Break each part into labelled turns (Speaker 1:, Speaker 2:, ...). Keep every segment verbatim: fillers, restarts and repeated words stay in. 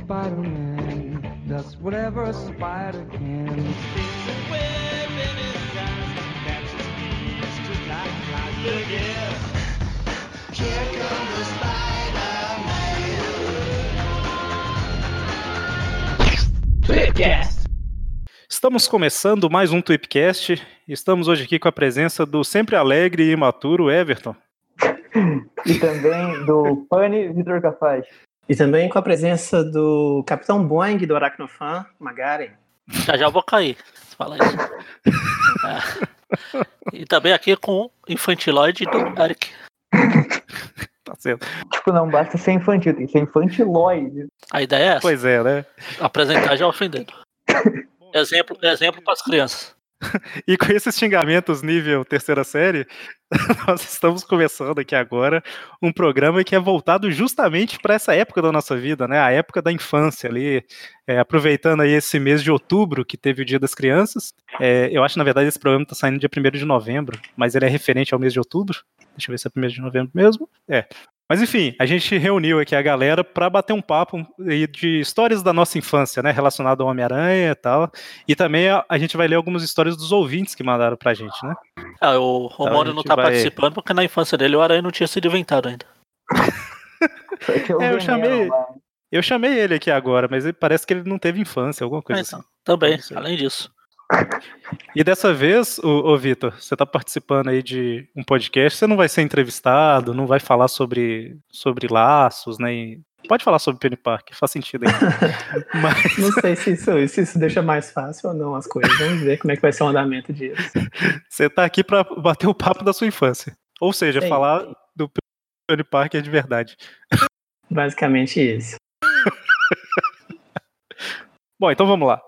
Speaker 1: Spider-Man does whatever a spider can. There's a web in his eyes that just feels just like flies. Look here, here comes the Spider-Man. Tweepcast.
Speaker 2: Estamos começando mais um Tweepcast. Estamos hoje aqui com a presença do sempre alegre e imaturo Everton.
Speaker 3: E também do Pani Vitor Cafaz.
Speaker 4: E também com a presença do Capitão Boing do Aracnofan, Magaren.
Speaker 5: Já já vou cair, se falar isso. É. E também aqui com o infantiloide do Eric.
Speaker 2: Tá certo.
Speaker 3: Tipo, não basta ser infantil, tem que ser infantiloide.
Speaker 5: A ideia é essa.
Speaker 2: Pois é, né?
Speaker 5: Apresentar já ofendendo. Exemplo, exemplo para as crianças.
Speaker 2: E com esses xingamentos nível terceira série, nós estamos começando aqui agora um programa que é voltado justamente para essa época da nossa vida, né? A época da infância ali, é, aproveitando aí esse mês de outubro que teve o Dia das Crianças. É, eu acho, na verdade, esse programa está saindo dia primeiro de novembro, mas ele é referente ao mês de outubro. Deixa eu ver se é primeiro de novembro mesmo. É. Mas enfim, a gente reuniu aqui a galera para bater um papo de histórias da nossa infância, né, relacionado ao Homem-Aranha e tal, e também a, a gente vai ler algumas histórias dos ouvintes que mandaram pra gente, né?
Speaker 5: Ah, o Romano então, não tá vai... participando porque na infância dele o Aranha não tinha sido inventado ainda.
Speaker 2: é, eu chamei, eu chamei ele aqui agora, mas ele, parece que ele não teve infância, alguma coisa é, então, assim.
Speaker 5: Também, além disso.
Speaker 2: E dessa vez, ô, ô Vitor, você tá participando aí de um podcast, você não vai ser entrevistado, não vai falar sobre, sobre laços, né? E pode falar sobre Penny Parker, faz sentido aí.
Speaker 4: Mas... Não sei se isso, se isso deixa mais fácil ou não as coisas, vamos ver como é que vai ser o andamento disso.
Speaker 2: Você tá aqui pra bater o papo da sua infância, ou seja, Sim. falar do Penny Parker de verdade.
Speaker 4: Basicamente isso.
Speaker 2: Bom, então vamos lá.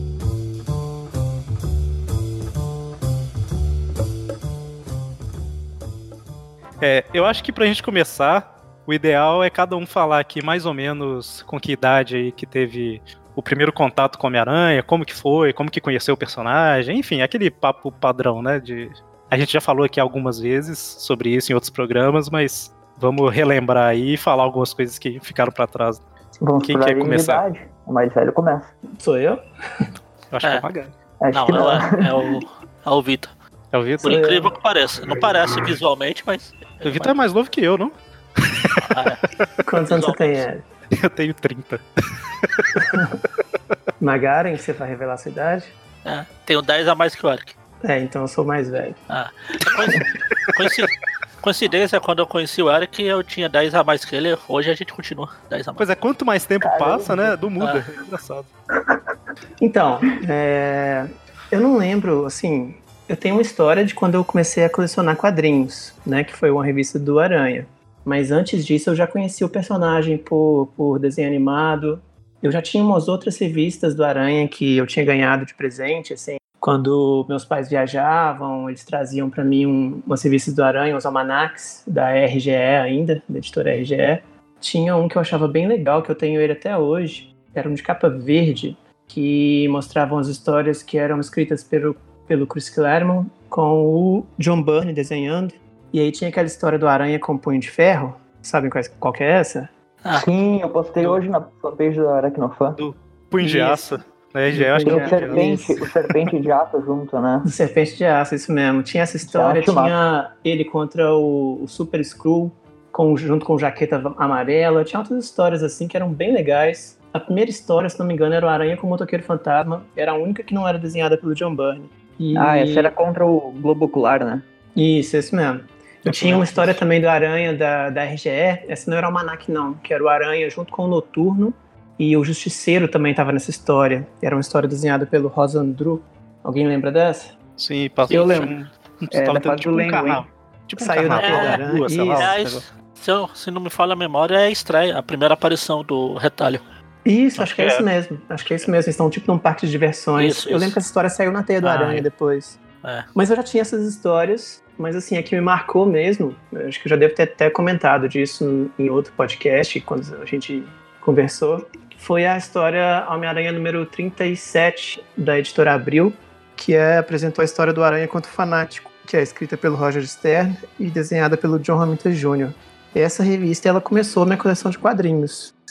Speaker 2: É, eu acho que pra gente começar, o ideal é cada um falar aqui mais ou menos com que idade aí que teve o primeiro contato com o Homem-Aranha, como que foi, como que conheceu o personagem, enfim, aquele papo padrão, né, de... A gente já falou aqui algumas vezes sobre isso em outros programas, mas vamos relembrar aí e falar algumas coisas que ficaram pra trás.
Speaker 3: Vamos Quem quer começar? Idade. O mais velho começa.
Speaker 4: Sou eu?
Speaker 2: Eu acho é. que é o Magari.
Speaker 5: Não, não, é, é o, é o Vitor.
Speaker 2: É o Vitor?
Speaker 5: Por incrível que pareça. Não parece visualmente, mas...
Speaker 2: O Vitor é mais novo que eu, não?
Speaker 4: Ah, é. Quantos anos você tem, Eric?
Speaker 2: Eu tenho trinta.
Speaker 4: Magaren, você vai revelar a sua idade?
Speaker 5: É, tenho dez a mais que o Eric.
Speaker 4: É, então eu sou mais velho.
Speaker 5: Ah, coincidência, coincidência, quando eu conheci o Eric, eu tinha dez a mais que ele. Hoje a gente continua dez a mais.
Speaker 2: Pois é, quanto mais tempo Caramba. passa, né, não muda. Ah. É engraçado.
Speaker 4: Então, é, eu não lembro, assim... Eu tenho uma história de quando eu comecei a colecionar quadrinhos, né, que foi uma revista do Aranha. Mas antes disso eu já conhecia o personagem por, por desenho animado. Eu já tinha umas outras revistas do Aranha que eu tinha ganhado de presente, assim. Quando meus pais viajavam, eles traziam para mim um, umas revistas do Aranha, os almanacs da R G E ainda, da editora R G E. Tinha um que eu achava bem legal, que eu tenho ele até hoje. Era um de capa verde, que mostravam as histórias que eram escritas pelo pelo Chris Claremont, com o John Byrne desenhando. E aí tinha aquela história do Aranha com punho de ferro. Sabem qual, qual que é essa?
Speaker 3: Ah. Sim, eu postei do... hoje na fanpage do Aracnofan.
Speaker 2: Do punho de aço. É, já acho
Speaker 3: que o, serpente, o serpente de aço junto, né?
Speaker 4: O serpente de aço, isso mesmo. Tinha essa história, tinha massa. Ele contra o, o Super Skrull, com, junto com jaqueta amarela. Tinha outras histórias assim que eram bem legais. A primeira história, se não me engano, era o Aranha com o Motoqueiro Fantasma. Era a única que não era desenhada pelo John Byrne. E...
Speaker 3: Ah, essa era contra o Globo Ocular, né?
Speaker 4: Isso, isso mesmo. Eu tinha uma história também do Aranha da, da R G E. Essa não era o Almanac, não. Que era o Aranha junto com o Noturno. E o Justiceiro também estava nessa história. Era uma história desinhada pelo Rosa Andrew. Alguém lembra dessa?
Speaker 2: Sim, passou.
Speaker 4: Eu lembro.
Speaker 2: Um, um,
Speaker 3: é, da fase
Speaker 2: tipo
Speaker 3: do
Speaker 2: um
Speaker 3: Lengo,
Speaker 2: tipo
Speaker 4: Saiu
Speaker 2: um
Speaker 4: na tela
Speaker 5: é,
Speaker 4: Aranha.
Speaker 5: Rua, Isso. Se, eu, se não me falha a memória, é a estreia. A primeira aparição do Retalho.
Speaker 4: Isso, acho que é isso mesmo. Acho que é isso mesmo. Eles estão tipo num parque de diversões.
Speaker 5: Isso,
Speaker 4: eu
Speaker 5: isso.
Speaker 4: lembro que essa história saiu na Teia do
Speaker 5: Ah,
Speaker 4: Aranha
Speaker 5: é.
Speaker 4: depois.
Speaker 5: É.
Speaker 4: Mas eu já tinha essas histórias. Mas assim, a que me marcou mesmo, acho que eu já devo ter até comentado disso em outro podcast, quando a gente conversou, foi a história Homem-Aranha número trinta e sete, da editora Abril, que é, apresentou a história do Aranha contra o Fanático, que é escrita pelo Roger Stern e desenhada pelo John Romita Júnior E essa revista, ela começou a minha coleção de quadrinhos.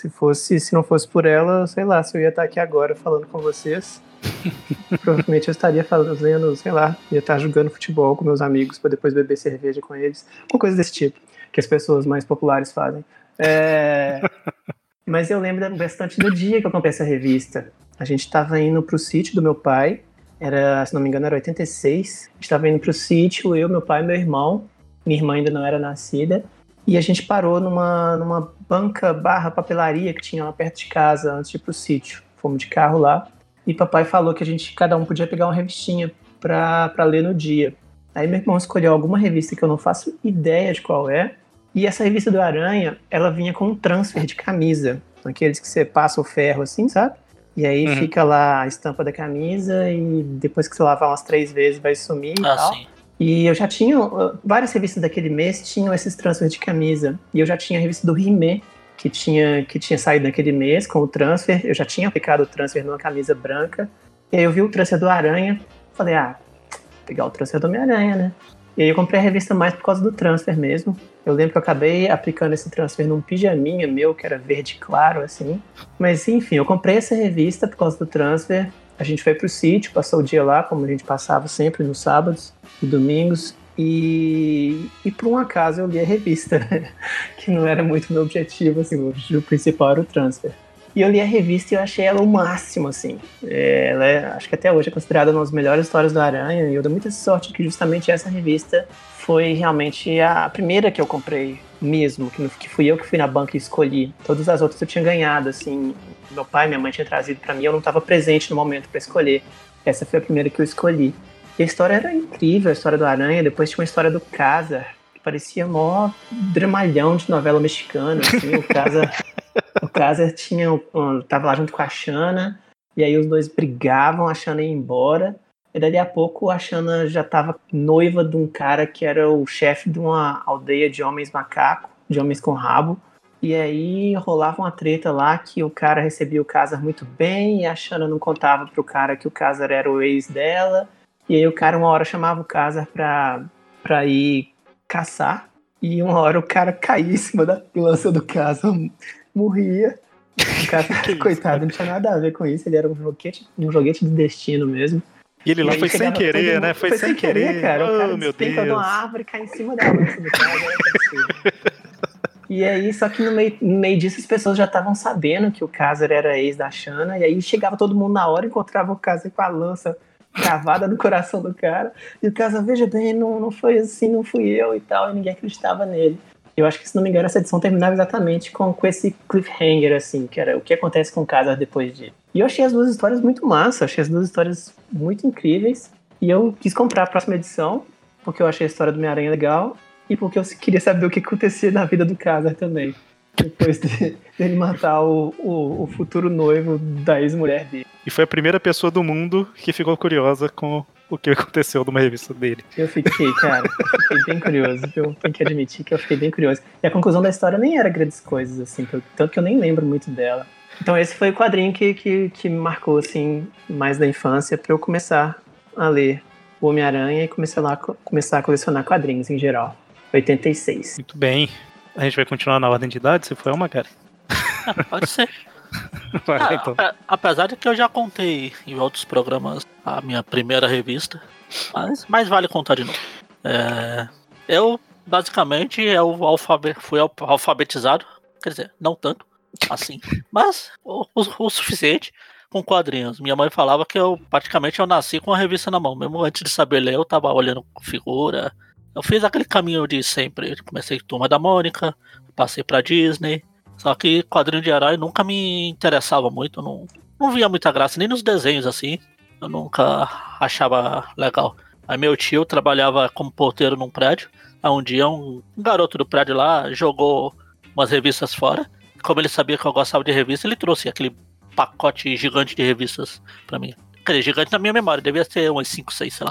Speaker 4: Se fosse, se não fosse por ela, sei lá, se eu ia estar aqui agora falando com vocês, provavelmente eu estaria fazendo, sei lá, ia estar jogando futebol com meus amigos para depois beber cerveja com eles, uma coisa desse tipo, que as pessoas mais populares fazem. É... Mas eu lembro bastante do dia que eu comprei essa revista. A gente estava indo pro sítio do meu pai, era, se não me engano, era oitenta e seis. A gente estava indo pro sítio, eu, meu pai e meu irmão. Minha irmã ainda não era nascida. E a gente parou numa, numa banca barra papelaria que tinha lá perto de casa antes de ir pro sítio. Fomos de carro lá. E papai falou que a gente, cada um podia pegar uma revistinha pra, pra ler no dia. Aí meu irmão escolheu alguma revista que eu não faço ideia de qual é. E essa revista do Aranha, ela vinha com um transfer de camisa. Aqueles que você passa o ferro assim, sabe? E aí uhum. fica lá a estampa da camisa e depois que você lavar umas três vezes vai sumir e
Speaker 5: ah,
Speaker 4: tal.
Speaker 5: Sim.
Speaker 4: E eu já tinha, várias revistas daquele mês tinham esses transfers de camisa. E eu já tinha a revista do He-Man, que tinha, que tinha saído naquele mês com o transfer. Eu já tinha aplicado o transfer numa camisa branca. E aí eu vi o transfer do Aranha. Falei, ah, vou pegar o transfer do Homem-Aranha, né? E aí eu comprei a revista mais por causa do transfer mesmo. Eu lembro que eu acabei aplicando esse transfer num pijaminha meu, que era verde claro, assim. Mas enfim, eu comprei essa revista por causa do transfer. A gente foi pro sítio, passou o dia lá, como a gente passava sempre nos sábados e domingos. E, e por um acaso eu li a revista, né? Que não era muito meu objetivo, assim, o objetivo principal era o transfer. E eu li a revista e eu achei ela o máximo, assim. É, ela é, acho que até hoje é considerada uma das melhores histórias do Aranha. E eu dou muita sorte que justamente essa revista foi realmente a primeira que eu comprei mesmo. Que, que fui eu que fui na banca e escolhi. Todas as outras eu tinha ganhado, assim. Meu pai e minha mãe tinham trazido pra mim. Eu não estava presente no momento pra escolher. Essa foi a primeira que eu escolhi. E a história era incrível, a história do Aranha. Depois tinha uma história do Kazar, que parecia mó dramalhão de novela mexicana, assim. O Kazar... O Kazar tinha, um, tava lá junto com a Shanna, e aí os dois brigavam, a Shanna ia embora, e dali a pouco a Shanna já tava noiva de um cara que era o chefe de uma aldeia de homens macaco, de homens com rabo, e aí rolava uma treta lá que o cara recebia o Kazar muito bem, e a Shanna não contava pro cara que o Kazar era o ex dela, e aí o cara uma hora chamava o Kazar pra, pra ir caçar, e uma hora o cara caía em cima da lança do Kazar, morria. O cara, coitado, não tinha nada a ver com isso. Ele era um joguete, um joguete de destino mesmo.
Speaker 2: E ele lá e foi sem querer, mundo, né? Foi, foi sem, sem querer, querer, cara.
Speaker 4: Oh,
Speaker 2: o cara
Speaker 4: meu Deus. De uma árvore e cai em cima da lança do cara. E aí, só que no meio, no meio disso, as pessoas já estavam sabendo que o Kazar era ex da Shanna. E aí chegava todo mundo na hora, encontrava o Kazar com a lança cravada no coração do cara. E o Kazar, veja bem, não, não foi assim, não fui eu e tal. E ninguém acreditava nele. Eu acho que, se não me engano, essa edição terminava exatamente com, com esse cliffhanger, assim, que era o que acontece com o Kazar depois de... E eu achei as duas histórias muito massa, achei as duas histórias muito incríveis, e eu quis comprar a próxima edição, porque eu achei a história do Homem-Aranha legal, e porque eu queria saber o que acontecia na vida do Kazar também, depois de, dele matar o, o, o futuro noivo da ex-mulher dele.
Speaker 2: E foi a primeira pessoa do mundo que ficou curiosa com o que aconteceu numa revista dele.
Speaker 4: Eu fiquei, cara, eu fiquei bem curioso. Eu tenho que admitir que eu fiquei bem curioso. E a conclusão da história nem era grandes coisas, assim, tanto que eu nem lembro muito dela. Então esse foi o quadrinho que, que, que me marcou, assim, mais da infância, pra eu começar a ler o Homem-Aranha e começar, lá, começar a colecionar quadrinhos em geral. oitenta e seis.
Speaker 2: Muito bem. A gente vai continuar na ordem de idade, se for uma, cara?
Speaker 5: Ah, pode ser.
Speaker 2: Vai,
Speaker 5: ah,
Speaker 2: então.
Speaker 5: Apesar de que eu já contei em outros programas a minha primeira revista, mas, mas vale contar de novo. É, eu, basicamente, eu alfabe, fui alfabetizado, quer dizer, não tanto assim, mas o, o, o suficiente com quadrinhos. Minha mãe falava que eu praticamente eu nasci com a revista na mão, mesmo antes de saber ler, eu tava olhando figura. Eu fiz aquele caminho de sempre. Comecei Turma da Mônica, passei pra Disney. Só que quadrinho de herói nunca me interessava muito. Não, não via muita graça, nem nos desenhos assim. Eu nunca achava legal. Aí meu tio trabalhava como porteiro num prédio. Aí um dia um, um garoto do prédio lá jogou umas revistas fora. Como ele sabia que eu gostava de revista, ele trouxe aquele pacote gigante de revistas pra mim. Quer dizer, gigante na minha memória, devia ser umas cinco, seis, sei lá.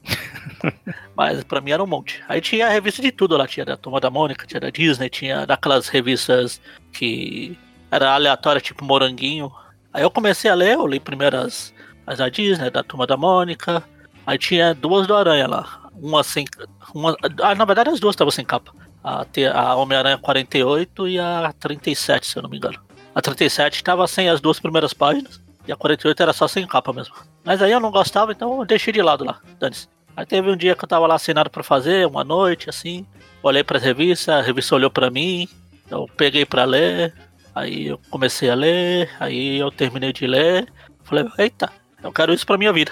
Speaker 5: Mas pra mim era um monte. Aí tinha a revista de tudo lá, tinha da Turma da Mônica, tinha da Disney, tinha daquelas revistas que era aleatória, tipo Moranguinho. Aí eu comecei a ler, eu li primeiro as, as da Disney, da Turma da Mônica. Aí tinha duas do Aranha lá. Uma sem... Uma, ah, na verdade as duas estavam sem capa. A, a Homem-Aranha quarenta e oito e a trinta e sete, se eu não me engano. A trinta e sete tava sem as duas primeiras páginas. E a quarenta e oito era só sem capa mesmo. Mas aí eu não gostava, então eu deixei de lado lá. Dane-se. Aí teve um dia que eu tava lá sem nada pra fazer, uma noite, assim. Olhei pras revistas, a revista olhou pra mim. Eu peguei pra ler. Aí eu comecei a ler. Aí eu terminei de ler. Falei, eita, eu quero isso pra minha vida.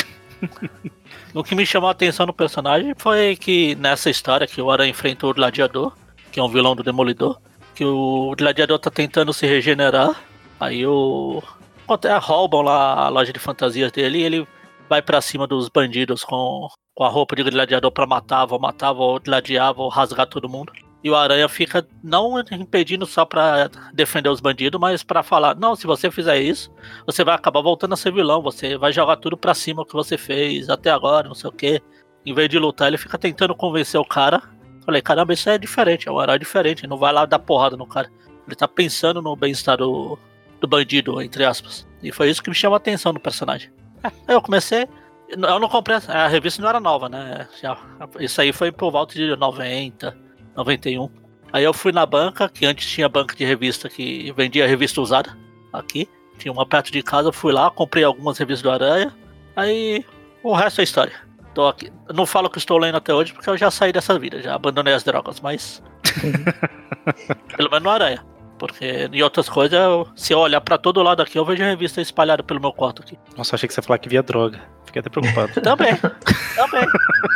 Speaker 5: O que me chamou a atenção no personagem foi que nessa história que o Aranha enfrenta o Gladiador, que é um vilão do Demolidor, que o Gladiador tá tentando se regenerar, aí o... roubam lá a loja de fantasias dele e ele vai pra cima dos bandidos com, com a roupa de gladiador pra matar, vou matar, vou gladiar, vou rasgar todo mundo. E o Aranha fica não impedindo só pra defender os bandidos, mas pra falar, não, se você fizer isso, você vai acabar voltando a ser vilão, você vai jogar tudo pra cima o que você fez até agora, não sei o que. Em vez de lutar, ele fica tentando convencer o cara. Falei, caramba, isso é diferente, é um herói diferente, ele não vai lá dar porrada no cara. Ele tá pensando no bem-estar do, do bandido, entre aspas. E foi isso que me chamou a atenção no personagem. É, aí eu comecei, eu não comprei, a revista não era nova, né? Já, isso aí foi por volta de noventa, noventa e um. Aí eu fui na banca, que antes tinha banca de revista que vendia revista usada aqui. Tinha uma perto de casa, eu fui lá, comprei algumas revistas do Aranha. Aí o resto é história. Tô aqui. Eu não falo que estou lendo até hoje porque eu já saí dessa vida, já abandonei as drogas, mas pelo menos no Aranha. Porque em outras coisas, eu, se eu olhar pra todo lado aqui, eu vejo a revista espalhada pelo meu quarto aqui.
Speaker 2: Nossa, achei que você ia falar que via droga. Fiquei até preocupado.
Speaker 5: Também, também.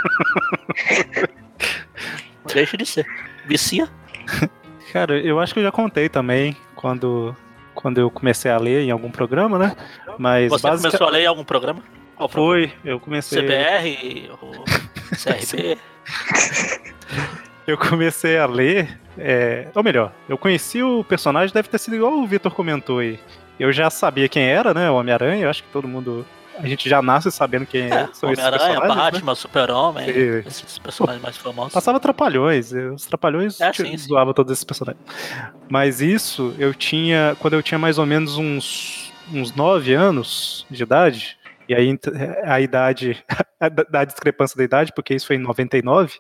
Speaker 5: Deixa de ser. Vicia?
Speaker 2: Cara, eu acho que eu já contei também quando, quando eu comecei a ler em algum programa, né? Mas
Speaker 5: Você
Speaker 2: basic...
Speaker 5: começou a ler em algum programa? Qual
Speaker 2: Foi,
Speaker 5: programa?
Speaker 2: eu comecei...
Speaker 5: C B R? Ou C R B?
Speaker 2: Eu comecei a ler, é... ou melhor, eu conheci o personagem, deve ter sido igual o Vitor comentou aí. Eu já sabia quem era, né, o Homem-Aranha, eu acho que todo mundo, a gente já nasce sabendo quem é, são esses
Speaker 5: Homem-Aranha,
Speaker 2: personagens,
Speaker 5: Batman,
Speaker 2: né?
Speaker 5: Super-Homem,
Speaker 2: E...
Speaker 5: esses personagens mais famosos.
Speaker 2: Passava Trapalhões, os Trapalhões
Speaker 5: é, sim, sim.
Speaker 2: zoavam todos esses personagens. Mas isso, eu tinha, quando eu tinha mais ou menos uns, uns nove anos de idade, e aí a idade, a discrepância da idade, porque isso foi em noventa e nove,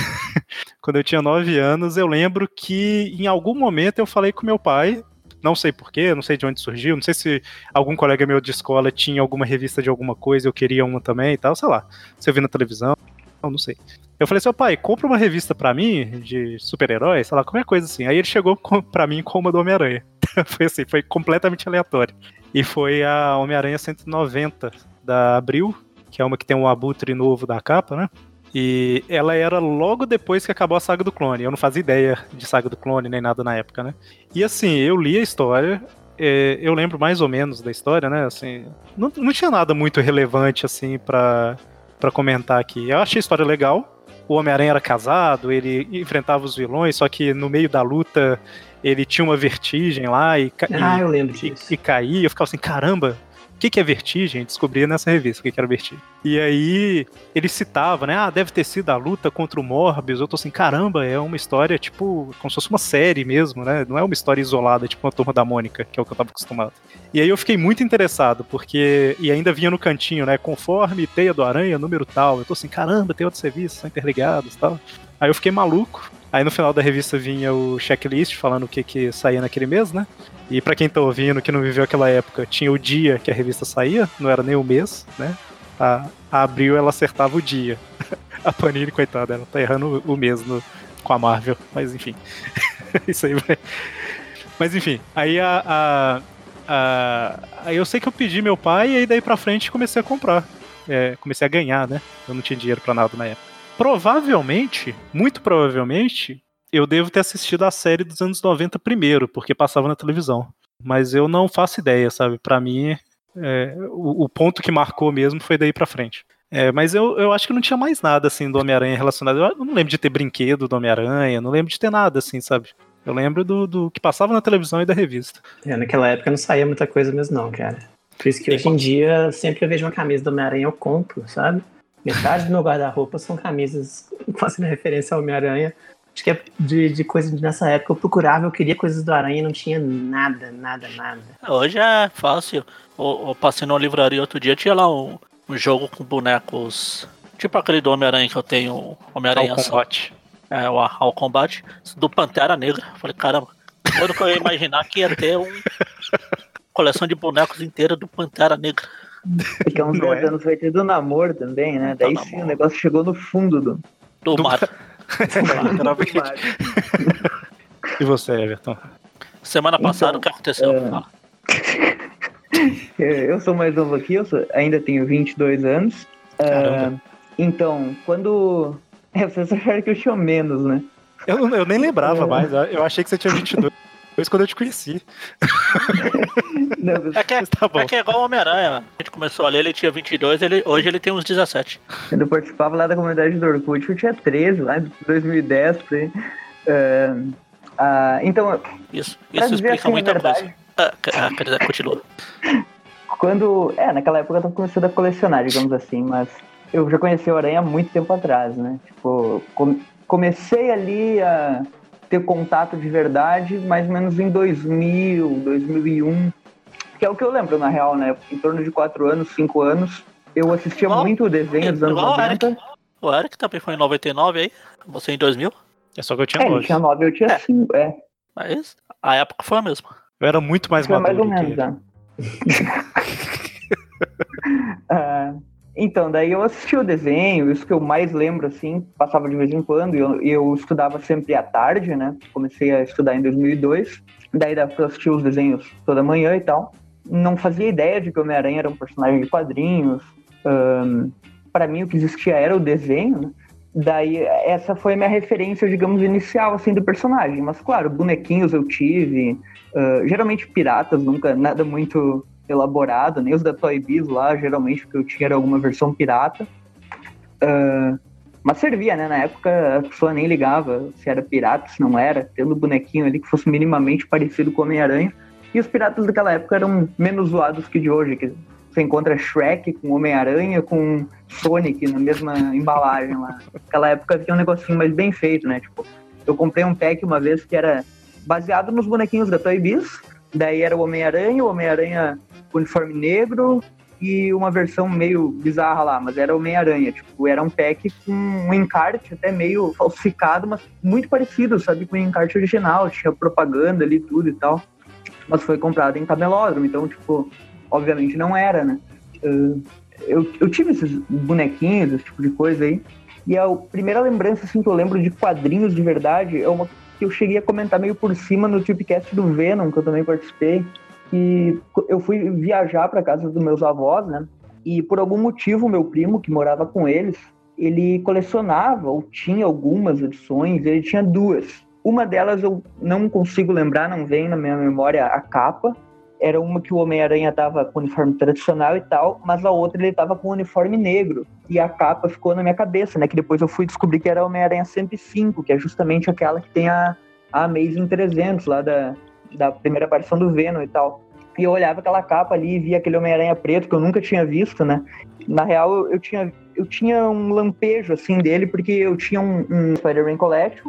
Speaker 2: quando eu tinha nove anos, eu lembro que em algum momento eu falei com meu pai, não sei porquê, não sei de onde surgiu, não sei se algum colega meu de escola tinha alguma revista de alguma coisa, eu queria uma também e tal, sei lá, se eu vi na televisão, não sei. Eu falei assim, pai, compra uma revista pra mim, de super-heróis, sei lá, qualquer coisa assim. Aí ele chegou com, pra mim com uma do Homem-Aranha. Foi assim, foi completamente aleatório. E foi a Homem-Aranha cento e noventa da Abril, que é uma que tem um abutre novo da capa, né? E ela era logo depois que acabou a Saga do Clone. Eu não fazia ideia de Saga do Clone nem nada na época, né? E assim, eu li a história, é, eu lembro mais ou menos da história, né? Assim, não, não tinha nada muito relevante, assim, pra, pra comentar aqui. Eu achei a história legal. O Homem-Aranha era casado, ele enfrentava os vilões, só que no meio da luta ele tinha uma vertigem lá e,
Speaker 4: ah,
Speaker 2: e,
Speaker 4: eu lembro
Speaker 2: e,
Speaker 4: disso.
Speaker 2: e caía. Eu ficava assim, caramba, o que, que é vertigem? Descobria nessa revista o que, que era vertigem. E aí ele citava, né? Ah, deve ter sido a luta contra o Morbius. Eu tô assim, caramba, é uma história tipo, como se fosse uma série mesmo, né? Não é uma história isolada, tipo uma Turma da Mônica, que é o que eu tava acostumado. E aí eu fiquei muito interessado, porque... E ainda vinha no cantinho, né? Conforme Teia do Aranha, número tal. Eu tô assim, caramba, tem outros serviços, são interligados e tal. Aí eu fiquei maluco. Aí no final da revista vinha o checklist falando o que que saía naquele mês, né? E pra quem tá ouvindo, que não viveu aquela época, tinha o dia que a revista saía, não era nem o mês, né? A, a Abril, ela acertava o dia. A Panini, coitada, ela tá errando o mês no, com a Marvel, mas enfim. Isso aí vai... Mas enfim, aí a, a, a... Aí eu sei que eu pedi meu pai, e aí daí pra frente comecei a comprar. É, comecei a ganhar, né? Eu não tinha dinheiro pra nada na época. Provavelmente, muito provavelmente, eu devo ter assistido a série dos anos noventa primeiro, porque passava na televisão. Mas eu não faço ideia, sabe? Pra mim, é, o, o ponto que marcou mesmo foi daí pra frente. É, mas eu, eu acho que não tinha mais nada, assim, do Homem-Aranha relacionado. Eu não lembro de ter brinquedo do Homem-Aranha, não lembro de ter nada, assim, sabe? Eu lembro do, do que passava na televisão e da revista.
Speaker 4: É, naquela época não saía muita coisa mesmo não, cara. Por isso que hoje em dia, sempre que eu vejo uma camisa do Homem-Aranha, eu compro, sabe? Metade do meu guarda-roupa são camisas fazendo referência ao Homem-Aranha. Acho que é de, de coisa nessa época eu procurava, eu queria coisas do Aranha e não tinha nada, nada, nada.
Speaker 5: Hoje é fácil. Eu, eu passei numa livraria outro dia, tinha lá um, um jogo com bonecos, tipo aquele do Homem-Aranha que eu tenho, Homem-Aranha
Speaker 2: Ao Combate.
Speaker 5: É, o Ao Combate, do Pantera Negra. Falei, caramba, Quando que eu ia imaginar que ia ter uma coleção de bonecos inteira do Pantera Negra.
Speaker 3: Daqui a uns
Speaker 2: Não
Speaker 3: dez
Speaker 2: é?
Speaker 3: anos vai ter do namoro também, né?
Speaker 5: Do
Speaker 3: Daí
Speaker 5: namoro.
Speaker 3: sim, o negócio chegou no fundo do...
Speaker 5: Do
Speaker 2: Do-
Speaker 5: mar.
Speaker 2: Literalmente. E você, Everton?
Speaker 5: Semana passada,
Speaker 3: Então,
Speaker 5: o que aconteceu?
Speaker 3: é,
Speaker 5: Fala.
Speaker 3: Eu sou mais novo aqui, eu sou- ainda tenho vinte e dois anos.
Speaker 2: Caramba.
Speaker 3: Ah, então, quando... É, vocês acharam que eu tinha menos, né?
Speaker 2: Eu, não- eu nem lembrava
Speaker 3: É.
Speaker 2: mais. Eu achei que você tinha vinte e dois quando eu te conheci.
Speaker 3: Não,
Speaker 5: É que é,
Speaker 2: Mas tá bom.
Speaker 5: é que é igual o Homem-Aranha. A gente começou ali, ele tinha vinte e dois, ele, hoje ele tem uns dezessete.
Speaker 3: quando eu participava lá da comunidade do Orkut, eu tinha treze, lá em dois mil e dez, por aí. Ah, ah, então,
Speaker 5: Isso,
Speaker 3: pra
Speaker 5: isso
Speaker 3: dizer
Speaker 5: explica
Speaker 3: assim, a
Speaker 5: muita coisa.
Speaker 3: verdade,
Speaker 5: Ah, quer ah, quer dizer, continua.
Speaker 3: quando... É, naquela época eu tava começando a colecionar, digamos assim, mas eu já conheci o Aranha há muito tempo atrás, né? Tipo, com- comecei ali a ter contato de verdade mais ou menos em dois mil, dois mil e um, que é o que eu lembro, na real, né? Em torno de quatro anos, cinco anos, eu assistia
Speaker 5: Igual-
Speaker 3: muito o desenho dos anos
Speaker 5: Igual o Eric.
Speaker 3: noventa.
Speaker 5: O Eric também foi em noventa e nove aí, você em dois mil.
Speaker 2: É só que eu tinha
Speaker 3: É, ele
Speaker 2: nove.
Speaker 3: tinha nove, eu tinha
Speaker 5: É.
Speaker 3: cinco, é.
Speaker 5: Mas a época foi a mesma.
Speaker 2: Eu era muito mais
Speaker 3: Foi mais
Speaker 2: maduro
Speaker 3: ou
Speaker 2: que
Speaker 3: menos,
Speaker 2: ele.
Speaker 3: né? Ah, então, daí eu assisti o desenho, isso que eu mais lembro, assim, passava de vez em quando, e eu, e eu estudava sempre à tarde, né? Comecei a estudar em dois mil e dois, daí dava pra assistir os desenhos toda manhã e tal. Não fazia ideia de que o Homem-Aranha era um personagem de quadrinhos. Ahn, pra mim, o que existia era o desenho, né? Daí, essa foi a minha referência, digamos, inicial, assim, do personagem. Mas, claro, bonequinhos eu tive, ah, geralmente piratas, nunca nada muito elaborado, nem os da Toy Biz lá, geralmente, porque eu tinha era alguma versão pirata. Ah, mas servia, né? Na época, a pessoa nem ligava se era pirata, se não era, tendo bonequinho ali que fosse minimamente parecido com o Homem-Aranha. E os piratas daquela época eram menos zoados que de hoje, que você encontra Shrek com Homem-Aranha, com Sonic na mesma embalagem lá. Naquela época tinha um negocinho mais bem feito, né? Tipo, eu comprei um pack uma vez que era baseado nos bonequinhos da Toy Biz, daí era o Homem-Aranha, o Homem-Aranha com uniforme negro e uma versão meio bizarra lá, mas era o Homem-Aranha. Tipo, era um pack com um encarte até meio falsificado, mas muito parecido, sabe? Com o encarte original, tinha propaganda ali, tudo e tal. Mas foi comprado em camelódromo, então, tipo, obviamente não era, né? Uh, eu, eu tive esses bonequinhos, esse tipo de coisa aí, e a primeira lembrança, assim, que eu lembro de quadrinhos de verdade é uma que eu cheguei a comentar meio por cima no Tipcast do Venom, que eu também participei, que eu fui viajar para casa dos meus avós, né? E por algum motivo, meu primo, que morava com eles, ele colecionava, ou tinha algumas edições, ele tinha duas. Uma delas eu não consigo lembrar, não vem na minha memória a capa. Era uma que o Homem-Aranha tava com uniforme tradicional e tal, mas a outra ele tava com um uniforme negro. E a capa ficou na minha cabeça, né? Que depois eu fui descobrir que era o Homem-Aranha cento e cinco, que é justamente aquela que tem a, a Amazing trezentos, lá da, da primeira aparição do Venom e tal. E eu olhava aquela capa ali e via aquele Homem-Aranha preto que eu nunca tinha visto, né? Na real, eu, eu, tinha, eu tinha um lampejo, assim, dele, porque eu tinha um, um Spider-Man Collection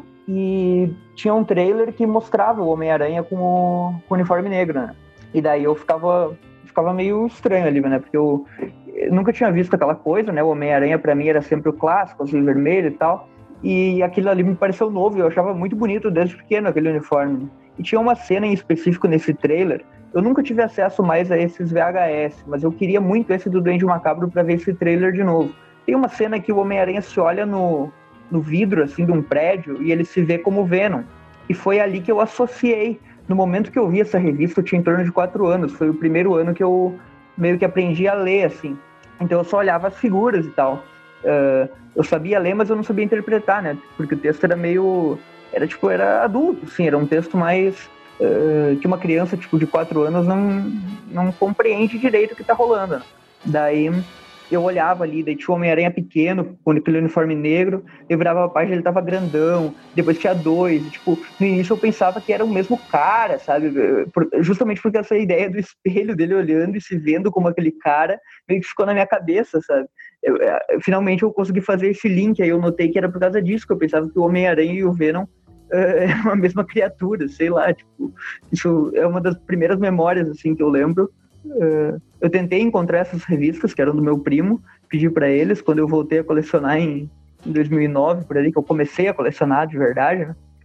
Speaker 3: e tinha um trailer que mostrava o Homem-Aranha com o, com o uniforme negro, né? E daí eu ficava, ficava meio estranho ali, né? Porque eu, eu nunca tinha visto aquela coisa, né? O Homem-Aranha pra mim era sempre o clássico, azul e vermelho e tal. E aquilo ali me pareceu novo, eu achava muito bonito desde pequeno aquele uniforme. E tinha uma cena em específico nesse trailer. Eu nunca tive acesso mais a esses V H S, mas eu queria muito esse do Duende Macabro pra ver esse trailer de novo. Tem uma cena que o Homem-Aranha se olha no, no vidro, assim, de um prédio, e ele se vê como Venom. E foi ali que eu associei. No momento que eu vi essa revista, eu tinha em torno de quatro anos. Foi o primeiro ano que eu meio que aprendi a ler, assim. Então eu só olhava as figuras e tal. Uh, eu sabia ler, mas eu não sabia interpretar, né? Porque o texto era meio... Era, tipo, era adulto, assim. Era um texto mais... Uh, que uma criança, tipo, de quatro anos não, não compreende direito o que tá rolando, né? Daí... eu olhava ali, daí tinha o Homem-Aranha pequeno, com aquele uniforme negro, eu virava a página, ele tava grandão, depois tinha dois, e, tipo, no início eu pensava que era o mesmo cara, sabe, Por, justamente porque essa ideia do espelho dele olhando e se vendo como aquele cara, meio que ficou na minha cabeça, sabe, eu, eu, finalmente eu consegui fazer esse link, aí eu notei que era por causa disso, que eu pensava que o Homem-Aranha e o Venom eram a mesma criatura, sei lá, tipo, isso é uma das primeiras memórias, assim, que eu lembro. Uh, eu tentei encontrar essas revistas que eram do meu primo, pedi para eles quando eu voltei a colecionar em, em dois mil e nove, por ali que eu comecei a colecionar de verdade, né?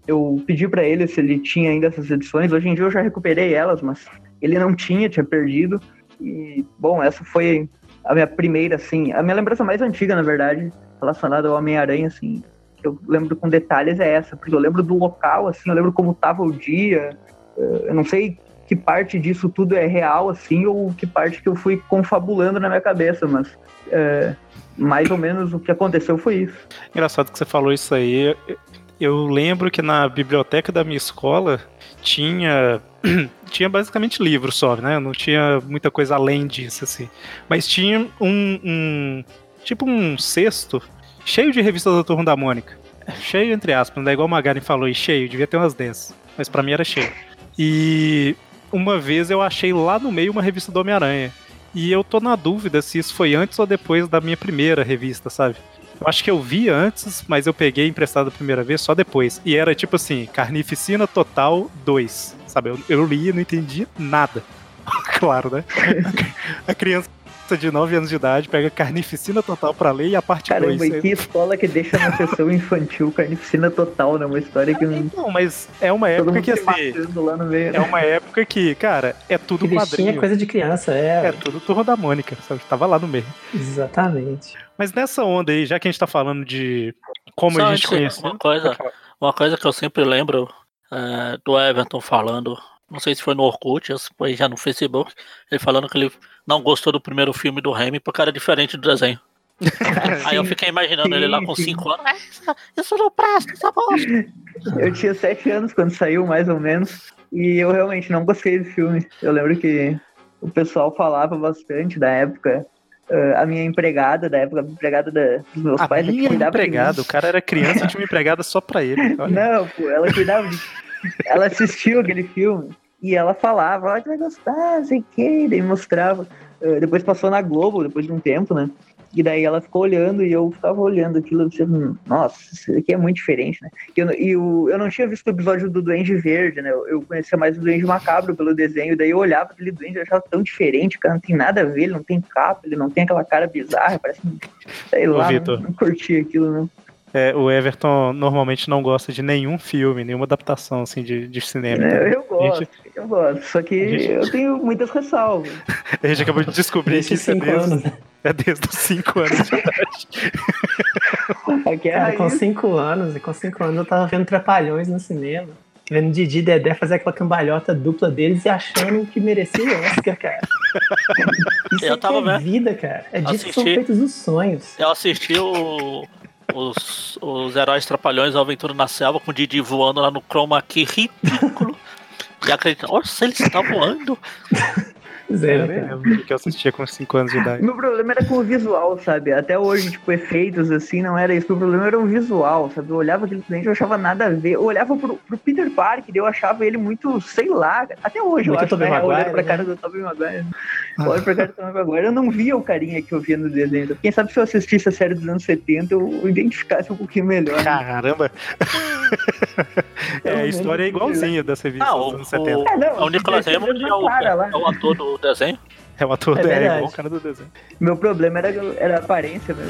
Speaker 3: eu pedi pra ele se ele tinha ainda essas edições. Hoje em dia eu já recuperei elas, mas ele não tinha, tinha perdido. E, bom, essa foi a minha primeira, assim, a minha lembrança mais antiga, na verdade, relacionada ao Homem-Aranha, assim, que eu lembro com detalhes é essa, porque eu lembro do local, assim, eu lembro como tava o dia, eu não sei que parte disso tudo é real, assim, ou que parte que eu fui confabulando na minha cabeça, mas é, mais ou menos o que aconteceu foi isso.
Speaker 2: Engraçado que você falou isso aí. Eu lembro que na biblioteca da minha escola tinha tinha basicamente livros só, né? Não tinha muita coisa além disso, assim. Mas tinha um, um tipo um cesto cheio de revistas da Turma da Mônica. Cheio, entre aspas, não é igual o Magaren falou, e cheio, devia ter umas dez. Mas pra mim era cheio. E uma vez eu achei lá no meio uma revista do Homem-Aranha. E eu tô na dúvida se isso foi antes ou depois da minha primeira revista, sabe? Eu acho que eu vi antes, mas eu peguei emprestado a primeira vez só depois. E era tipo assim, Carnificina Total dois, sabe? Eu, eu li e não entendi nada. Claro, né? A criança de nove anos de idade pega Carnificina Total pra ler e a parte dois.
Speaker 3: Caramba, e que escola que deixa na sessão infantil Carnificina Total, né? Uma história que não...
Speaker 2: Não, mas é uma época que assim...
Speaker 3: Lá no meio, né?
Speaker 2: É uma época que, cara, é tudo
Speaker 4: que
Speaker 2: quadrinho.
Speaker 4: É coisa de criança, é.
Speaker 2: É tudo Turma da Mônica, sabe? Tava lá no meio.
Speaker 4: Exatamente.
Speaker 2: Mas nessa onda aí, já que a gente tá falando de como
Speaker 5: Só
Speaker 2: a gente conhece...
Speaker 5: Uma coisa, uma coisa que eu sempre lembro é, do Everton falando, não sei se foi no Orkut, ou se foi já no Facebook, ele falando que ele não gostou do primeiro filme do Raimi porque era diferente do desenho. Aí eu fiquei imaginando sim, ele lá com cinco anos, ah, isso não presta, essa bosta.
Speaker 3: Eu tinha sete anos quando saiu, mais ou menos, e eu realmente não gostei do filme. Eu lembro que o pessoal falava bastante da época. Uh, a minha empregada da época, a empregada da, dos meus
Speaker 2: a
Speaker 3: pais,
Speaker 2: minha
Speaker 3: que cuidava
Speaker 2: empregada,
Speaker 3: de mim.
Speaker 2: O cara era criança e tinha uma empregada só pra ele. Olha.
Speaker 3: Não, pô, ela cuidava de... Ela assistiu aquele filme e ela falava, ó, tu vai gostar, sei o que, daí mostrava. Uh, depois passou na Globo, depois de um tempo, né? E daí ela ficou olhando e eu ficava olhando aquilo e dizendo, nossa, isso aqui é muito diferente, né? E eu, e eu, eu não tinha visto o episódio do Duende Verde, né? Eu, eu conhecia mais o Duende Macabro pelo desenho, daí eu olhava aquele Duende e achava tão diferente, cara, não tem nada a ver, ele não tem capa, ele não tem aquela cara bizarra, parece, sei lá, não, não curti aquilo, não.
Speaker 2: É, o Everton normalmente não gosta de nenhum filme, nenhuma adaptação assim, de, de cinema.
Speaker 3: É,
Speaker 2: então,
Speaker 3: eu gosto,
Speaker 2: gente...
Speaker 3: eu gosto, só que gente... eu tenho muitas ressalvas.
Speaker 2: A gente acabou de descobrir que isso é desde, é desde os cinco anos de idade.
Speaker 3: Aqui é
Speaker 4: Cara, com cinco anos, e com cinco anos eu tava vendo Trapalhões no cinema, vendo Didi e Dedé fazer aquela cambalhota dupla deles e achando que merecia o Oscar, cara. Isso
Speaker 5: eu tava
Speaker 4: é
Speaker 5: vendo.
Speaker 4: vida, cara. É disso
Speaker 5: assisti,
Speaker 4: que são feitos os sonhos.
Speaker 5: Eu assisti o... Os, os heróis trapalhões, a aventura na selva, com o Didi voando lá no chroma key ridículo. E acreditando, nossa, ele está voando.
Speaker 2: Zero, eu nem lembro que eu assistia com cinco anos de idade.
Speaker 3: Meu problema era com o visual, sabe? Até hoje, tipo, efeitos assim, não era isso. Meu problema era o visual, sabe? Eu olhava aquele cliente e eu achava nada a ver. Eu olhava pro, pro Peter Parker e eu achava ele muito, sei lá. Até hoje muito eu acho, né? Olhando pra cara do Tobey Maguire. Ah. Olhando pra cara do Tobey Maguire, eu não via o carinha que eu via no desenho. Quem sabe se eu assistisse a série dos anos setenta, eu identificasse um pouquinho melhor.
Speaker 2: Caramba! É, a história é igualzinha das revistas
Speaker 5: ah,
Speaker 2: dos anos setenta.
Speaker 5: É, não, o Nicolas Hammond é o, é o ator do desenho.
Speaker 2: É o ator, é, é igual o cara do desenho.
Speaker 3: Meu problema era, era a aparência mesmo.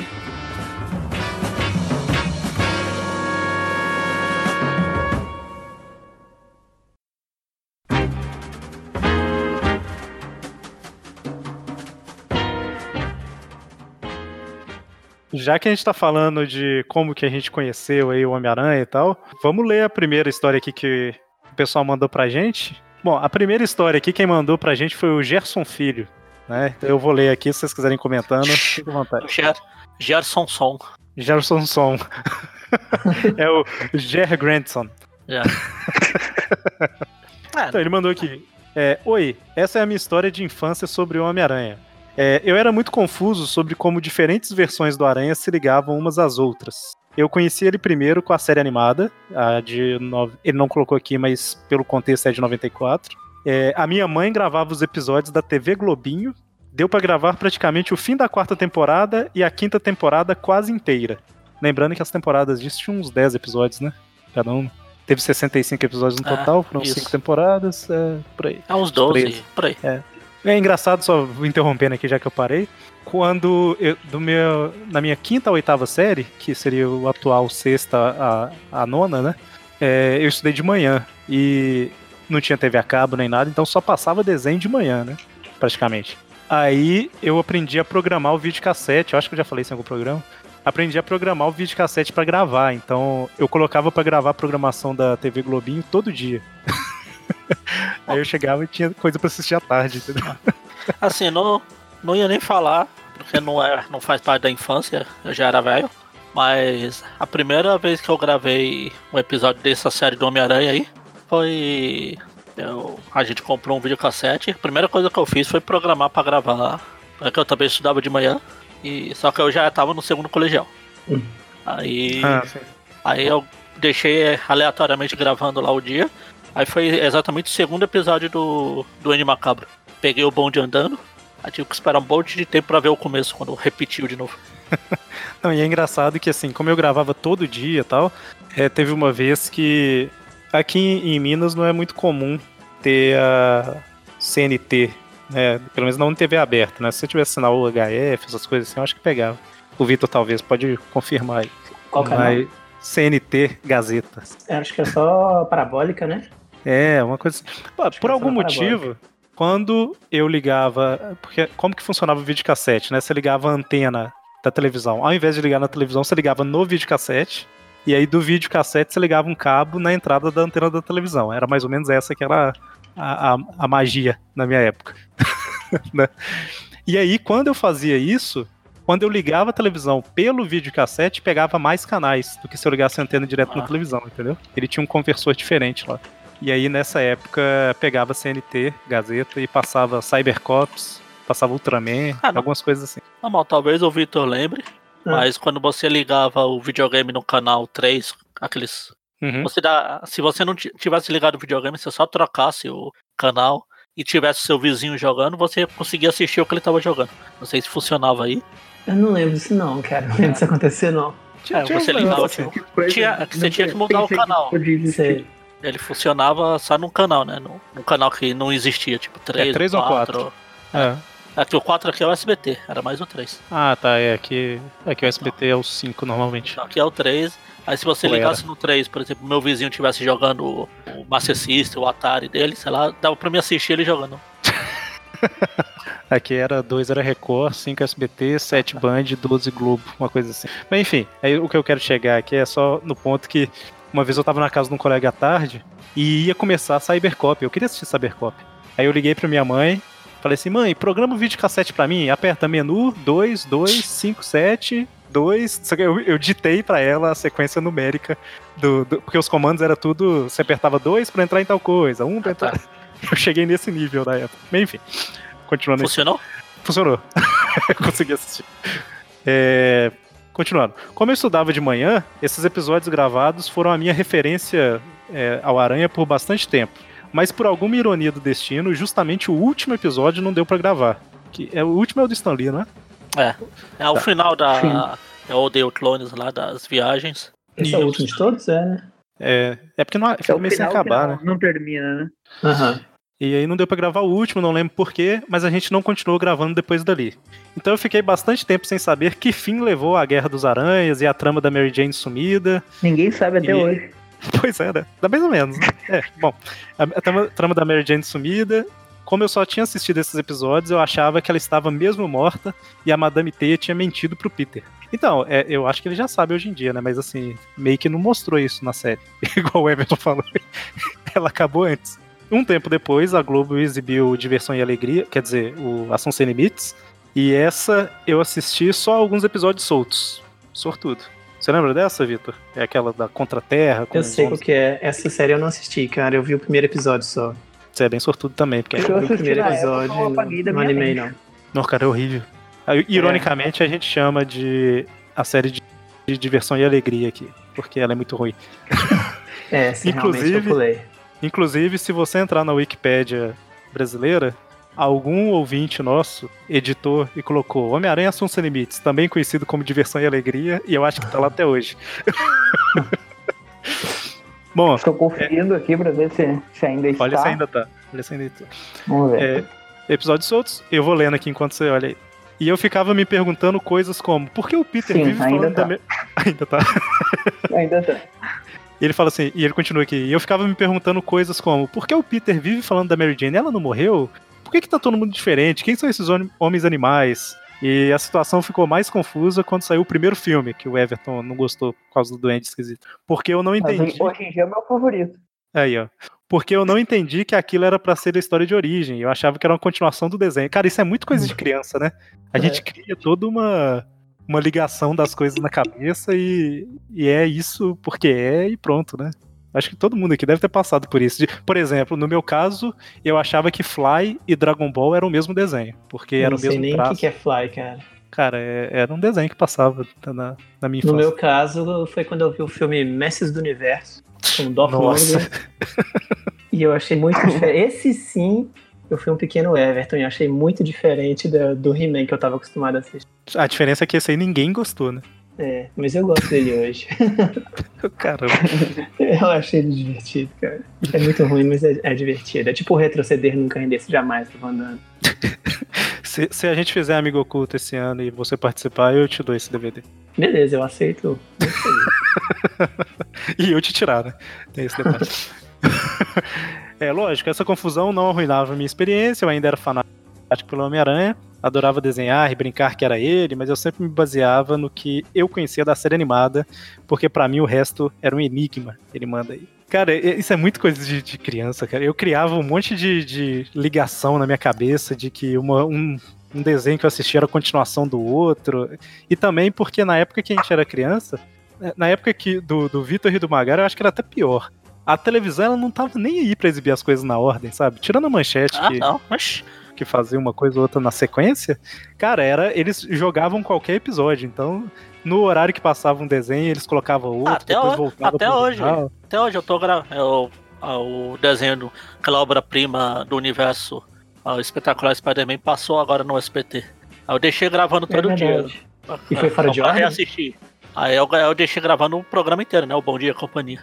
Speaker 2: Já que a gente tá falando de como que a gente conheceu aí o Homem-Aranha e tal, vamos ler a primeira história aqui que o pessoal mandou pra gente. Bom, a primeira história aqui, quem mandou pra gente foi o Gerson Filho, né? Eu vou ler aqui, se vocês quiserem comentando, fique à vontade.
Speaker 5: Ger Gerson Som.
Speaker 2: Gerson Som. É o Ger Grandson.
Speaker 5: Já.
Speaker 2: Então, ele mandou aqui. É, Oi, essa é a minha história de infância sobre o Homem-Aranha. É, eu era muito confuso sobre como diferentes versões do Aranha se ligavam umas às outras. Eu conheci ele primeiro com a série animada, a de no... ele não colocou aqui, mas pelo contexto é de noventa e quatro. É, a minha mãe gravava os episódios da T V Globinho, deu pra gravar praticamente o fim da quarta temporada e a quinta temporada quase inteira. Lembrando que as temporadas disso tinham uns dez episódios, né? Cada um. Teve sessenta e cinco episódios no total, foram cinco temporadas, é, por aí.
Speaker 5: É uns doze, por aí.
Speaker 2: É. É engraçado, só interrompendo aqui já que eu parei, quando eu, do meu, na minha quinta ou oitava série, que seria o atual sexta a, a nona, né? é, eu estudei de manhã e não tinha T V a cabo nem nada, então só passava desenho de manhã, né? Praticamente. Aí eu aprendi a programar o videocassete, eu acho que eu já falei isso em algum programa. Aprendi a programar o videocassete pra gravar, então eu colocava pra gravar a programação da T V Globinho todo dia. Aí eu chegava e tinha coisa pra assistir à tarde, entendeu?
Speaker 5: Assim, não, não ia nem falar, porque não, é, não faz parte da infância, eu já era velho. Mas a primeira vez que eu gravei um episódio dessa série do Homem-Aranha aí foi... Eu, a gente comprou um videocassete. A primeira coisa que eu fiz foi programar pra gravar, porque eu também estudava de manhã. E, só que eu já tava no segundo colegial.
Speaker 4: Hum.
Speaker 5: Aí,
Speaker 2: Ah, sim.
Speaker 5: aí eu deixei aleatoriamente gravando lá o dia. Aí foi exatamente o segundo episódio do, do N Macabro. Peguei o bonde andando. Aí tive que esperar um monte de tempo pra ver o começo, quando repetiu de novo.
Speaker 2: Não, e é engraçado que assim, como eu gravava todo dia e tal, é, teve uma vez que aqui em, em Minas não é muito comum ter a C N T, né? Pelo menos não T V aberta, né? Se você tivesse sinal U H F, essas coisas assim, eu acho que pegava. O Vitor talvez pode confirmar aí.
Speaker 4: Qual canal?
Speaker 2: Mas C N T Gazeta.
Speaker 4: Eu acho que é só parabólica, né?
Speaker 2: É, uma coisa assim. Pô,
Speaker 4: Acho
Speaker 2: por
Speaker 4: que é
Speaker 2: algum
Speaker 4: só
Speaker 2: motivo, quando eu ligava. Porque como que funcionava o videocassete, né? Você ligava a antena da televisão. Ao invés de ligar na televisão, você ligava no videocassete. E aí do videocassete você ligava um cabo na entrada da antena da televisão. Era mais ou menos essa que era a, a, a magia na minha época. Né? E aí, quando eu fazia isso, quando eu ligava a televisão pelo videocassete, pegava mais canais do que se eu ligasse a antena direto
Speaker 5: Ah.
Speaker 2: na televisão, entendeu? Ele tinha um conversor diferente lá. E aí, nessa época, pegava C N T, Gazeta, e passava Cybercops, passava Ultraman,
Speaker 5: Ah, não.
Speaker 2: algumas coisas assim.
Speaker 5: Normal, talvez o Victor lembre,
Speaker 4: Ah.
Speaker 5: mas quando você ligava o videogame no canal três, aqueles...
Speaker 2: Uhum.
Speaker 5: Você dá, se você não ti- tivesse ligado o videogame, você só trocasse o canal e tivesse seu vizinho jogando, você conseguia assistir o que ele tava jogando. Não sei se funcionava aí.
Speaker 4: Eu não lembro disso não, cara. Não lembro disso acontecer, não.
Speaker 5: É,
Speaker 2: Tinha
Speaker 5: você
Speaker 2: uns
Speaker 5: ligava,
Speaker 2: negócios
Speaker 5: tipo,
Speaker 3: Que coisa,
Speaker 5: tinha- que você
Speaker 3: não
Speaker 5: tinha que mudar o
Speaker 3: pensei
Speaker 5: canal.
Speaker 3: podia existir.
Speaker 4: Sei.
Speaker 5: Ele funcionava só num canal, né? Num, num canal que não existia, tipo três,
Speaker 2: É, três ou
Speaker 5: quatro.
Speaker 2: É.
Speaker 5: Aqui o quatro aqui é o S B T, era mais o três.
Speaker 2: Ah, tá. É, aqui, aqui o S B T é o cinco normalmente.
Speaker 5: Então, aqui é o três. Aí se você
Speaker 2: Ou
Speaker 5: ligasse no três, por exemplo, meu vizinho estivesse jogando o, o Master System, o Atari dele, sei lá, dava pra mim assistir ele jogando.
Speaker 2: Aqui era dois era Record, cinco S B T, sete Band, doze Globo, uma coisa assim. Mas enfim, aí o que eu quero chegar aqui é só no ponto que uma vez eu tava na casa de um colega à tarde e ia começar Cybercop. Eu queria assistir Cybercop. Aí eu liguei pra minha mãe, falei assim: mãe, programa o videocassete pra mim, aperta menu dois, dois, cinco, sete, dois. Só que eu, eu ditei pra ela a sequência numérica, do, do- porque os comandos era tudo. Você apertava dois pra entrar em tal coisa, um pra
Speaker 5: Ah, tá.
Speaker 2: entrar. Eu cheguei nesse nível na época. Mas enfim, continuando esse
Speaker 5: Funcionou?
Speaker 2: Funcionou. Consegui assistir. É, Continuando. Como eu estudava de manhã, esses episódios gravados foram a minha referência é, ao Aranha por bastante tempo. Mas por alguma ironia do destino, justamente o último episódio não deu pra gravar. Que é, o último é o do Stan Lee, não é?
Speaker 5: É. É o
Speaker 2: Tá.
Speaker 5: final da. É o The Clones lá das viagens.
Speaker 4: Esse é o último de todos? É, né?
Speaker 2: É, é porque não,
Speaker 3: É
Speaker 2: fica
Speaker 3: o
Speaker 2: meio sem
Speaker 3: final que
Speaker 2: acabar,
Speaker 3: não,
Speaker 2: né?
Speaker 3: não termina, né?
Speaker 4: Aham.
Speaker 2: E aí não deu pra gravar o último, não lembro porquê, mas a gente não continuou gravando depois dali. Então eu fiquei bastante tempo sem saber que fim levou a Guerra dos Aranhas e a trama da Mary Jane sumida.
Speaker 3: Ninguém sabe até
Speaker 2: E-
Speaker 3: hoje.
Speaker 2: Pois é, né? Dá mais ou menos. Né? É, bom, a, a trama, trama da Mary Jane sumida. Como eu só tinha assistido esses episódios, eu achava que ela estava mesmo morta e a Madame Teia tinha mentido pro Peter. Então, é, eu acho que ele já sabe hoje em dia, né? Mas assim, meio que não mostrou isso na série. Igual o Everton falou. Ela acabou antes. Um tempo depois, a Globo exibiu Diversão e Alegria, quer dizer, o Ação Sem Limites. E essa eu assisti só alguns episódios soltos. Sortudo. Você lembra dessa, Vitor? É aquela da Contra-Terra? com
Speaker 4: Eu
Speaker 2: os
Speaker 4: sei
Speaker 2: homens-
Speaker 4: qual que é. Essa série eu não assisti, cara. Eu vi o primeiro episódio só.
Speaker 2: Você é bem sortudo também, porque
Speaker 3: Eu
Speaker 4: Eu vi o
Speaker 3: assisti
Speaker 4: primeiro
Speaker 3: na época,
Speaker 4: episódio
Speaker 3: eu
Speaker 4: e
Speaker 3: apaguei da
Speaker 4: não, não
Speaker 3: minha
Speaker 4: animei,
Speaker 3: mente.
Speaker 4: não.
Speaker 2: não, cara, é horrível. Aí, ironicamente, a gente chama de a série de, de Diversão e Alegria aqui, porque ela é muito ruim.
Speaker 4: É, sim, realmente eu
Speaker 2: Inclusive-
Speaker 4: pulei.
Speaker 2: Inclusive, se você entrar na Wikipédia brasileira, algum ouvinte nosso editou e colocou Homem-Aranha Ação Sem Limites, também conhecido como Diversão e Alegria, e eu acho que tá lá até hoje. Bom,
Speaker 3: Estou conferindo aqui pra ver se, se ainda está.
Speaker 2: olha se ainda tá. Olha se ainda tá.
Speaker 3: Vamos ver.
Speaker 2: É, episódios soltos, eu vou lendo aqui enquanto você olha aí. E eu ficava me perguntando coisas como, por que o Peter
Speaker 3: Sim,
Speaker 2: vive
Speaker 3: ainda
Speaker 2: falando
Speaker 3: tá.
Speaker 2: da... Me... Ainda tá.
Speaker 3: Ainda tá.
Speaker 2: E ele fala assim, e ele continua aqui, e eu ficava me perguntando coisas como, por que o Peter vive falando da Mary Jane? Ela não morreu? Por que que tá todo mundo diferente? Quem são esses homens animais? E a situação ficou mais confusa quando saiu o primeiro filme, que o Everton não gostou por causa do doente esquisito. Porque eu não entendi...
Speaker 3: Mas hoje em dia é o meu favorito.
Speaker 2: Aí, ó. Porque eu não entendi que aquilo era pra ser a história de origem. Eu achava que era uma continuação do desenho. Cara, isso é muito coisa de criança, né? A
Speaker 4: É.
Speaker 2: gente cria toda uma... uma ligação das coisas na cabeça e, e é isso porque é e pronto, né? Acho que todo mundo aqui deve ter passado por isso. De, por exemplo, no meu caso, eu achava que Fly e Dragon Ball eram o mesmo desenho, porque
Speaker 4: Eu
Speaker 2: era
Speaker 4: não
Speaker 2: o
Speaker 4: sei
Speaker 2: mesmo
Speaker 4: nem o
Speaker 2: traço.
Speaker 4: que que é Fly, cara.
Speaker 2: Cara, é- era um desenho que passava na, na minha infância.
Speaker 4: No meu caso, foi quando eu vi o filme Mestres do Universo, com o Dolph
Speaker 2: Nossa.
Speaker 4: Lundgren. E eu achei muito diferente. Esse sim, eu fui um pequeno Everton e achei muito diferente do, do He-Man que eu tava acostumado a assistir.
Speaker 2: A diferença é que esse aí ninguém gostou, né?
Speaker 4: É, mas eu gosto dele hoje.
Speaker 2: Caramba.
Speaker 4: Eu achei ele divertido, cara. É muito ruim, mas é, é divertido. É tipo retroceder nunca rendesse jamais, tava andando.
Speaker 2: Se, se a gente fizer Amigo Oculto esse ano e você participar, eu te dou esse D V D.
Speaker 4: Beleza, eu aceito. Muito feliz.
Speaker 2: E eu te tirar, né? Tem esse detalhe. É, lógico, essa confusão não arruinava a minha experiência, eu ainda era fanático pelo Homem-Aranha, adorava desenhar e brincar que era ele, mas eu sempre me baseava no que eu conhecia da série animada, porque pra mim o resto era um enigma, ele manda aí. Cara, isso é muito coisa de, de criança, cara. Eu criava um monte de, de ligação na minha cabeça de que uma, um, um desenho que eu assistia era a continuação do outro, e também porque na época que a gente era criança, na época que, do, do Vitor e do Magara, eu acho que era até pior. A televisão ela não tava nem aí pra exibir as coisas na ordem, sabe? Tirando a manchete
Speaker 5: Ah,
Speaker 2: que,
Speaker 5: não, mas.
Speaker 2: que fazia uma coisa ou outra na sequência, cara, era eles jogavam qualquer episódio. Então, no horário que passava um desenho, eles colocavam outro,
Speaker 5: Até
Speaker 2: depois
Speaker 5: ho-
Speaker 2: voltava
Speaker 5: até
Speaker 2: pro
Speaker 5: hoje.
Speaker 2: original.
Speaker 5: Até hoje eu tô gravando o desenho, do- aquela obra-prima do universo, o espetacular Spider-Man, passou agora no S B T. Aí eu deixei gravando
Speaker 4: É
Speaker 5: todo dia.
Speaker 4: verdade. E foi fora
Speaker 5: Só
Speaker 4: de
Speaker 5: pra
Speaker 4: ordem?
Speaker 5: reassistir. Aí eu, eu deixei gravando o programa inteiro, né? O Bom Dia Companhia.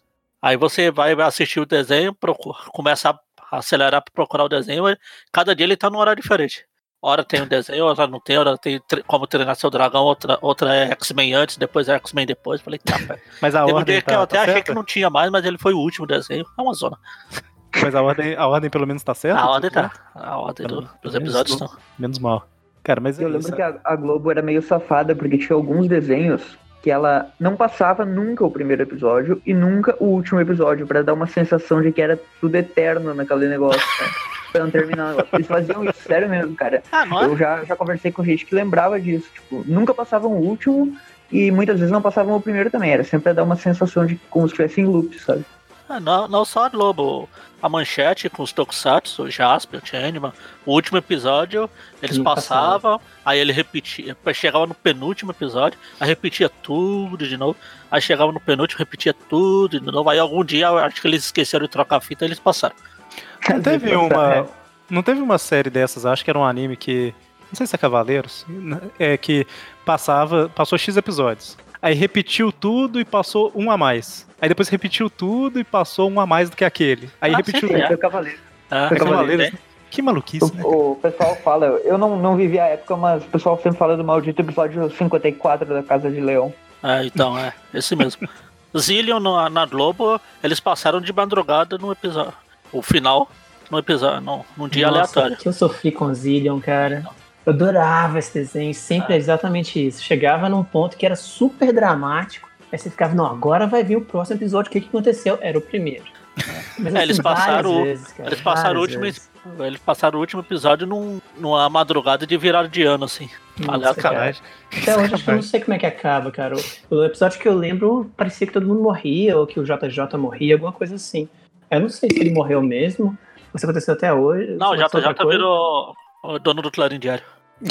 Speaker 5: Aí você vai assistir o desenho, procura, começa a acelerar pra procurar o desenho, e cada dia ele tá num horário diferente. Hora tem um desenho, hora não tem, hora tem tre- como treinar seu dragão, outra, outra é X-Men antes, depois é X-Men depois. Falei, tá, pera.
Speaker 2: Mas a
Speaker 5: Teve um
Speaker 2: ordem
Speaker 5: dia que eu
Speaker 2: tá,
Speaker 5: até
Speaker 2: tá
Speaker 5: achei
Speaker 2: certa?
Speaker 5: que não tinha mais, mas ele foi o último desenho. É uma zona.
Speaker 2: Mas a ordem, a ordem pelo menos tá certa?
Speaker 5: A ordem
Speaker 2: Tudo
Speaker 5: tá. A ordem do-
Speaker 2: Pelo
Speaker 5: dos
Speaker 2: menos
Speaker 5: episódios
Speaker 2: não-
Speaker 5: estão.
Speaker 2: Menos mal. Cara, mas é
Speaker 3: Eu
Speaker 2: isso.
Speaker 3: lembro que a, a Globo era meio safada, porque tinha alguns desenhos que ela não passava nunca o primeiro episódio e nunca o último episódio, pra dar uma sensação de que era tudo eterno naquele negócio, cara. Pra não terminar o negócio. Eles faziam isso, sério mesmo, cara.
Speaker 5: Ah, não é?
Speaker 3: Eu já, já conversei com gente que lembrava disso, tipo, nunca passavam o último e muitas vezes não passavam o primeiro também, era sempre pra dar uma sensação de como se estivesse em loop, sabe?
Speaker 5: Ah, não, não só a Globo. A Manchete com os Tokusatsu, o Jasper, o Changeman. O último episódio, eles
Speaker 4: Não
Speaker 5: passavam, aí ele repetia. Chegava no penúltimo episódio, aí repetia tudo de novo. Aí chegava no penúltimo, repetia tudo de novo. Aí algum dia, eu acho que eles esqueceram de trocar a fita e eles passaram.
Speaker 2: Não teve
Speaker 3: É.
Speaker 2: uma. Não teve uma série dessas, acho que era um anime que. Não sei se é Cavaleiros. É que passava. Passou X episódios. Aí repetiu tudo e passou um a mais. Aí depois repetiu tudo e passou um a mais do que aquele. Aí
Speaker 5: Ah,
Speaker 2: repetiu
Speaker 5: sempre
Speaker 2: tudo.
Speaker 5: é.
Speaker 3: Foi Cavaleiro.
Speaker 5: Ah,
Speaker 2: É
Speaker 3: Foi
Speaker 2: Cavaleiros,
Speaker 5: né?
Speaker 2: né? Que maluquice, né?
Speaker 3: O, o pessoal fala, eu não, não vivi a época, mas o pessoal sempre fala do maldito episódio cinquenta e quatro da Casa de Leão.
Speaker 5: É, então, é, esse mesmo. Zillion no- na Globo, eles passaram de madrugada no episódio. O final, no episódio, no, num dia
Speaker 4: Nossa,
Speaker 5: aleatório.
Speaker 4: que eu sofri com Zillion, cara. Eu adorava esse desenho, sempre é exatamente isso. Chegava num ponto que era super dramático, aí você ficava, não, agora vai vir o próximo episódio, o que, que aconteceu? Era o primeiro. Mas,
Speaker 5: É, eles
Speaker 4: assim, várias
Speaker 5: passaram o-
Speaker 4: vezes, cara,
Speaker 5: Eles passaram, o
Speaker 4: várias
Speaker 5: último,
Speaker 4: vezes.
Speaker 5: eles passaram o último episódio num, numa madrugada de virada de ano, assim.
Speaker 4: Nossa,
Speaker 5: Aliás,
Speaker 4: cara.
Speaker 2: Sacanagem.
Speaker 4: Até hoje acho que eu não sei como é que acaba, cara. O, o episódio que eu lembro parecia que todo mundo morria, ou que o J J morria, alguma coisa assim. Eu não sei se ele morreu mesmo, ou se aconteceu até hoje.
Speaker 5: Não,
Speaker 4: se
Speaker 5: já
Speaker 4: aconteceu
Speaker 5: já
Speaker 4: outra coisa.
Speaker 5: virou o dono do Clarim Diário.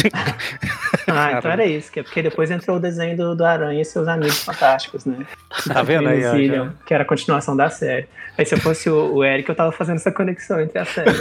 Speaker 4: Ah, então era isso, que é porque depois entrou o desenho do, do Aranha e seus amigos fantásticos, né?
Speaker 2: Tá vendo aí, ó,
Speaker 4: Zillion,
Speaker 2: já.
Speaker 4: que era a continuação da série. Aí se eu fosse o, o Eric, eu tava fazendo essa conexão entre as séries.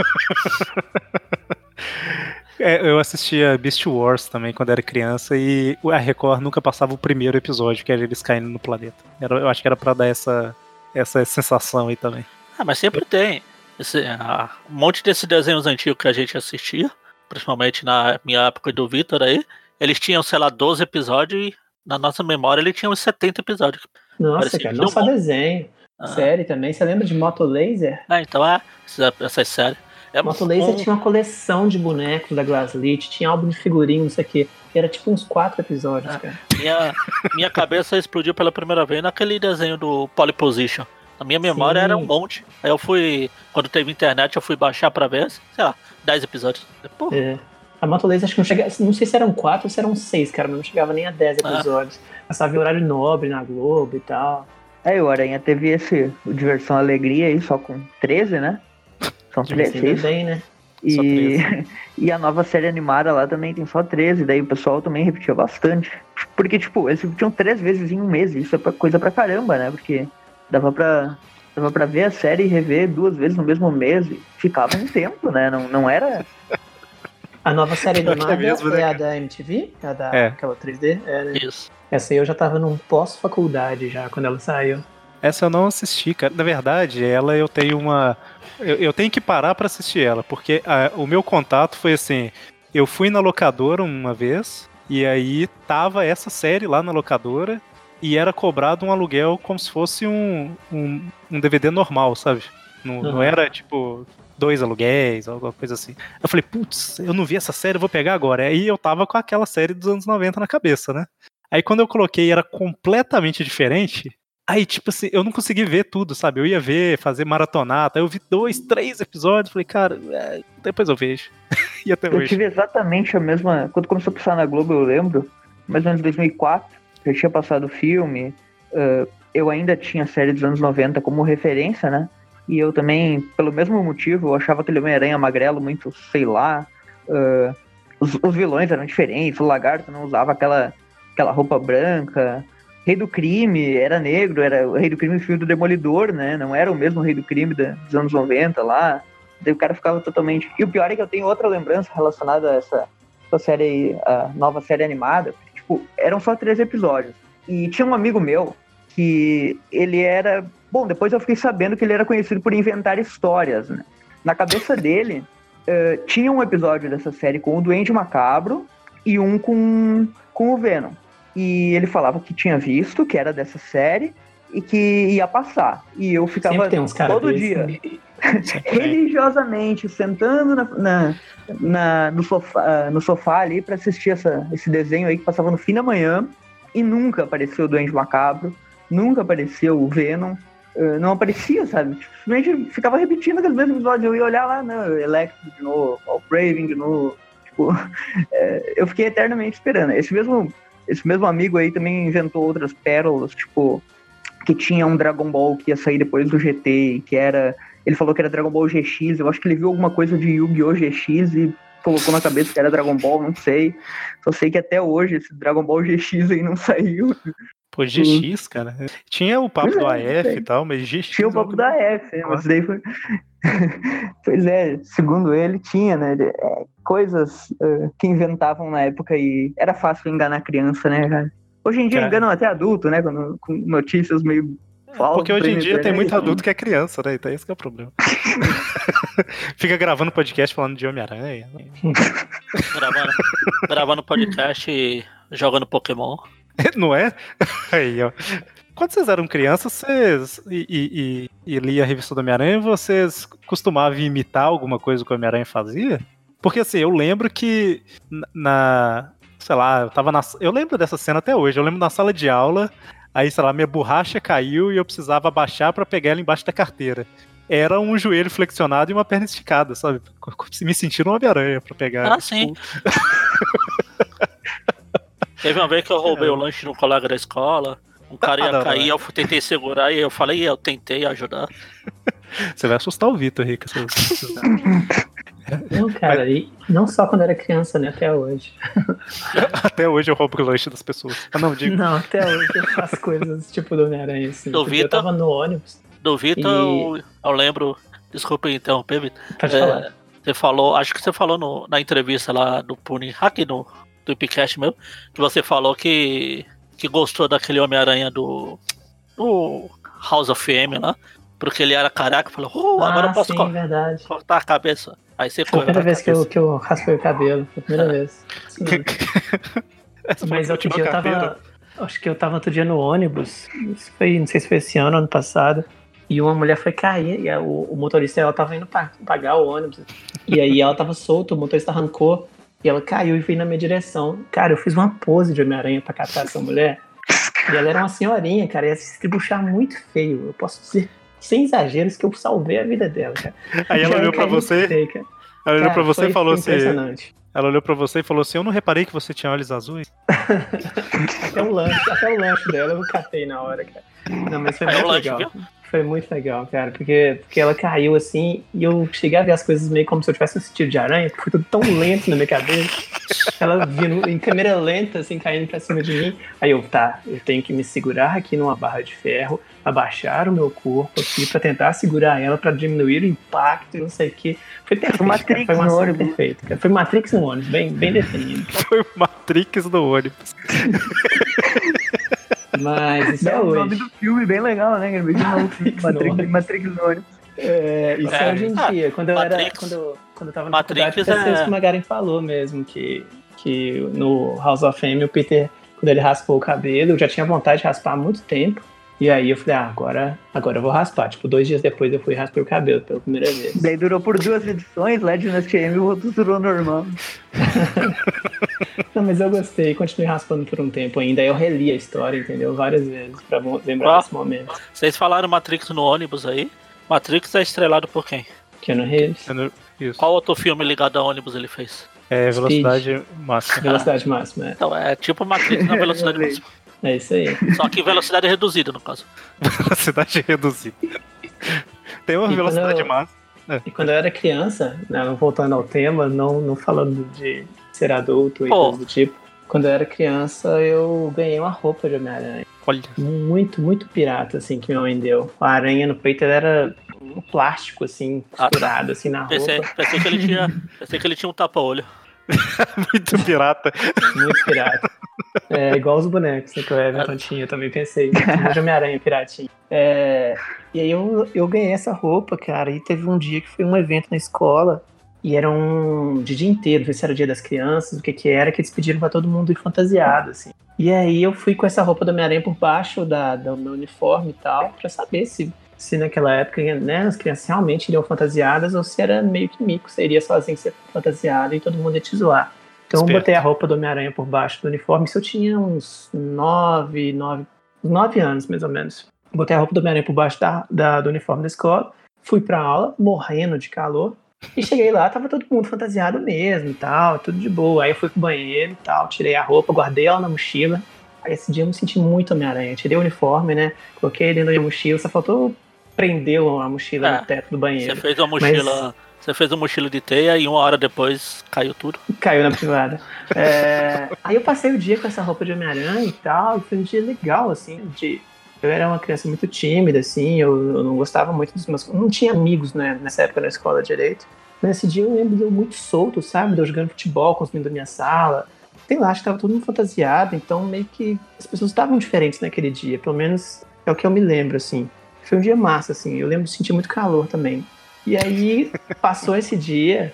Speaker 2: É, eu assistia Beast Wars também quando era criança e a Record nunca passava o primeiro episódio, que era eles caindo no planeta. Era- eu acho que era pra dar essa, essa sensação aí também.
Speaker 5: Ah, mas sempre tem. Esse, ah, um monte desses desenhos antigos que a gente assistia, principalmente na minha época do Vitor aí, eles tinham, sei lá, doze episódios e na nossa memória eles tinham uns setenta episódios.
Speaker 4: Nossa,
Speaker 5: Parecia
Speaker 4: cara, não só
Speaker 5: filmão.
Speaker 4: desenho.
Speaker 5: Ah.
Speaker 4: Série também. Você lembra de Moto Laser?
Speaker 5: Ah, então é, essa, essa série. É
Speaker 4: Moto Laser
Speaker 5: um-
Speaker 4: tinha uma coleção de bonecos da Glasslit, tinha álbum de figurinha, não sei o quê. Era tipo uns quatro episódios,
Speaker 5: Ah.
Speaker 4: cara.
Speaker 5: minha, minha cabeça explodiu pela primeira vez naquele desenho do Polyposition. Na minha memória
Speaker 4: Sim.
Speaker 5: era um monte. Aí eu fui, quando teve internet, eu fui baixar pra ver, sei lá, dez episódios. Pô,
Speaker 4: É. A Moto Laser acho que não chegava. Não sei se eram quatro ou se eram seis, cara, mas não chegava nem a dez
Speaker 5: Ah.
Speaker 4: episódios. Passava em horário nobre na Globo e tal.
Speaker 3: Aí o Aranha teve esse o Diversão Alegria aí, só com treze, né? São treze,
Speaker 4: Ainda
Speaker 3: isso.
Speaker 4: bem, né?
Speaker 2: Só
Speaker 3: E,
Speaker 2: treze.
Speaker 3: e a nova série animada lá também tem só treze, daí o pessoal também repetia bastante. Porque, tipo, eles repetiam três vezes em um mês, isso é pra- coisa pra caramba, né? Porque dava pra, dava pra ver a série e rever duas vezes no mesmo mês e ficava um tempo, né? Não, não era...
Speaker 4: A nova série
Speaker 2: Pior que é
Speaker 4: animada
Speaker 2: mesmo, né,
Speaker 4: é a
Speaker 2: cara?
Speaker 4: da M T V? É a da
Speaker 2: É.
Speaker 4: aquela três D? É, né?
Speaker 5: isso.
Speaker 4: Essa aí eu já tava num pós-faculdade já, quando ela saiu.
Speaker 2: Essa eu não assisti, cara. Na verdade, ela eu tenho uma. Eu, eu tenho que parar pra assistir ela, porque ah, o meu contato foi assim: eu fui na locadora uma vez, e aí tava essa série lá na locadora, e era cobrado um aluguel como se fosse um, um, um D V D normal, sabe? Não, não
Speaker 4: Uhum.
Speaker 2: era tipo dois aluguéis, alguma coisa assim. Eu falei, putz, eu não vi essa série, eu vou pegar agora. Aí eu tava com aquela série dos anos noventa na cabeça, né? Aí quando eu coloquei era completamente diferente. Aí, tipo assim, eu não consegui ver tudo, sabe? Eu ia ver, fazer maratonata. Aí eu vi dois, três episódios. Falei, cara, é, depois eu vejo. E até
Speaker 3: Eu
Speaker 2: hoje.
Speaker 3: tive exatamente a mesma... Quando começou a passar na Globo, eu lembro, mais ou menos em dois mil e quatro, já tinha passado o filme, uh, eu ainda tinha a série dos anos noventa como referência, né? E eu também, pelo mesmo motivo, eu achava aquele Homem-Aranha magrelo muito, sei lá, uh, os, os vilões eram diferentes, o Lagarto não usava aquela, aquela roupa branca, Rei do Crime era negro, era o Rei do Crime filho do Demolidor, né? Não era o mesmo Rei do Crime da, dos anos noventa lá. Daí o cara ficava totalmente... E o pior é que eu tenho outra lembrança relacionada a essa, essa série, a nova série animada. Tipo, eram só três episódios. E tinha um amigo meu que ele era... Bom, depois eu fiquei sabendo que ele era conhecido por inventar histórias, né? Na cabeça dele, uh, tinha um episódio dessa série com o Duende Macabro e um com, com o Venom. E ele falava que tinha visto, que era dessa série, e que ia passar. E eu ficava
Speaker 4: Sempre tem uns caras
Speaker 3: todo
Speaker 4: desses,
Speaker 3: dia,
Speaker 4: né?
Speaker 3: religiosamente, sentando na, na, na- no, sofá, no sofá ali pra assistir essa, esse desenho aí que passava no fim da manhã, e nunca apareceu o Duende Macabro, nunca apareceu o Venom, uh, não aparecia, sabe? Simplesmente ficava repetindo aqueles mesmos episódios, eu ia olhar lá, né, Electro de novo, o Craven de novo, tipo, é, eu fiquei eternamente esperando. Esse mesmo, esse mesmo amigo aí também inventou outras pérolas, tipo, que tinha um Dragon Ball que ia sair depois do G T, que era... Ele falou que era Dragon Ball G X, eu acho que ele viu alguma coisa de Yu-Gi-Oh! G X e colocou na cabeça que era Dragon Ball, não sei. Só sei que até hoje esse Dragon Ball G X aí não saiu.
Speaker 2: Pô, G X, cara. Tinha o papo
Speaker 3: Pois é,
Speaker 2: do A
Speaker 3: não
Speaker 2: F
Speaker 3: sei.
Speaker 2: e tal, mas G X...
Speaker 3: Tinha o papo da F, né? Mas daí foi... Pois é, segundo ele, tinha, né? É, coisas uh, que inventavam na época e era fácil enganar criança, né, cara? Hoje em dia
Speaker 2: Cara.
Speaker 3: enganam até adulto, né? Quando, com notícias meio falsas.
Speaker 2: Porque hoje em
Speaker 3: na
Speaker 2: dia tem
Speaker 3: internet.
Speaker 2: muito adulto que é criança, né? Então esse que é o problema. Fica gravando podcast falando de Homem-Aranha.
Speaker 5: Gravando, gravando podcast e jogando Pokémon.
Speaker 2: Não é? Aí, ó. Quando vocês eram crianças, vocês e, e, e, e lia a revista do Homem-Aranha, vocês costumavam imitar alguma coisa que o Homem-Aranha fazia? Porque assim, eu lembro que na... Sei lá, eu tava na... Eu lembro dessa cena até hoje. Eu lembro na sala de aula, aí, sei lá, minha borracha caiu e eu precisava abaixar pra pegar ela embaixo da carteira. Era um joelho flexionado e uma perna esticada, sabe? Me sentindo um Homem-Aranha pra pegar.
Speaker 5: Ah, sim. Teve uma vez que eu roubei o lanche no colega da escola. Um cara ia
Speaker 2: Ah, não,
Speaker 5: cair,
Speaker 2: não.
Speaker 5: eu tentei segurar e eu falei, eu tentei ajudar.
Speaker 2: Você vai assustar o Vitor, Rica.
Speaker 4: Não, cara, e não só quando era criança, né? Até hoje.
Speaker 2: Até hoje eu roubo o lanche das pessoas. Ah, não, digo.
Speaker 4: Não, até hoje eu faço coisas tipo do Homem-Aranha, assim.
Speaker 5: Do
Speaker 4: Outro dia Eu
Speaker 5: Vitor?
Speaker 4: tava no ônibus.
Speaker 5: Do Vitor,
Speaker 4: E-
Speaker 5: eu, eu lembro. Desculpa interromper, Vitor.
Speaker 4: Pode
Speaker 5: É,
Speaker 4: falar.
Speaker 5: Você falou, acho que você falou no- na entrevista lá do Puni, aqui no do Ipcast mesmo, que você falou que, que gostou daquele Homem-Aranha do, do House of M lá, porque ele era careca, falou, uh, agora
Speaker 4: Ah,
Speaker 5: eu posso
Speaker 4: sim,
Speaker 5: co-
Speaker 4: verdade.
Speaker 5: cortar a cabeça. Aí você
Speaker 4: Foi a primeira
Speaker 5: corta a
Speaker 4: vez que eu,
Speaker 5: cabeça.
Speaker 4: que eu raspei o cabelo. Foi a primeira vez. Sim.
Speaker 2: Essa foi
Speaker 4: Mas
Speaker 2: a
Speaker 4: outro
Speaker 2: última
Speaker 4: dia eu
Speaker 2: carteira.
Speaker 4: tava. acho que eu tava outro dia no ônibus, isso foi, não sei se foi esse ano, ano passado, e uma mulher foi cair, e a, o, o motorista, ela tava indo pa- pagar o ônibus, e aí ela tava solta, o motorista arrancou, e ela caiu e veio na minha direção. Cara, eu fiz uma pose de Homem-Aranha pra catar essa mulher, e ela era uma senhorinha, cara, ia se estribuchar muito feio, eu posso dizer, sem exageros, que eu salvei a vida dela, cara.
Speaker 2: Aí ela
Speaker 4: Já
Speaker 2: olhou pra
Speaker 4: caiu
Speaker 2: você,
Speaker 4: feio, cara.
Speaker 2: ela olhou
Speaker 4: Cara,
Speaker 2: pra você
Speaker 4: foi-
Speaker 2: e falou
Speaker 4: foi
Speaker 2: assim,
Speaker 4: impressionante.
Speaker 2: ela olhou pra você e falou assim, eu não reparei que você tinha olhos azuis.
Speaker 4: Até o lanche, até o lanche dela eu catei na hora, cara. Não, mas foi
Speaker 5: É, o
Speaker 4: muito
Speaker 5: lanche,
Speaker 4: legal. Foi muito legal, cara, porque, porque ela caiu assim e eu cheguei a ver as coisas meio como se eu tivesse um sentido de aranha, porque foi tudo tão lento na minha cabeça. Ela vindo em câmera lenta, assim, caindo pra cima de mim. Aí eu, tá, eu tenho que me segurar aqui numa barra de ferro, abaixar o meu corpo aqui pra tentar segurar ela, pra diminuir o impacto e não sei o que. Foi perfeito, cara.
Speaker 3: Matrix
Speaker 4: Foi uma
Speaker 3: no
Speaker 4: ação
Speaker 3: ônibus.
Speaker 4: perfeita, cara. Foi Matrix no ônibus, bem, bem definido.
Speaker 2: Foi o Matrix do ônibus.
Speaker 4: Mas isso é
Speaker 3: É o nome
Speaker 4: hoje.
Speaker 3: do filme, bem legal, né?
Speaker 4: Matrix no
Speaker 3: Matrix,
Speaker 4: ônibus.
Speaker 3: Matrix no ônibus.
Speaker 4: É, isso é,
Speaker 5: É.
Speaker 4: hoje em dia. Quando eu, era,
Speaker 5: Matrix-
Speaker 4: quando, eu, quando eu tava na
Speaker 5: Matrix
Speaker 4: faculdade, foi
Speaker 5: é-
Speaker 4: isso que o Magaren falou mesmo, que, que no House of M, o Peter, quando ele raspou o cabelo, eu já tinha vontade de raspar há muito tempo. E aí eu falei, ah, agora, agora eu vou raspar. Tipo, dois dias depois eu fui e raspei o cabelo pela primeira vez.
Speaker 3: Daí durou por duas edições, lá de Dynasty M e voltou durou normal.
Speaker 4: Não, mas eu gostei, continuei raspando por um tempo ainda. Aí eu reli a história, entendeu? Várias vezes, pra mo- lembrar
Speaker 5: Ah.
Speaker 4: desse momento.
Speaker 5: Vocês falaram Matrix no ônibus aí. Matrix é estrelado por quem?
Speaker 4: Keanu Reeves,
Speaker 2: Isso.
Speaker 5: Qual outro filme ligado a ônibus ele fez?
Speaker 2: É, velocidade máxima.
Speaker 4: velocidade máxima.
Speaker 5: Então, é tipo Matrix na velocidade
Speaker 3: Olhei.
Speaker 5: máxima.
Speaker 4: É, é isso aí.
Speaker 5: Só que velocidade reduzida, no caso.
Speaker 2: Velocidade reduzida. Tem uma
Speaker 4: E quando
Speaker 2: velocidade
Speaker 4: eu-
Speaker 2: máxima.
Speaker 4: E quando eu era criança, né, voltando ao tema, não, não falando de ser adulto e
Speaker 5: Pô.
Speaker 4: coisas do tipo, quando eu era criança eu ganhei uma roupa de Homem-Aranha.
Speaker 2: Olha.
Speaker 4: Muito, muito pirata, assim, que minha mãe deu. A aranha no peito ela era um plástico, assim,
Speaker 5: Ah, tá.
Speaker 4: costurado, assim, na
Speaker 5: Pensei,
Speaker 4: roupa.
Speaker 5: pensei que ele tinha. Pensei que ele tinha um tapa-olho.
Speaker 2: Muito pirata.
Speaker 4: Muito pirata. É, igual os bonecos né, que o Everton tinha, eu também pensei. Tinha de Homem-Aranha piratinho. É, e aí eu, eu ganhei essa roupa, cara, e teve um dia que foi um evento na escola, e era um de dia inteiro, não sei se era o dia das crianças, o que que era, que eles pediram pra todo mundo ir fantasiado, assim. E aí eu fui com essa roupa do Homem-Aranha por baixo da, do meu uniforme e tal, pra saber se, se naquela época, né, as crianças realmente iriam fantasiadas ou se era meio que mico, você iria sozinho ser fantasiado e todo mundo ia te zoar. Então eu
Speaker 2: Esperto.
Speaker 4: botei a roupa do Homem-Aranha por baixo do uniforme, isso eu tinha uns nove, nove, nove anos, mais ou menos. Botei a roupa do Homem-Aranha por baixo da, da- do uniforme da escola, fui pra aula, morrendo de calor, e cheguei lá, tava todo mundo fantasiado mesmo e tal, tudo de boa. Aí eu fui pro banheiro e tal, tirei a roupa, guardei ela na mochila. Aí esse dia eu me senti muito Homem-Aranha, tirei o uniforme, né, coloquei dentro da minha mochila, só faltou prender a mochila
Speaker 5: É,
Speaker 4: no teto do
Speaker 5: Você
Speaker 4: banheiro.
Speaker 5: fez uma mochila. Você fez uma mochila de teia e uma hora depois caiu tudo.
Speaker 4: Caiu na privada. É, aí eu passei o dia com essa roupa de Homem-Aranha e tal, e foi um dia legal, assim, de... Eu era uma criança muito tímida, assim, eu, eu não gostava muito dos meus... Não tinha amigos, né, nessa época na escola direito. Mas nesse dia eu lembro de eu muito solto, sabe? De eu jogando futebol com os meninos da minha sala. Sei lá, acho que tava todo mundo fantasiado, então meio que as pessoas estavam diferentes naquele dia, pelo menos é o que eu me lembro, assim. Foi um dia massa, assim, eu lembro de sentir muito calor também. E aí passou esse dia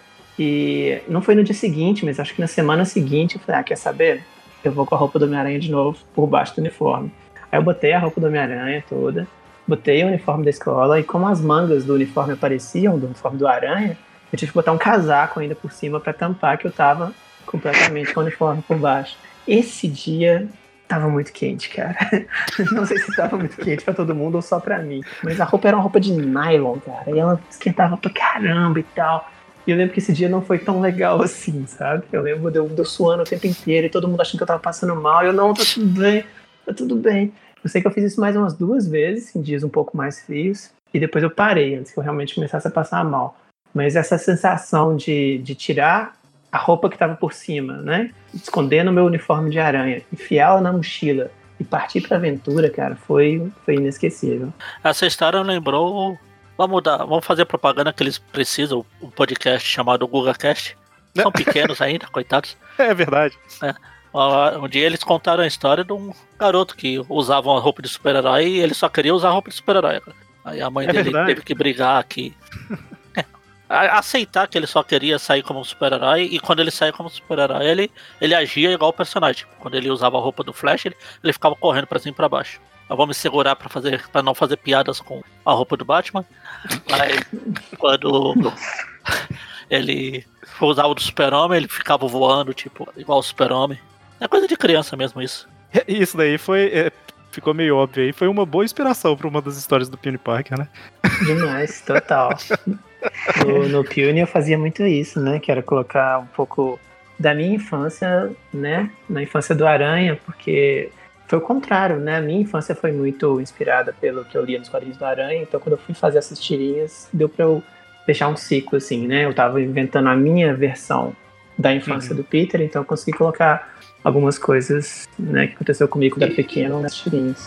Speaker 4: e não foi no dia seguinte, mas acho que na semana seguinte eu falei, ah, quer saber? Eu vou com a roupa do Homem-Aranha de novo por baixo do uniforme. Aí eu botei a roupa do Homem-Aranha toda, botei o uniforme da escola e como as mangas do uniforme apareciam, do uniforme do Aranha, eu tive que botar um casaco ainda por cima pra tampar que eu tava completamente com o uniforme por baixo. Esse dia tava muito quente, cara. Não sei se tava muito quente pra todo mundo ou só pra mim. Mas a roupa era uma roupa de nylon, cara. E ela esquentava pra caramba e tal. E eu lembro que esse dia não foi tão legal assim, sabe? Eu lembro de eu, de eu suando o tempo inteiro e todo mundo achando que eu tava passando mal. E eu, não, tá tudo bem, tá tudo bem. Eu sei que eu fiz isso mais umas duas vezes, em dias um pouco mais frios. E depois eu parei, antes que eu realmente começasse a passar mal. Mas essa sensação de, de tirar a roupa que estava por cima, né? Esconder no meu uniforme de aranha, enfiá-la na mochila e partir pra aventura, cara, foi, foi inesquecível.
Speaker 5: Essa história lembrou. Vamos dar, vamos fazer propaganda que eles precisam, um podcast chamado GugaCast. São pequenos ainda, coitados.
Speaker 2: É verdade.
Speaker 5: Um dia eles contaram a história de um garoto que usava uma roupa de super-herói e ele só queria usar roupa de super-herói. Aí a mãe
Speaker 2: É
Speaker 5: dele
Speaker 2: verdade.
Speaker 5: teve que brigar aqui. É. a- aceitar que ele só queria sair como um super-herói, e quando ele saía como super-herói, ele, ele agia igual o personagem. Tipo, quando ele usava a roupa do Flash, ele, ele ficava correndo pra cima e pra baixo. Eu vou me segurar pra, fazer, pra não fazer piadas com a roupa do Batman. Mas quando ele usava o do Super-Homem, ele ficava voando, tipo, igual o Super-Homem. É coisa de criança mesmo isso.
Speaker 2: Isso daí foi. é, ficou meio óbvio aí. Foi uma boa inspiração pra uma das histórias do Peony Parker, né?
Speaker 4: Demais, total. No, no Puny eu fazia muito isso, né? Que era colocar um pouco da minha infância, né? Na infância do Aranha, porque foi o contrário, né? A minha infância foi muito inspirada pelo que eu lia nos quadrinhos do Aranha. Então, quando eu fui fazer essas tirinhas, deu pra eu fechar um ciclo, assim, né? Eu tava inventando a minha versão da infância
Speaker 2: Uhum.
Speaker 4: do Peter, então eu consegui colocar algumas coisas, né, que aconteceu comigo quando era pequeno nas tirinhas.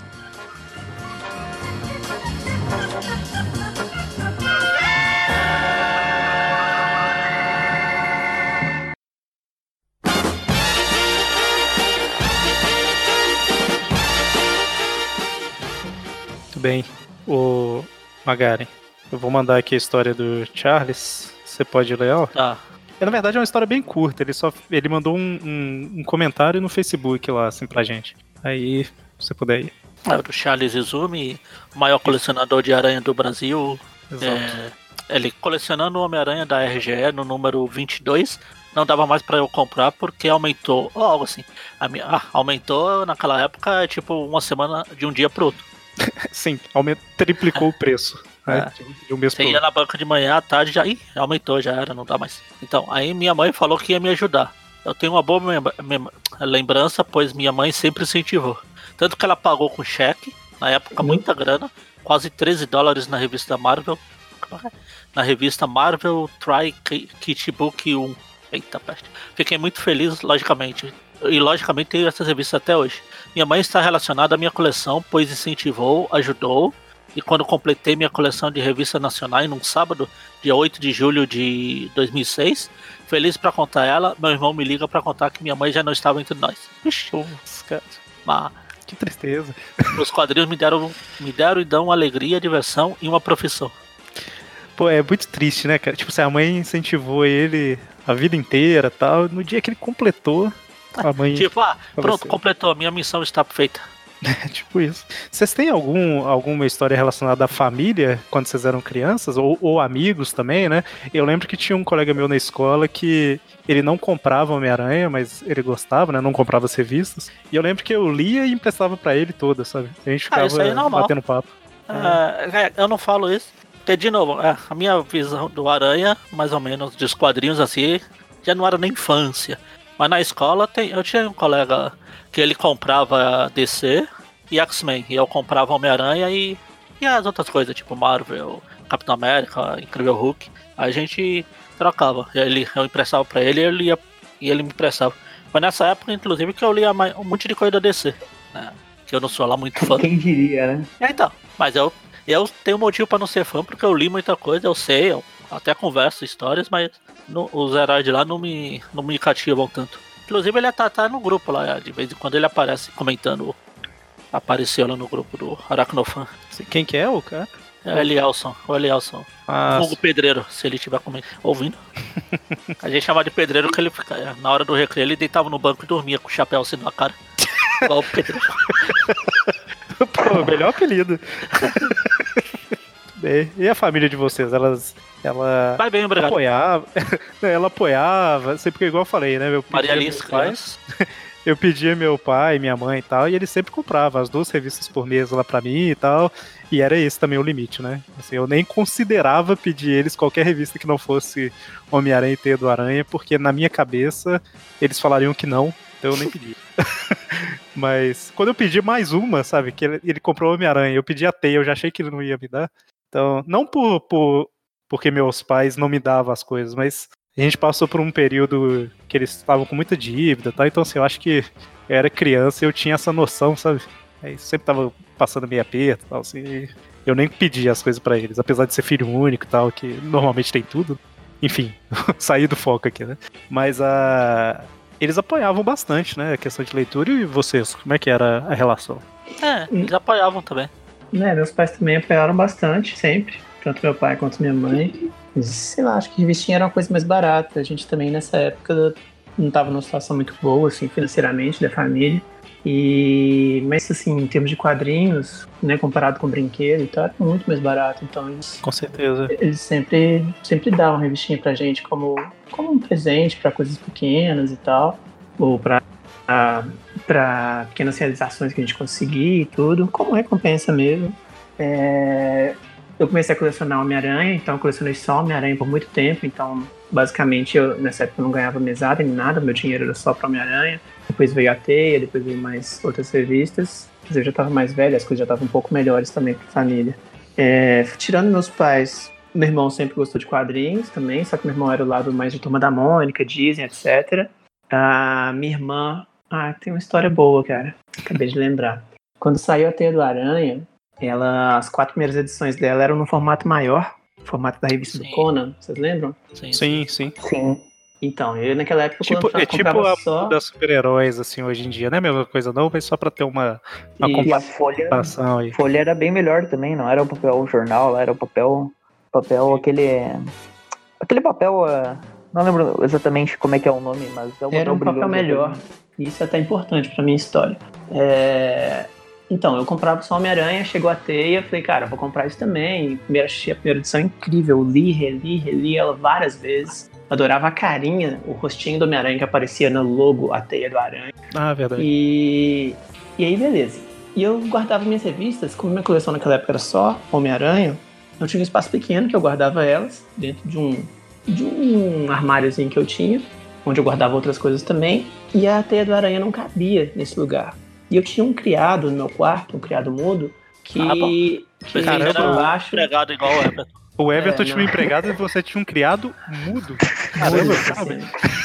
Speaker 2: Muito bem. O Magaren, eu vou mandar aqui a história do Charles. Você pode ler ela?
Speaker 5: Tá.
Speaker 2: É, na verdade é uma história bem curta. Ele só ele mandou um, um, um comentário no Facebook lá, assim, pra gente. Aí, se você puder ir.
Speaker 5: É o do Charles Izumi, o maior colecionador de aranha do Brasil.
Speaker 2: Exato.
Speaker 5: É, ele colecionando o Homem-Aranha da R G E no número vinte e dois. Não dava mais pra eu comprar porque aumentou, ou algo assim. A minha, ah, aumentou naquela época, tipo, uma semana de um dia pro outro.
Speaker 2: Sim, aumenta, triplicou o preço. Né,
Speaker 5: É.
Speaker 2: de um mês
Speaker 5: Você
Speaker 2: pro
Speaker 5: ia
Speaker 2: outro.
Speaker 5: na banca de manhã, à tarde, já ih, aumentou, já era, não dá mais. Então, aí minha mãe falou que ia me ajudar. Eu tenho uma boa mem- mem- lembrança, pois minha mãe sempre incentivou. Tanto que ela pagou com cheque, na época muita grana, quase treze dólares na revista Marvel. Na revista Marvel Try Ki- Kit Book um. Eita peste. Fiquei muito feliz, logicamente. E logicamente tenho essas revistas até hoje. Minha mãe está relacionada à minha coleção, pois incentivou, ajudou. E quando completei minha coleção de revistas nacionais num sábado, dia oito de julho de dois mil e seis, feliz pra contar ela, meu irmão me liga pra contar que minha mãe já não estava entre nós. Ixi,
Speaker 2: Putz, cara,
Speaker 5: mas
Speaker 2: que tristeza.
Speaker 5: os quadrinhos me deram, me deram e dão alegria, diversão e uma profissão.
Speaker 2: Pô, é muito triste, né, cara? Tipo, se a mãe incentivou ele a vida inteira e tal, no dia que ele completou, a mãe...
Speaker 5: Tipo, ah, pronto,
Speaker 2: faleceu.
Speaker 5: completou, a minha missão está feita.
Speaker 2: É tipo isso. Vocês têm algum, alguma história relacionada à família quando vocês eram crianças? Ou, ou amigos também, né? Eu lembro que tinha um colega meu na escola que ele não comprava Homem-Aranha, mas ele gostava, né? Não comprava as revistas. E eu lembro que eu lia e emprestava pra ele todas, sabe? A gente ficava
Speaker 5: Ah, isso aí é normal.
Speaker 2: batendo papo.
Speaker 5: É, é, eu não falo isso, porque, de novo, é, a minha visão do Aranha, mais ou menos, dos quadrinhos assim, já não era nem infância. Mas na escola tem, eu tinha um colega que ele comprava D C e X-Men, e eu comprava Homem-Aranha e, e as outras coisas, tipo Marvel, Capitão América, Incrível Hulk. A gente trocava, ele, eu emprestava pra ele e ele, ia, e ele me emprestava. Foi nessa época, inclusive, que eu lia mais, um monte de coisa da D C, né? Que eu não sou lá muito fã.
Speaker 3: Quem diria, né?
Speaker 5: É, então, mas eu, eu tenho motivo pra não ser fã, porque eu li muita coisa, eu sei, eu até converso histórias, mas no, os heróis de lá não me, não me cativam tanto. Inclusive ele tá, tá no grupo lá, de vez em quando ele aparece comentando, apareceu lá no grupo do Aracnofan.
Speaker 2: Quem que é o cara?
Speaker 5: É o Elielson, o Elielson.
Speaker 2: Ah,
Speaker 5: Fogo Pedreiro, se ele estiver ouvindo. A gente chama de pedreiro porque ele fica, na hora do recreio ele deitava no banco e dormia com o chapéu assim na cara. Igual o pedreiro.
Speaker 2: pô, melhor apelido. Bem, e a família de vocês? Elas, ela
Speaker 5: Vai bem, obrigado.
Speaker 2: apoiava, ela apoiava, sempre que igual eu falei, né? Eu pedia
Speaker 5: Maria
Speaker 2: meu
Speaker 5: Alice,
Speaker 2: pai,
Speaker 5: crianças.
Speaker 2: eu pedia meu pai, minha mãe e tal, e eles sempre compravam as duas revistas por mês lá pra mim e tal, e era esse também o limite, né? Assim, eu nem considerava pedir eles qualquer revista que não fosse Homem-Aranha e Teia do Aranha, porque na minha cabeça eles falariam que não, então eu nem pedi. Mas quando eu pedi mais uma, sabe, que ele, ele comprou Homem-Aranha, eu pedi a Teia, eu já achei que ele não ia me dar. Então, não por, por porque meus pais não me davam as coisas, mas a gente passou por um período que eles estavam com muita dívida, tá? Então, assim, eu acho que eu era criança e eu tinha essa noção, sabe? Aí sempre tava passando meio aperto, tal, assim, e eu nem pedia as coisas pra eles, apesar de ser filho único e tal, que normalmente tem tudo. Enfim, saí do foco aqui, né? Mas a eles apoiavam bastante, né, a questão de leitura. E vocês, como é que era a relação?
Speaker 5: É, eles apoiavam também.
Speaker 4: Né, meus pais também apoiaram bastante, sempre. Tanto meu pai quanto minha mãe. sei lá, acho que revistinha era uma coisa mais barata. A gente também nessa época não estava numa situação muito boa, assim, financeiramente, da família. E, mas assim, em termos de quadrinhos, né, comparado com brinquedo e tal, era muito mais barato. Então eles,
Speaker 2: Com certeza.
Speaker 4: eles sempre, sempre davam revistinha pra gente como, como um presente para coisas pequenas e tal, ou pra, pra pequenas realizações que a gente conseguia e tudo, como recompensa mesmo. É, eu comecei a colecionar Homem-Aranha, então eu colecionei só Homem-Aranha por muito tempo, então basicamente eu, nessa época eu não ganhava mesada nem nada, meu dinheiro era só pra Homem-Aranha. Depois veio a Teia, depois veio mais outras revistas. Mas eu já estava mais velho, as coisas já estavam um pouco melhores também para a família. É, tirando meus pais, meu irmão sempre gostou de quadrinhos também, só que meu irmão era o lado mais de Turma da Mônica, Disney, etcétera. A minha irmã... Ah, tem uma história boa, cara. Acabei de lembrar. Quando saiu a Teia do Aranha, ela, as quatro primeiras edições dela eram no formato maior, formato da revista
Speaker 5: Sim.
Speaker 4: do Conan, vocês lembram?
Speaker 5: Sim,
Speaker 2: Sim, sim.
Speaker 3: Sim.
Speaker 4: Então, eu naquela época
Speaker 2: Tipo,
Speaker 4: quando eu
Speaker 2: é tipo
Speaker 4: comprava
Speaker 2: a
Speaker 4: só...
Speaker 2: das super-heróis, assim, hoje em dia, não é a mesma coisa não, mas só pra ter uma, uma
Speaker 4: E-
Speaker 3: E a Folha,
Speaker 2: comparação aí.
Speaker 3: Folha era bem melhor também, não era o papel jornal, lá era o papel, papel aquele, aquele papel, ah, não lembro exatamente como é que é o nome, mas é o
Speaker 4: Era um papel
Speaker 3: brilhoso,
Speaker 4: melhor.
Speaker 3: né?
Speaker 4: Isso é até importante pra minha história. É, Então, eu comprava só Homem-Aranha, chegou a Teia, falei, cara, vou comprar isso também. Primeiro, achei a primeira edição incrível, li, reli, reli ela várias vezes. Adorava a carinha, o rostinho do Homem-Aranha que aparecia no logo, a Teia do Aranha.
Speaker 2: Ah, verdade.
Speaker 4: E, e aí, beleza. E eu guardava minhas revistas, como minha coleção naquela época era só Homem-Aranha, eu tinha um espaço pequeno que eu guardava elas dentro de um, de um armáriozinho que eu tinha, onde eu guardava outras coisas também, e a Teia do Aranha não cabia nesse lugar. E eu tinha um criado no meu quarto, um criado mudo, que...
Speaker 5: Ah, bom.
Speaker 4: que
Speaker 5: Pensei que
Speaker 2: Caramba,
Speaker 5: era
Speaker 4: embaixo...
Speaker 5: empregado igual o Everton.
Speaker 2: O Everton
Speaker 4: É,
Speaker 2: tinha
Speaker 4: não.
Speaker 2: um empregado e você tinha um criado mudo.
Speaker 4: Mudo,
Speaker 2: Caramba,
Speaker 4: assim.
Speaker 2: sabe?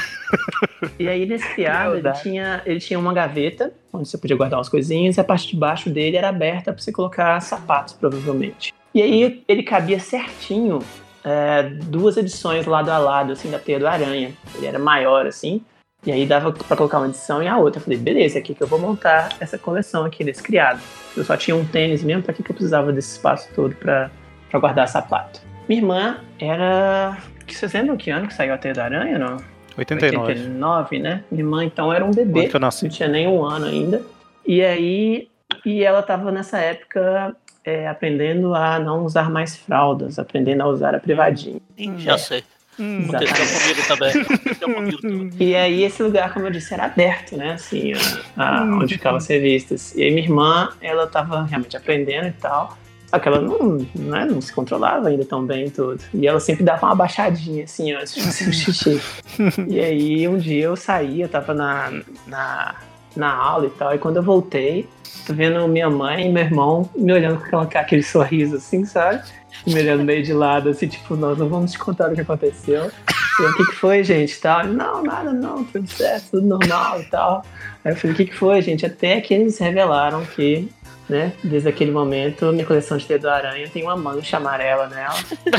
Speaker 4: E aí nesse criado ele
Speaker 3: Verdade.
Speaker 4: tinha, ele tinha uma gaveta onde você podia guardar umas coisinhas e a parte de baixo dele era aberta para você colocar sapatos, provavelmente. E aí ele cabia certinho é, duas edições lado a lado, assim, da Teia do Aranha. Ele era maior, assim, e aí dava para colocar uma edição e a outra. Eu falei, beleza, é aqui que eu vou montar essa coleção aqui desse criado. Eu só tinha um tênis mesmo, pra que que eu precisava desse espaço todo para guardar sapato? Minha irmã era... Vocês lembram que ano que saiu a Teia do Aranha, não?
Speaker 2: oitenta e nove.
Speaker 4: oitenta e nove, né? Minha irmã, então, era um bebê.
Speaker 2: Quando que eu nasci.
Speaker 4: Não tinha nem um ano ainda. E aí, e ela tava nessa época é, aprendendo a não usar mais fraldas, aprendendo a usar a privadinha.
Speaker 5: Ih, já
Speaker 4: É.
Speaker 5: sei.
Speaker 2: Hum,
Speaker 4: Exato.
Speaker 5: Aconteceu comigo também. Aconteceu comigo também.
Speaker 4: E aí, esse lugar, como eu disse, era aberto, né? Assim, a, a, onde ficavam as revistas. E aí, minha irmã, ela tava realmente aprendendo e tal. Só que ela não, né, não se controlava ainda tão bem e tudo. E ela sempre dava uma baixadinha, assim, ó, antes de fazer o xixi. E aí, um dia eu saí, eu tava na, na, na aula e tal. E quando eu voltei, tô vendo minha mãe e meu irmão me olhando com aquela, aquele sorriso, assim, sabe? Me olhando meio de lado, assim, tipo, nós não vamos te contar o que aconteceu. E eu, o que que foi, gente, e tal? Não, nada, não, tudo certo, tudo normal e tal. Aí eu falei, o que que foi, gente? Até que eles revelaram que... Né? Desde aquele momento, minha coleção de Teia do Aranha tem uma mancha amarela nela.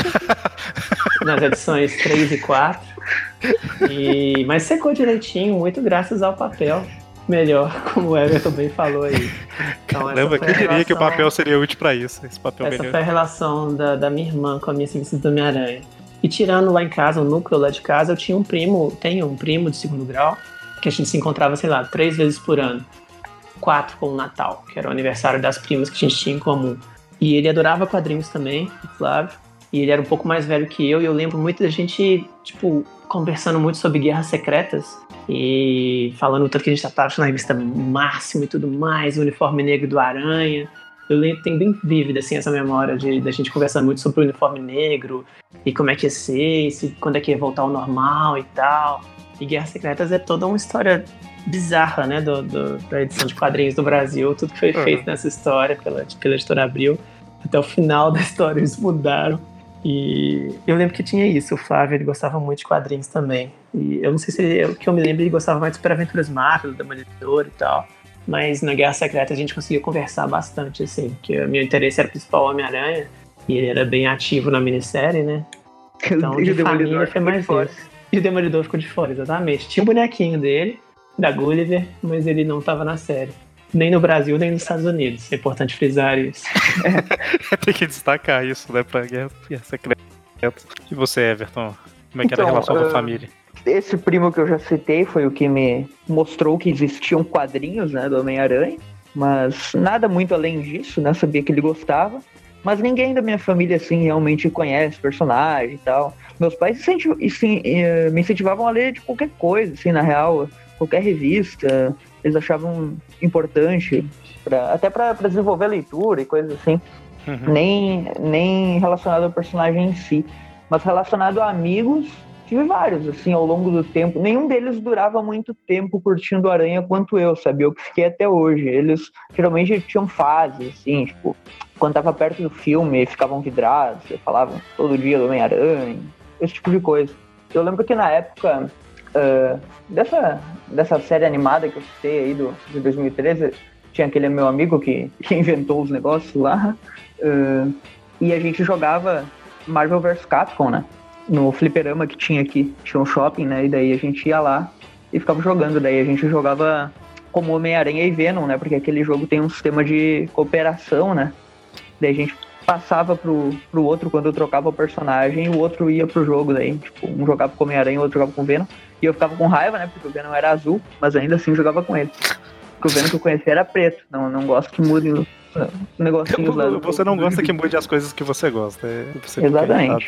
Speaker 4: Nas edições três e quatro. E... Mas secou direitinho, muito graças ao papel. Melhor, como o Everton bem falou aí. Então,
Speaker 2: Caramba,
Speaker 4: essa foi
Speaker 2: quem
Speaker 4: a
Speaker 2: diria que o
Speaker 4: relação-
Speaker 2: papel seria útil pra isso? Esse papel
Speaker 4: Essa
Speaker 2: melhor.
Speaker 4: foi a relação da, da minha irmã com a minha serviço do Homem-Aranha. E tirando lá em casa, o núcleo lá de casa, eu tinha um primo, tenho um primo de segundo grau, que a gente se encontrava, sei lá, três vezes por ano. Quatro com o Natal, que era o aniversário das primas que a gente tinha em comum. E ele adorava quadrinhos também, o Flávio. E ele era um pouco mais velho que eu, e eu lembro muito da gente, tipo, conversando muito sobre Guerras Secretas. E falando o tanto que a gente tava na revista Máximo e tudo mais, o uniforme negro do Aranha. Eu lembro, tenho bem vívida, assim, essa memória de da gente conversando muito sobre o uniforme negro, e como é que ia ser, se, quando é que ia voltar ao normal e tal. E Guerras Secretas é toda uma história bizarra, né, do, do, da edição de quadrinhos do Brasil, tudo que foi
Speaker 2: Uhum.
Speaker 4: feito nessa história pela, pela editora Abril, até o final da história eles mudaram. E eu lembro que tinha isso, o Flávio, ele gostava muito de quadrinhos também. E eu não sei se ele, o que eu me lembro, ele gostava mais de Super Aventuras Marvel, do Demolidor e tal. Mas na Guerra Secreta a gente conseguia conversar bastante, assim, porque o meu interesse era o principal Homem-Aranha, e ele era bem ativo na minissérie, né? Então,
Speaker 3: E
Speaker 4: de
Speaker 3: o Demolidor
Speaker 4: família foi
Speaker 3: ficou de
Speaker 4: mais
Speaker 3: fora.
Speaker 4: isso. E o Demolidor ficou de fora, exatamente. Tinha um bonequinho dele, da Gulliver, mas ele não estava na série. Nem no Brasil, nem nos Estados Unidos. É importante frisar isso.
Speaker 2: Tem que destacar isso, né, pra Guerra, Guerra Secreta. E você, Everton? Como é que era a
Speaker 3: Então,
Speaker 2: relação com a
Speaker 3: uh,
Speaker 2: família?
Speaker 3: Esse primo que eu já citei foi o que me mostrou que existiam quadrinhos, né, do Homem-Aranha, mas nada muito além disso, né, sabia que ele gostava, mas ninguém da minha família, assim, realmente conhece o personagem e tal. Meus pais incenti- assim, eh, me incentivavam a ler de qualquer coisa, assim, na real, qualquer revista, eles achavam importante, pra, até para desenvolver a leitura e coisas assim,
Speaker 2: Uhum.
Speaker 3: nem, nem relacionado ao personagem em si, mas relacionado a amigos. Tive vários, assim, ao longo do tempo. Nenhum deles durava muito tempo curtindo Aranha quanto eu, sabe? Eu que fiquei até hoje. Eles geralmente tinham fases, assim, tipo, quando tava perto do filme, ficavam vidrados, falavam todo dia do Homem-Aranha, esse tipo de coisa. Eu lembro que na época uh, dessa, dessa série animada que eu citei aí, do, de dois mil e treze, tinha aquele meu amigo que, que inventou os negócios lá, uh, e a gente jogava Marvel versus. Capcom, né? No fliperama que tinha aqui, tinha um shopping, né, e daí a gente ia lá e ficava jogando, daí a gente jogava como Homem-Aranha e Venom, né, porque aquele jogo tem um sistema de cooperação, né, daí a gente passava pro, pro outro quando eu trocava o personagem e o outro ia pro jogo, daí, tipo, um jogava com Homem-Aranha e o outro jogava com Venom, e eu ficava com raiva, né, porque o Venom era azul, mas ainda assim eu jogava com ele, porque o Venom que eu conhecia era preto, não, não gosto que mude os negocinhos lá.
Speaker 2: Você não gosta que mude as coisas que você gosta. É, você
Speaker 3: exatamente.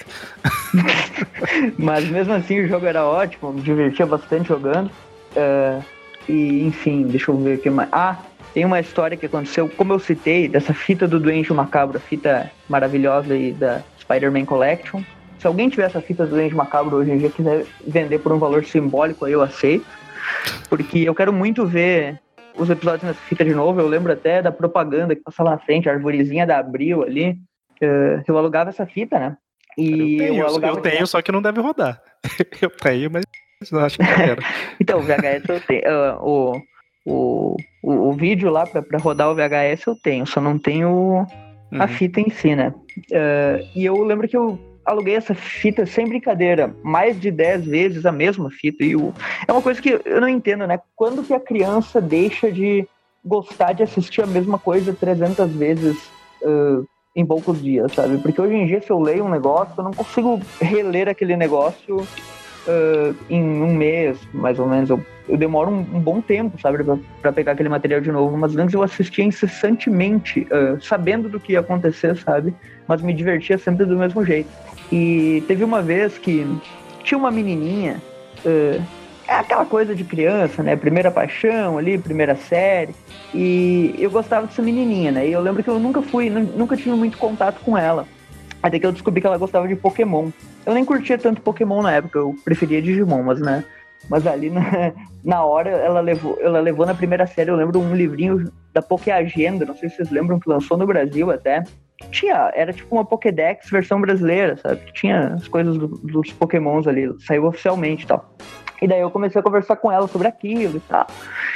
Speaker 3: Mas mesmo assim o jogo era ótimo, me divertia bastante jogando. Uh, e enfim, deixa eu ver o que mais. Ah, tem uma história que aconteceu, como eu citei, dessa fita do Duende Macabro, a fita maravilhosa aí da Spider-Man Collection. Se alguém tiver essa fita do Duende Macabro hoje em dia, quiser vender por um valor simbólico, aí eu aceito. Porque eu quero muito ver os episódios nessa fita de novo. Eu lembro até da propaganda que passava na frente, a arvorezinha da Abril ali. Uh, eu alugava essa fita, né? E
Speaker 2: eu tenho,
Speaker 3: eu,
Speaker 2: eu tenho só que não deve rodar. Eu tenho, mas eu acho que era.
Speaker 3: Então, o V H S eu tenho. Uh, o, o, o, o vídeo lá pra, pra rodar o V H S eu tenho, só não tenho a
Speaker 2: Uhum.
Speaker 3: fita em si, né? Uh, e eu lembro que eu aluguei essa fita sem brincadeira, mais de dez vezes a mesma fita. E o, é uma coisa que eu não entendo, né? Quando que a criança deixa de gostar de assistir a mesma coisa trezentas vezes uh, em poucos dias, sabe? Porque hoje em dia, se eu leio um negócio, eu não consigo reler aquele negócio uh, em um mês, mais ou menos. Eu, eu demoro um, um bom tempo, sabe? Pra, pra pegar aquele material de novo. Mas antes eu assistia incessantemente, uh, sabendo do que ia acontecer, sabe? Mas me divertia sempre do mesmo jeito. E teve uma vez que tinha uma menininha, uh, é aquela coisa de criança, né? Primeira paixão ali, primeira série. E eu gostava dessa menininha, né? E eu lembro que eu nunca fui, nunca tive muito contato com ela. Até que eu descobri que ela gostava de Pokémon. Eu nem curtia tanto Pokémon na época, eu preferia Digimon, mas né? Mas ali na, na hora ela levou, ela levou na primeira série, eu lembro um livrinho da Pokéagenda, não sei se vocês lembram, que lançou no Brasil até. Tinha, era tipo uma Pokédex versão brasileira, sabe? Tinha as coisas do, dos Pokémons ali, saiu oficialmente e tal. E daí eu comecei a conversar com ela sobre aquilo e tal.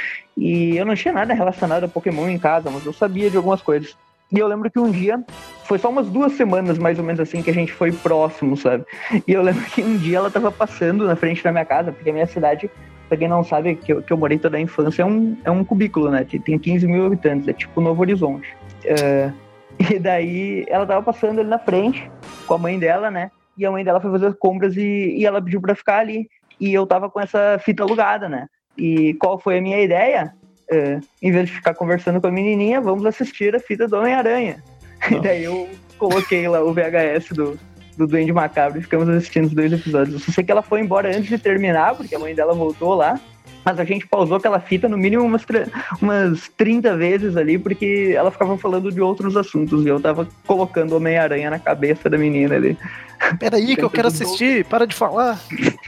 Speaker 3: E eu não tinha nada relacionado a Pokémon em casa, mas eu sabia de algumas coisas. E eu lembro que um dia, foi só umas duas semanas mais ou menos assim, que a gente foi próximo, sabe? E eu lembro que um dia ela tava passando na frente da minha casa, porque a minha cidade, pra quem não sabe, que eu, que eu morei toda a infância, é um, é um cubículo, né? Tem quinze mil habitantes, é tipo Novo Horizonte. Uh, e daí ela tava passando ali na frente, com a mãe dela, né? E a mãe dela foi fazer as compras e, e ela pediu pra ficar ali. E eu tava com essa fita alugada, né? E qual foi a minha ideia? Uh, em vez de ficar conversando com a menininha, vamos assistir a fita do Homem-Aranha. Oh. E daí eu coloquei lá o V H S do, do Duende Macabro e ficamos assistindo os dois episódios. Eu só sei que ela foi embora antes de terminar, porque a mãe dela voltou lá. Mas a gente pausou aquela fita no mínimo umas, umas trinta vezes ali, porque ela ficava falando de outros assuntos. E eu tava colocando o Homem-Aranha na cabeça da menina ali.
Speaker 2: Peraí que eu quero assistir, para de falar.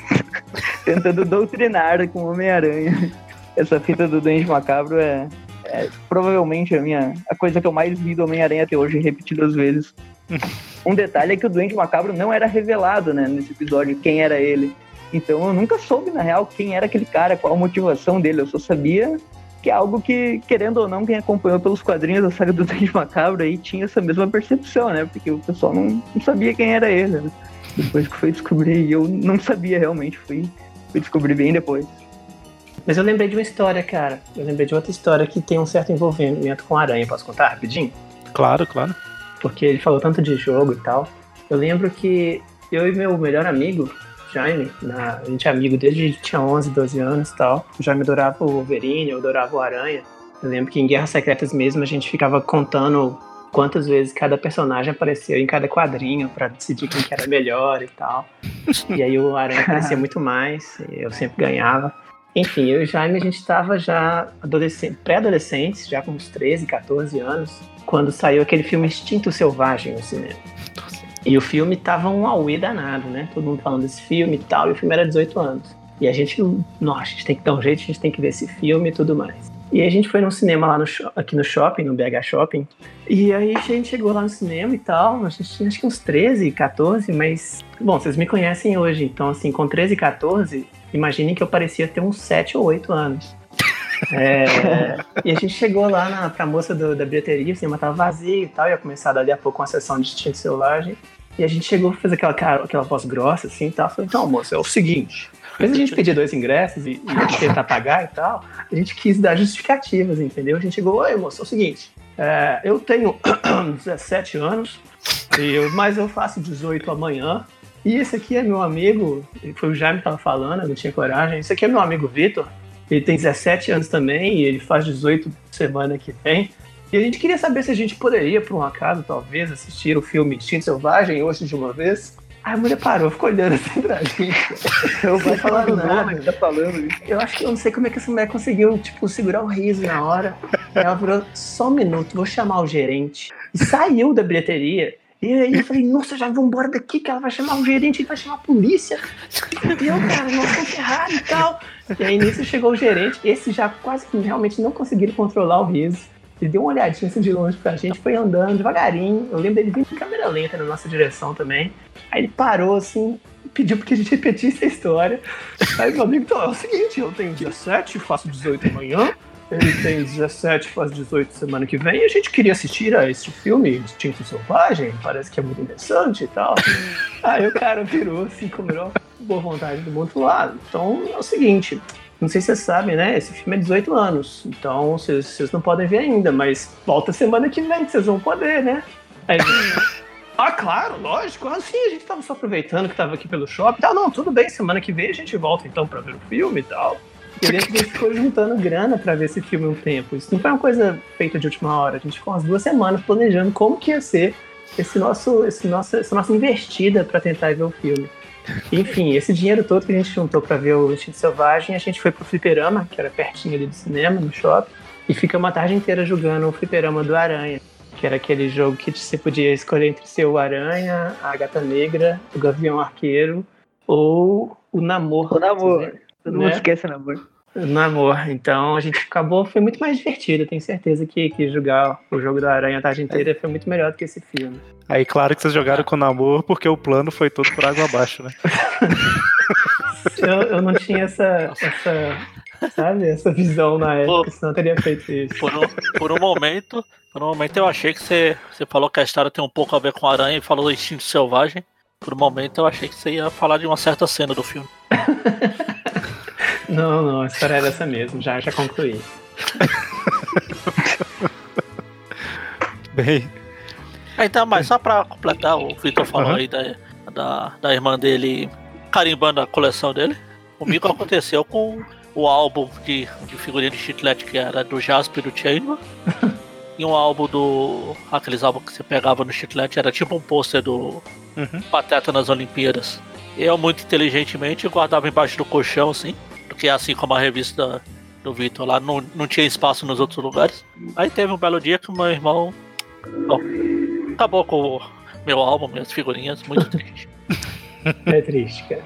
Speaker 3: Tentando doutrinar com o Homem-Aranha. Essa fita do Duende Macabro é, é provavelmente a, minha, a coisa que eu mais vi do Homem-Aranha até hoje, repetidas vezes. Um detalhe é que o Duende Macabro não era revelado, né, nesse episódio, quem era ele. Então eu nunca soube, na real, quem era aquele cara, qual a motivação dele. Eu só sabia que é algo que, querendo ou não, quem acompanhou pelos quadrinhos da saga do Duende Macabro aí tinha essa mesma percepção, né? Porque o pessoal não, não sabia quem era ele, né? Depois que foi descobrir, e eu não sabia realmente, fui, fui descobrir bem depois.
Speaker 4: Mas eu lembrei de uma história, cara. Eu lembrei de outra história que tem um certo envolvimento com a aranha. Posso contar rapidinho?
Speaker 2: Claro, claro.
Speaker 4: Porque ele falou tanto de jogo e tal. Eu lembro que eu e meu melhor amigo, Jaime, na, a gente é amigo desde que tinha onze, doze anos e tal. O Jaime adorava o Wolverine, eu adorava o Aranha. Eu lembro que em Guerras Secretas mesmo a gente ficava contando quantas vezes cada personagem apareceu em cada quadrinho pra decidir quem que era melhor e tal. E aí o Aranha aparecia muito mais, e eu sempre ganhava. Enfim, eu e o Jaime, a gente tava já adolescente, pré-adolescentes, já com uns treze, catorze anos, quando saiu aquele filme Instinto Selvagem no cinema. E o filme tava um auê danado, né? Todo mundo falando desse filme e tal, e o filme era dezoito anos. E a gente, nossa, a gente tem que dar um jeito, a gente tem que ver esse filme e tudo mais. E aí a gente foi num cinema lá no, aqui no shopping, no B H Shopping. E aí a gente chegou lá no cinema e tal. A gente tinha acho que uns treze, catorze, mas... Bom, vocês me conhecem hoje. Então, assim, com treze, catorze, imaginem que eu parecia ter uns sete ou oito anos. É, e a gente chegou lá na, pra moça do, da bilheteria, o cinema tava vazio e tal. Ia começar dali a pouco uma sessão de Instinto Selvagem. E a gente chegou, fez aquela, aquela voz grossa assim e tal. Falei, então, moça, é o seguinte... Mas a gente pedir dois ingressos e, e tentar pagar e tal, a gente quis dar justificativas, entendeu? A gente chegou, oi moço, é o seguinte, é, eu tenho dezessete anos, e eu, mas eu faço dezoito amanhã, e esse aqui é meu amigo, foi o Jaime que tava falando, eu não tinha coragem, esse aqui é meu amigo Vitor, ele tem dezessete anos também, e ele faz dezoito semana que vem, e a gente queria saber se a gente poderia, por um acaso, talvez, assistir o filme Instinto Selvagem hoje de uma vez. Aí a mulher parou, ficou olhando assim pra gente. Eu vou falar nada.
Speaker 3: Que tá falando isso.
Speaker 4: Eu acho que eu não sei como é que essa mulher conseguiu, tipo, segurar o riso na hora. Ela virou, só um minuto, vou chamar o gerente. E saiu da bilheteria. E aí eu falei, nossa, já vamos embora daqui, que ela vai chamar o gerente, ele vai chamar a polícia. E eu, cara, nós estamos ferrados e tal. E aí nisso chegou o gerente, esse já quase que realmente não conseguiram controlar o riso. Ele deu uma olhadinha assim de longe pra gente, foi andando devagarinho. Eu lembro dele vindo em câmera lenta na nossa direção também. Aí ele parou assim, pediu pra que a gente repetisse a história. Aí meu amigo, então é o seguinte, eu tenho dezessete, faço dezoito amanhã. Ele tem dezessete, faz dezoito semana que vem. E a gente queria assistir a esse filme, Instinto Selvagem, parece que é muito interessante e tal. Aí o cara virou assim, com a melhor boa vontade do mundo lado. Então é o seguinte... Não sei se vocês sabem, né? Esse filme é dezoito anos. Então, vocês, vocês não podem ver ainda, mas volta semana que vem que vocês vão poder, né? Aí, ah, claro, lógico. Ah, sim, a gente tava só aproveitando que tava aqui pelo shopping. Tá, não, tudo bem, semana que vem a gente volta então pra ver o filme e tal. E a gente ficou juntando grana pra ver esse filme um tempo. Isso não foi uma coisa feita de última hora. A gente ficou umas duas semanas planejando como que ia ser esse nosso, esse nosso, essa nossa investida pra tentar ver o filme. Enfim, esse dinheiro todo que a gente juntou pra ver o Instinto Selvagem, a gente foi pro fliperama, que era pertinho ali do cinema, no shopping, e ficamos a tarde inteira jogando o fliperama do Aranha, que era aquele jogo que você podia escolher entre ser o Aranha, a Gata Negra, o Gavião Arqueiro ou o Namor.
Speaker 3: O Namor.
Speaker 4: Né?
Speaker 3: Todo mundo esquece o Namor.
Speaker 4: O Namor. Então a gente acabou, foi muito mais divertido. Eu tenho certeza que, que jogar o jogo do Aranha a tarde inteira foi muito melhor do que esse filme.
Speaker 2: Aí, claro que vocês jogaram com o Namor, porque o plano foi todo por água abaixo, né?
Speaker 4: eu, eu não tinha essa, essa, sabe, essa visão na época, Pô, senão eu teria feito isso.
Speaker 5: Por um, por um momento, por um momento eu achei que você, você falou que a história tem um pouco a ver com a Aranha e falou do Instinto Selvagem. Por um momento eu achei que você ia falar de uma certa cena do filme.
Speaker 4: Não, não, a história era essa mesmo, já, já concluí.
Speaker 2: Bem...
Speaker 5: Então, mas só pra completar, o Victor falou uhum. aí da, da, da irmã dele carimbando a coleção dele. Comigo aconteceu com o álbum de, de figurinha de chiclete que era do Jasper e do Chamber. E um álbum do... Aqueles álbuns que você pegava no chiclete, era tipo um pôster do uhum. Pateta nas Olimpíadas. Eu, muito inteligentemente, guardava embaixo do colchão, assim. Porque assim como a revista do Victor lá, não, não tinha espaço nos outros lugares. Aí teve um belo dia que o meu irmão... Bom, acabou com o meu álbum, minhas figurinhas, muito triste.
Speaker 4: É triste, cara.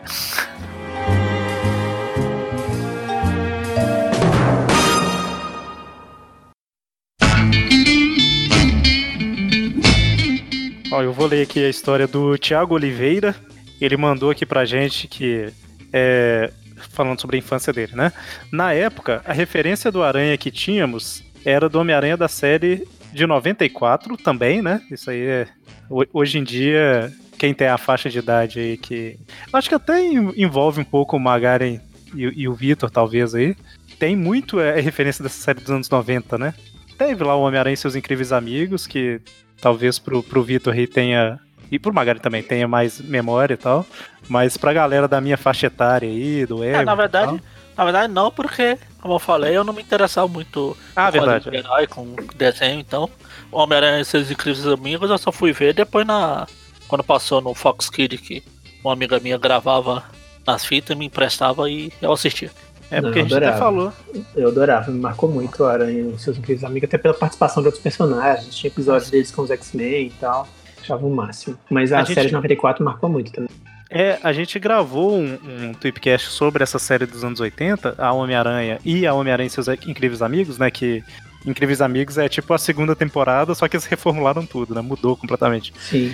Speaker 2: Ó, eu vou ler aqui a história do Thiago Oliveira. Ele mandou aqui pra gente que é, falando sobre a infância dele, né? Na época, a referência do Aranha que tínhamos era do Homem-Aranha da série de noventa e quatro também, né? Isso aí é... Hoje em dia, quem tem a faixa de idade aí que... Acho que até envolve um pouco o Magaren e, e o Vitor, talvez, aí. Tem muito é, referência dessa série dos anos noventa, né? Teve lá o Homem-Aranha e seus Incríveis Amigos, que talvez pro, pro Vitor aí tenha e pro Magari também tenha mais memória e tal, mas pra galera da minha faixa etária aí, do Evo.
Speaker 5: É, na verdade, na verdade não, porque, como eu falei, eu não me interessava muito
Speaker 2: ah,
Speaker 5: com
Speaker 2: verdade.
Speaker 5: de herói, com desenho, então o Homem-Aranha e seus Incríveis Amigos eu só fui ver depois na. Quando passou no Fox Kids, que uma amiga minha gravava nas fitas, me emprestava e eu assistia.
Speaker 2: É porque
Speaker 4: Não,
Speaker 2: a gente até
Speaker 4: adorava.
Speaker 2: falou.
Speaker 4: Eu adorava, me marcou muito o Aranha e os seus incríveis amigos, até pela participação de outros personagens, tinha episódios deles com os X-Men e tal, achava o máximo. Mas a,
Speaker 2: A
Speaker 4: série
Speaker 2: gente-
Speaker 4: de noventa e quatro marcou muito também.
Speaker 2: É, a gente gravou um, um Tweepcast sobre essa série dos anos oitenta, a Homem-Aranha e a Homem-Aranha e seus Incríveis Amigos, né? Que Incríveis Amigos é tipo a segunda temporada, só que eles reformularam tudo, né? Mudou completamente.
Speaker 4: Sim.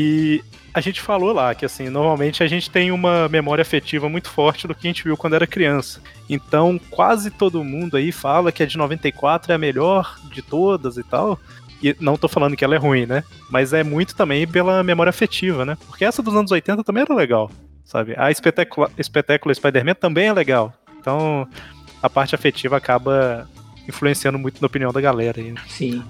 Speaker 2: E a gente falou lá que, assim, normalmente a gente tem uma memória afetiva muito forte do que a gente viu quando era criança. Então, quase todo mundo aí fala que a de noventa e quatro é a melhor de todas e tal. E não tô falando que ela é ruim, né? Mas é muito também pela memória afetiva, né? Porque essa dos anos oitenta também era legal, sabe? A Espetáculo, Espetáculo Spider-Man também é legal. Então, a parte afetiva acaba influenciando muito na opinião da galera aí.
Speaker 4: Sim.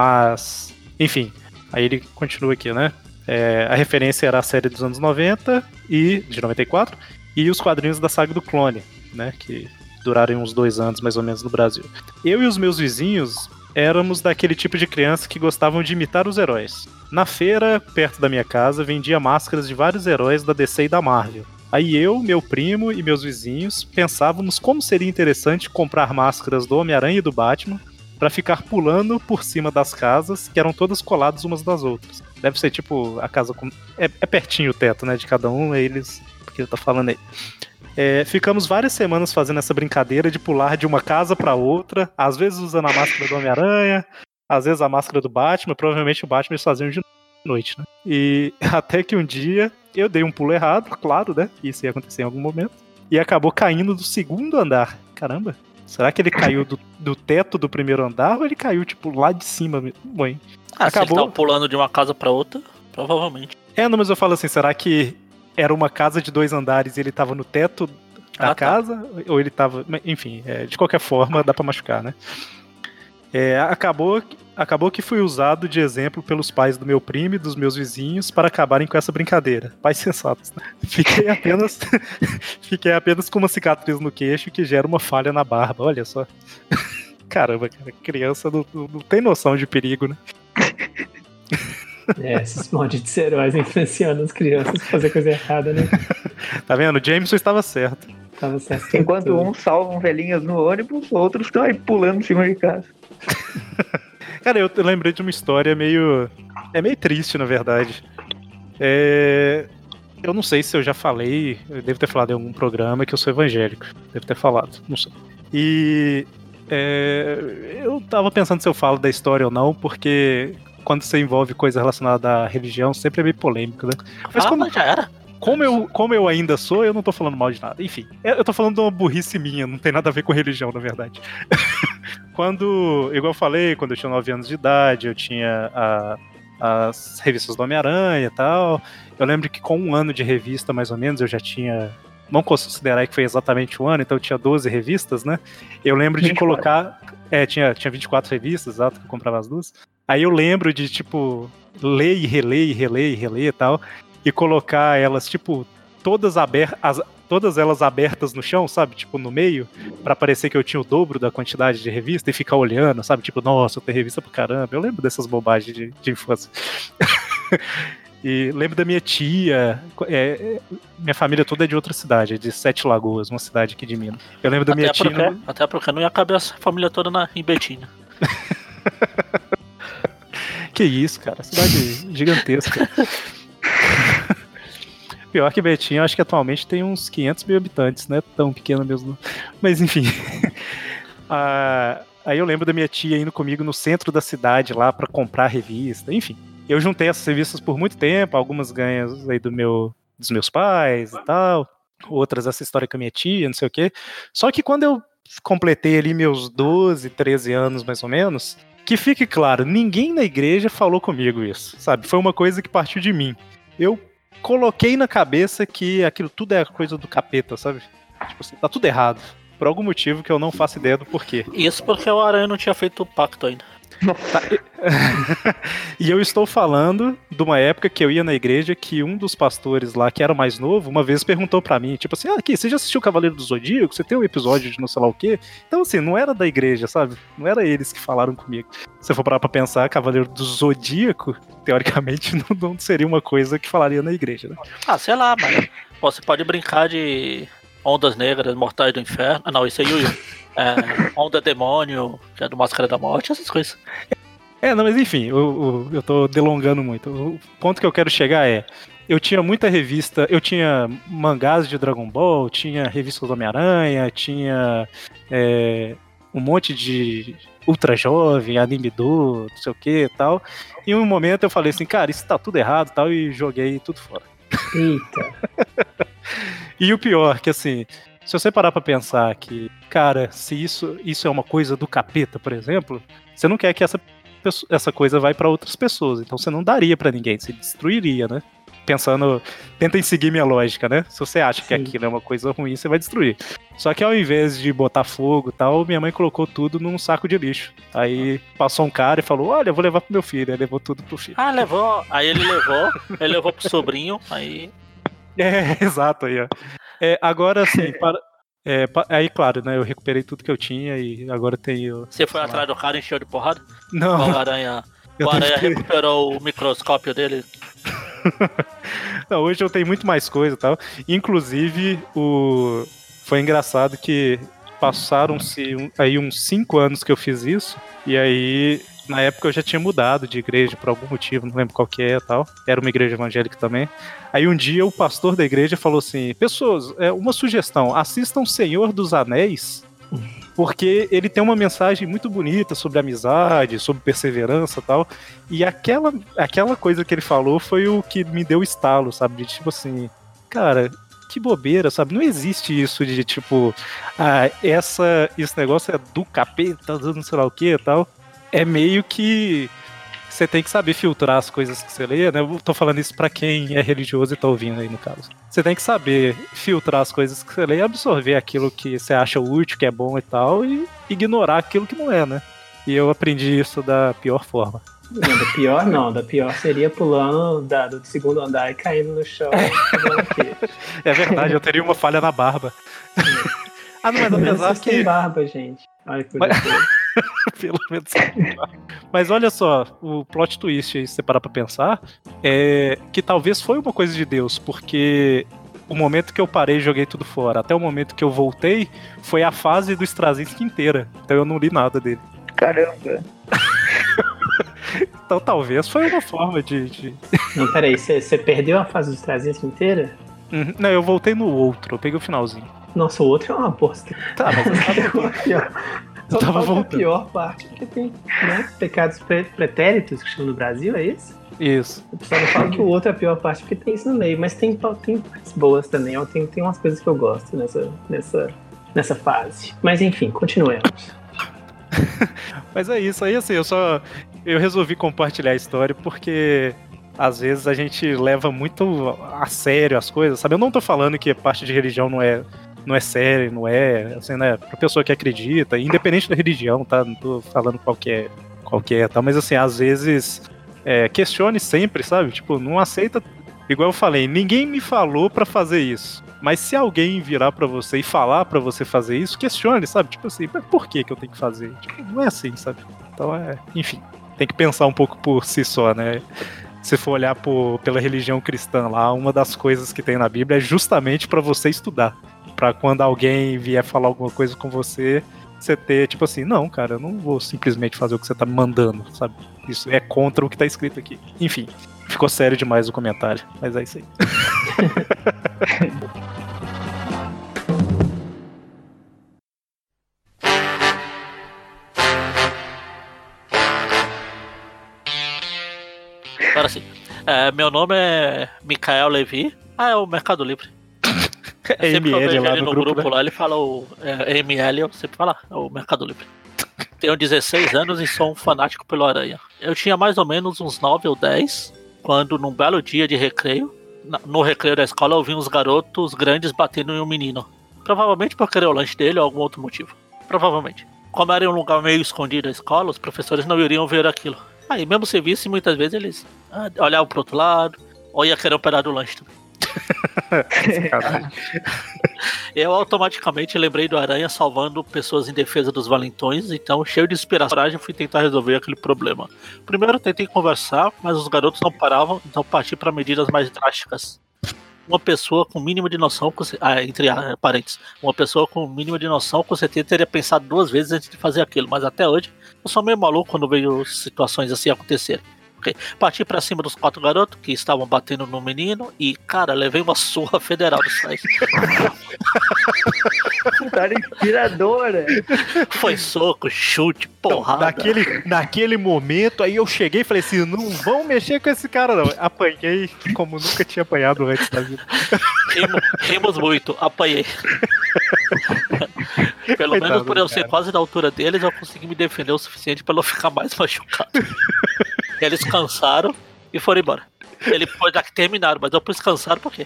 Speaker 2: Mas, enfim, aí ele continua aqui, né? É, a referência era a série dos anos noventa e de noventa e quatro e os quadrinhos da saga do Clone, né? Que duraram uns dois anos mais ou menos no Brasil. Eu e os meus vizinhos éramos daquele tipo de criança que gostavam de imitar os heróis. Na feira, perto da minha casa, vendia máscaras de vários heróis da D C e da Marvel. Aí eu, meu primo e meus vizinhos pensávamos como seria interessante comprar máscaras do Homem-Aranha e do Batman pra ficar pulando por cima das casas, que eram todas coladas umas das outras. Deve ser tipo a casa com... É, é pertinho o teto, né, de cada um, eles... Porque ele tá falando aí. É, ficamos várias semanas fazendo essa brincadeira de pular de uma casa pra outra, às vezes usando a máscara do Homem-Aranha, às vezes a máscara do Batman, provavelmente o Batman eles faziam de noite, né? E até que um dia eu dei um pulo errado, claro, né? Isso ia acontecer em algum momento. E acabou caindo do segundo andar. Caramba, será que ele caiu do, do teto do primeiro andar ou ele caiu, tipo, lá de cima mesmo? Bom,
Speaker 5: Ah, se ele
Speaker 2: acabou.
Speaker 5: tava pulando de uma casa pra outra, provavelmente.
Speaker 2: É, não, mas eu falo assim, será que era uma casa de dois andares e ele tava no teto da
Speaker 5: Ah, tá.
Speaker 2: casa? Ou ele tava... Enfim, é, de qualquer forma, dá pra machucar, né? É, acabou, acabou que fui usado de exemplo pelos pais do meu primo e dos meus vizinhos para acabarem com essa brincadeira. Pais sensatos, né? Fiquei apenas, fiquei apenas com uma cicatriz no queixo que gera uma falha na barba, olha só. Caramba, cara, criança não, não, não tem noção de perigo, né?
Speaker 4: É, esses malditos heróis influenciando as crianças a fazer coisa errada, né?
Speaker 2: Tá vendo? O Jameson estava certo.
Speaker 4: Tava certo.
Speaker 3: Enquanto
Speaker 4: tudo.
Speaker 3: uns salvam velhinhas no ônibus, outros estão aí pulando em cima de casa.
Speaker 2: Cara, eu lembrei de uma história meio... É meio triste, na verdade. É... Eu não sei se eu já falei, eu devo ter falado em algum programa que eu sou evangélico. Devo ter falado, não sei. E... É... Eu tava pensando se eu falo da história ou não, porque quando você envolve coisa relacionada à religião, sempre é meio polêmico, né? Mas
Speaker 5: ah,
Speaker 2: como...
Speaker 5: mas já era.
Speaker 2: Como eu, como eu ainda sou, eu não tô falando mal de nada. Enfim, eu tô falando de uma burrice minha, não tem nada a ver com religião, na verdade. Quando, igual eu falei, quando eu tinha nove anos de idade, eu tinha a, as revistas do Homem-Aranha e tal. Eu lembro que com um ano de revista, mais ou menos, eu já tinha... Vamos considerar que foi exatamente um ano, então eu tinha doze revistas, né? Eu lembro de
Speaker 3: vinte e quatro.
Speaker 2: colocar... É, tinha, tinha vinte e quatro revistas, exato, que eu comprava as duas. Aí eu lembro de, tipo, ler e reler e reler e reler e tal... E colocar elas, tipo, todas abertas, todas elas abertas no chão, sabe? Tipo, no meio, pra parecer que eu tinha o dobro da quantidade de revista e ficar olhando, sabe? Tipo, nossa, eu tenho revista pra caramba. Eu lembro dessas bobagens de, de infância. E lembro da minha tia. É, minha família toda é de outra cidade, é de Sete Lagoas, uma cidade aqui de Minas. Eu lembro da
Speaker 5: Até
Speaker 2: minha tia.
Speaker 5: porque,
Speaker 2: no-
Speaker 5: até porque não ia caber essa família toda na, em Betinha.
Speaker 2: Que isso, cara, cidade gigantesca. Pior que Betinho, acho que atualmente tem uns quinhentos mil habitantes, não é tão pequeno mesmo. Mas enfim. ah, aí eu lembro da minha tia indo comigo no centro da cidade lá pra comprar revista, enfim. Eu juntei essas revistas por muito tempo, algumas ganhas aí do meu, dos meus pais e tal, outras essa história com a minha tia, não sei o quê. Só que quando eu completei ali meus doze, treze anos mais ou menos, que fique claro, ninguém na igreja falou comigo isso, sabe? Foi uma coisa que partiu de mim. Eu coloquei na cabeça que aquilo tudo é coisa do capeta, sabe? Tipo assim, tá tudo errado. Por algum motivo que eu não faço ideia do porquê.
Speaker 5: Isso porque o Aranha não tinha feito o pacto ainda.
Speaker 2: Tá, e eu estou falando de uma época que eu ia na igreja que um dos pastores lá, que era mais novo, uma vez perguntou pra mim, tipo assim, ah, aqui, você já assistiu Cavaleiro do Zodíaco? Você tem um episódio de não sei lá o quê? Então assim, não era da igreja, sabe? Não era eles que falaram comigo. Se eu for parar pra pensar, Cavaleiro do Zodíaco, teoricamente, não, não seria uma coisa que falaria na igreja, né?
Speaker 5: Ah, sei lá, mano. Você pode brincar de Ondas Negras, Mortais do Inferno. Ah, não, isso é Yu-Yu. É, Onda Demônio, que é do Máscara da Morte, essas coisas.
Speaker 2: É, não, mas enfim, eu, eu, eu tô delongando muito. O ponto que eu quero chegar é, eu tinha muita revista, eu tinha mangás de Dragon Ball, tinha revistas do Homem-Aranha, tinha é, um monte de Ultra Jovem, Anime Do, não sei o que e tal. E em um momento eu falei assim, cara, isso tá tudo errado e tal, e joguei tudo fora.
Speaker 4: Eita.
Speaker 2: E o pior, que assim, se você parar pra pensar que, cara, se isso, isso é uma coisa do capeta, por exemplo, você não quer que essa, essa coisa vá pra outras pessoas, então você não daria pra ninguém, você destruiria, né? Pensando, tentem seguir minha lógica, né? Se você acha que
Speaker 4: Sim.
Speaker 2: aquilo é uma coisa ruim, você vai destruir. Só que ao invés de botar fogo e tal, minha mãe colocou tudo num saco de lixo. Aí passou um cara e falou, olha, eu vou levar pro meu filho. Aí levou tudo pro filho.
Speaker 5: Ah, levou. Aí ele levou, ele levou pro sobrinho, aí.
Speaker 2: É, exato aí, ó. É, agora, assim, para, é, pa- aí, claro, né, eu recuperei tudo que eu tinha e agora tenho...
Speaker 5: Você foi
Speaker 2: sei lá.
Speaker 5: atrás do cara e encheu de porrada?
Speaker 2: Não,
Speaker 5: O aranha,
Speaker 2: eu
Speaker 5: o aranha
Speaker 2: devo ter-
Speaker 5: recuperou o microscópio dele.
Speaker 2: Não, hoje eu tenho muito mais coisa e tal. Inclusive, o... foi engraçado que passaram-se um- aí uns cinco anos que eu fiz isso, e aí, na época eu já tinha mudado de igreja por algum motivo, não lembro qual que é e tal. Era uma igreja evangélica também. Aí um dia o pastor da igreja falou assim, pessoas, é, uma sugestão, assistam Senhor dos Anéis, porque ele tem uma mensagem muito bonita sobre amizade, sobre perseverança e tal. E aquela, aquela coisa que ele falou foi o que me deu estalo, sabe? De tipo assim, cara, que bobeira, sabe? Não existe isso de tipo, ah, essa, esse negócio é do capeta, do não sei lá o que e tal. É meio que você tem que saber filtrar as coisas que você lê, né? Eu tô falando isso pra quem é religioso e tá ouvindo aí, no caso. Você tem que saber filtrar as coisas que você lê, absorver aquilo que você acha útil, que é bom e tal, e ignorar aquilo que não é, né? E eu aprendi isso da pior forma.
Speaker 4: Não, da pior não, da pior seria pulando da- do segundo andar e caindo no chão. fazendo aqui.
Speaker 2: É verdade, eu teria uma falha na barba. Ah, não, mas
Speaker 4: Pelo menos
Speaker 2: apesar
Speaker 4: vocês têm
Speaker 2: que...
Speaker 4: barba, gente. Olha que coisa
Speaker 2: Mas-
Speaker 4: boa.
Speaker 2: Pelo menos. Mas olha só, o plot twist aí, se você parar pra pensar, é que talvez foi uma coisa de Deus, porque o momento que eu parei e joguei tudo fora, até o momento que eu voltei, foi a fase do Straczynski inteira. Então eu não li nada dele.
Speaker 3: Caramba.
Speaker 2: Então talvez foi uma forma de. de...
Speaker 4: Não, peraí, você você perdeu a fase dos Straczynski inteira?
Speaker 2: Uhum. Não, eu voltei no outro, eu peguei o finalzinho.
Speaker 4: Nossa, o outro é uma bosta.
Speaker 2: Tá, mas eu tava...
Speaker 4: Qual a pior-
Speaker 2: Eu tava
Speaker 4: qual que é a
Speaker 2: voltando.
Speaker 4: pior parte? Porque tem, né? Pecados pre- pretéritos que chamam no Brasil, é isso?
Speaker 2: Isso.
Speaker 4: O pessoal não fala que o outro é a pior parte porque tem isso no meio, mas tem, tem partes boas também. ó, Tem, tem umas coisas que eu gosto nessa, nessa, nessa fase. Mas enfim, continuemos.
Speaker 2: Mas é isso, aí assim, eu só. Eu resolvi compartilhar a história porque às vezes a gente leva muito a sério as coisas, sabe? Eu não tô falando que a parte de religião não é, não é séria, não é, assim, né? Pra pessoa que acredita, independente da religião, tá? Não tô falando qual que é, qual que é, tá? Mas assim, às vezes é, questione sempre, sabe? Tipo, não aceita. Igual eu falei, ninguém me falou pra fazer isso. Mas se alguém virar pra você e falar pra você fazer isso, questione, sabe? Tipo assim, mas por que que eu tenho que fazer? Tipo, não é assim, sabe? Então é, enfim, tem que pensar um pouco por si só, né? Se for olhar por, pela religião cristã lá, uma das coisas que tem na Bíblia é justamente pra você estudar. Pra quando alguém vier falar alguma coisa com você, você ter, tipo assim, não, cara, eu não vou simplesmente fazer o que você tá me mandando, sabe? Isso é contra o que tá escrito aqui. Enfim, ficou sério demais o comentário, mas é isso aí.
Speaker 5: Agora sim. É, meu nome é Mikael Levi. Ah, é o Mercado Livre.
Speaker 2: É
Speaker 5: Sempre que eu
Speaker 2: M L
Speaker 5: vejo
Speaker 2: lá
Speaker 5: ele
Speaker 2: no
Speaker 5: no
Speaker 2: grupo,
Speaker 5: grupo
Speaker 2: né?
Speaker 5: lá, ele fala o é, M L, eu sempre falo, ah, é o Mercado Livre. Tenho dezesseis anos e sou um fanático pelo Aranha. Eu tinha mais ou menos uns nove ou dez, quando num belo dia de recreio, na- no recreio da escola, eu vi uns garotos grandes batendo em um menino. Provavelmente por querer o lanche dele ou algum outro motivo. Provavelmente. como era um lugar meio escondido da escola, os professores não iriam ver aquilo. Aí, mesmo se visse, muitas vezes eles ah, olhavam pro outro lado, ou ia querer um pedaço do lanche também. Eu automaticamente lembrei do Aranha salvando pessoas em defesa dos valentões, então, cheio de inspiração, eu fui tentar resolver aquele problema. Primeiro, tentei conversar, mas os garotos não paravam, então parti para medidas mais drásticas. Uma pessoa com mínimo de noção, com, ah, entre ah, parênteses, uma pessoa com mínimo de noção com certeza teria pensado duas vezes antes de fazer aquilo, mas até hoje eu sou meio maluco quando vejo situações assim acontecerem. Okay. Parti pra cima dos quatro garotos que estavam batendo no menino e, cara, levei uma surra federal dos pais.
Speaker 3: Cara inspiradora.
Speaker 5: Foi soco, chute, porrada.
Speaker 2: Naquele, naquele momento, aí eu cheguei e falei assim, não vão mexer com esse cara não. Apanhei como nunca tinha apanhado antes da vida.
Speaker 5: Rimo, rimos muito, apanhei. Pelo
Speaker 2: Coitado,
Speaker 5: menos por eu
Speaker 2: cara.
Speaker 5: ser quase da altura deles, eu consegui me defender o suficiente pra não ficar mais machucado. Eles cansaram e foram embora. Eles já que terminaram, mas eu pus cansaram por quê?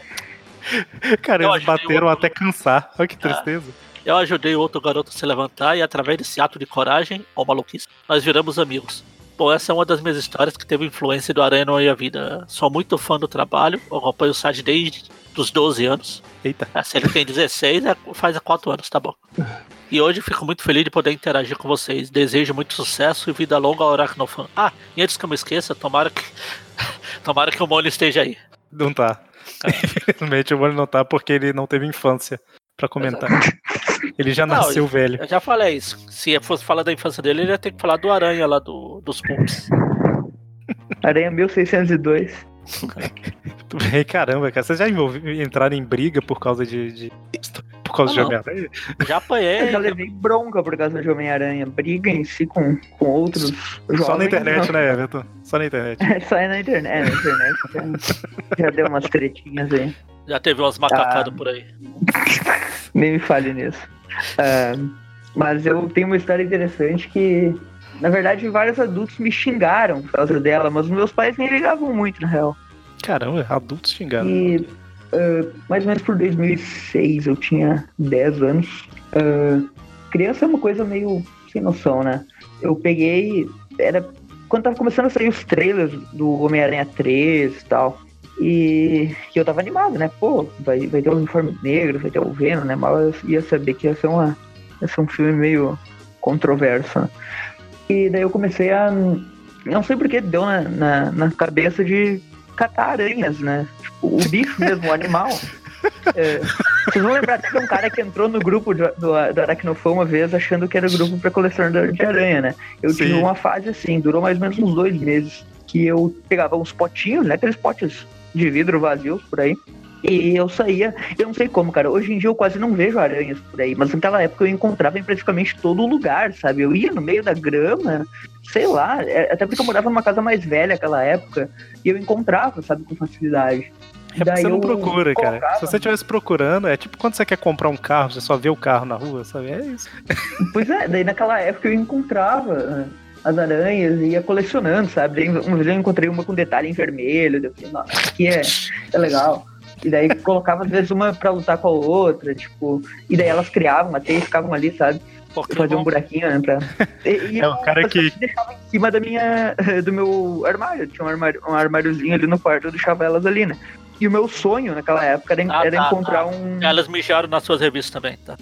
Speaker 2: Cara,
Speaker 5: Eu
Speaker 2: eles
Speaker 5: ajudei
Speaker 2: bateram
Speaker 5: o-
Speaker 2: até cansar. Olha que tristeza.
Speaker 5: Eu ajudei o outro garoto a se levantar e através desse ato de coragem, ou maluquice, nós viramos amigos. Bom, essa é uma das minhas histórias que teve influência do Aranha na minha vida. Sou muito fã do trabalho, eu acompanho o site desde os doze anos.
Speaker 2: Eita.
Speaker 5: Ah, se ele tem dezesseis, é- faz quatro anos, tá bom. E hoje fico muito feliz de poder interagir com vocês. Desejo muito sucesso e vida longa ao Aracnofan. Ah, e antes que eu me esqueça, tomara que tomara que o Mônio esteja aí.
Speaker 2: Não tá. Infelizmente o Mônio não tá porque ele não teve infância pra comentar. Ele já
Speaker 5: Não,
Speaker 2: nasceu velho.
Speaker 5: Eu já falei isso. Se eu fosse falar da infância dele, ele ia ter que falar do Aranha lá do, dos Pumps.
Speaker 3: Aranha mil seiscentos e dois.
Speaker 2: Tudo bem, caramba, cara. Vocês já envolvi- entraram em briga por causa de. de- por causa
Speaker 5: Ah,
Speaker 2: de
Speaker 5: não.
Speaker 2: Homem-Aranha?
Speaker 5: Já apanhei.
Speaker 3: Eu já levei bronca por causa de Homem-Aranha. Briga em si com, com outros jovens.
Speaker 2: Só na internet,
Speaker 3: não.
Speaker 2: né, Everton? Só na internet.
Speaker 3: É só é na internet. É, na internet. Já, já deu umas tretinhas aí.
Speaker 5: Já teve umas macacadas
Speaker 3: Ah.
Speaker 5: por aí.
Speaker 3: Nem me fale nisso. Ah, mas eu tenho uma história interessante que, na verdade, vários adultos me xingaram por causa dela, mas os meus pais nem ligavam muito, na real.
Speaker 2: Caramba, adultos xingaram.
Speaker 3: E ah, mais ou menos por dois mil e seis, eu tinha dez anos. Ah, criança é uma coisa meio sem noção, né? Eu peguei... Era quando tava começando a sair os trailers do Homem-Aranha três e tal. E, e eu tava animado, né? Pô, vai, vai ter o Uniforme Negro, vai ter o Venom, né? Mal eu ia saber que ia ser, uma, ia ser um filme meio controverso, né? E daí eu comecei a... Não sei porque deu na, na, na cabeça de catar aranhas, né? Tipo, o bicho mesmo, o animal. É, vocês vão lembrar até que um cara que entrou no grupo do, do, do Aracnofan uma vez achando que era o grupo pra colecionador de aranha, né? Eu
Speaker 2: Sim.
Speaker 3: tive uma fase assim, durou mais ou menos uns dois meses, que eu pegava uns potinhos, né? Aqueles potes de vidro vazios por aí. E eu saía, eu não sei como, cara. Hoje em dia eu quase não vejo aranhas por aí, mas naquela época eu encontrava em praticamente todo lugar, sabe? Eu ia no meio da grama, sei lá, é- até porque eu morava numa casa mais velha naquela época, e eu encontrava, sabe, com facilidade.
Speaker 2: É porque
Speaker 3: Daí
Speaker 2: você não
Speaker 3: eu
Speaker 2: procura, cara.
Speaker 3: colocava-
Speaker 2: Se você estivesse procurando, é tipo quando você quer comprar um carro, você só vê o carro na rua, sabe? É isso.
Speaker 3: Pois é, daí naquela época eu encontrava ah, as aranhas e ia colecionando, sabe? Daí uma vez eu encontrei uma com detalhe em vermelho, daí eu falei, nossa, isso aqui é, é legal. E daí colocava às vezes uma pra lutar com a outra, tipo, e daí elas criavam até e ficavam ali, sabe?
Speaker 5: Porque
Speaker 3: Eu fazia um buraquinho, né, pra... E, e
Speaker 2: É o
Speaker 3: eu,
Speaker 2: cara que-
Speaker 3: deixava em cima da minha, do meu armário, tinha um armário, um armáriozinho ali no quarto, eu deixava elas ali, né? E o meu sonho naquela época era,
Speaker 5: Ah,
Speaker 3: era
Speaker 5: tá,
Speaker 3: encontrar
Speaker 5: tá.
Speaker 3: um...
Speaker 5: elas mijaram nas suas revistas também, tá?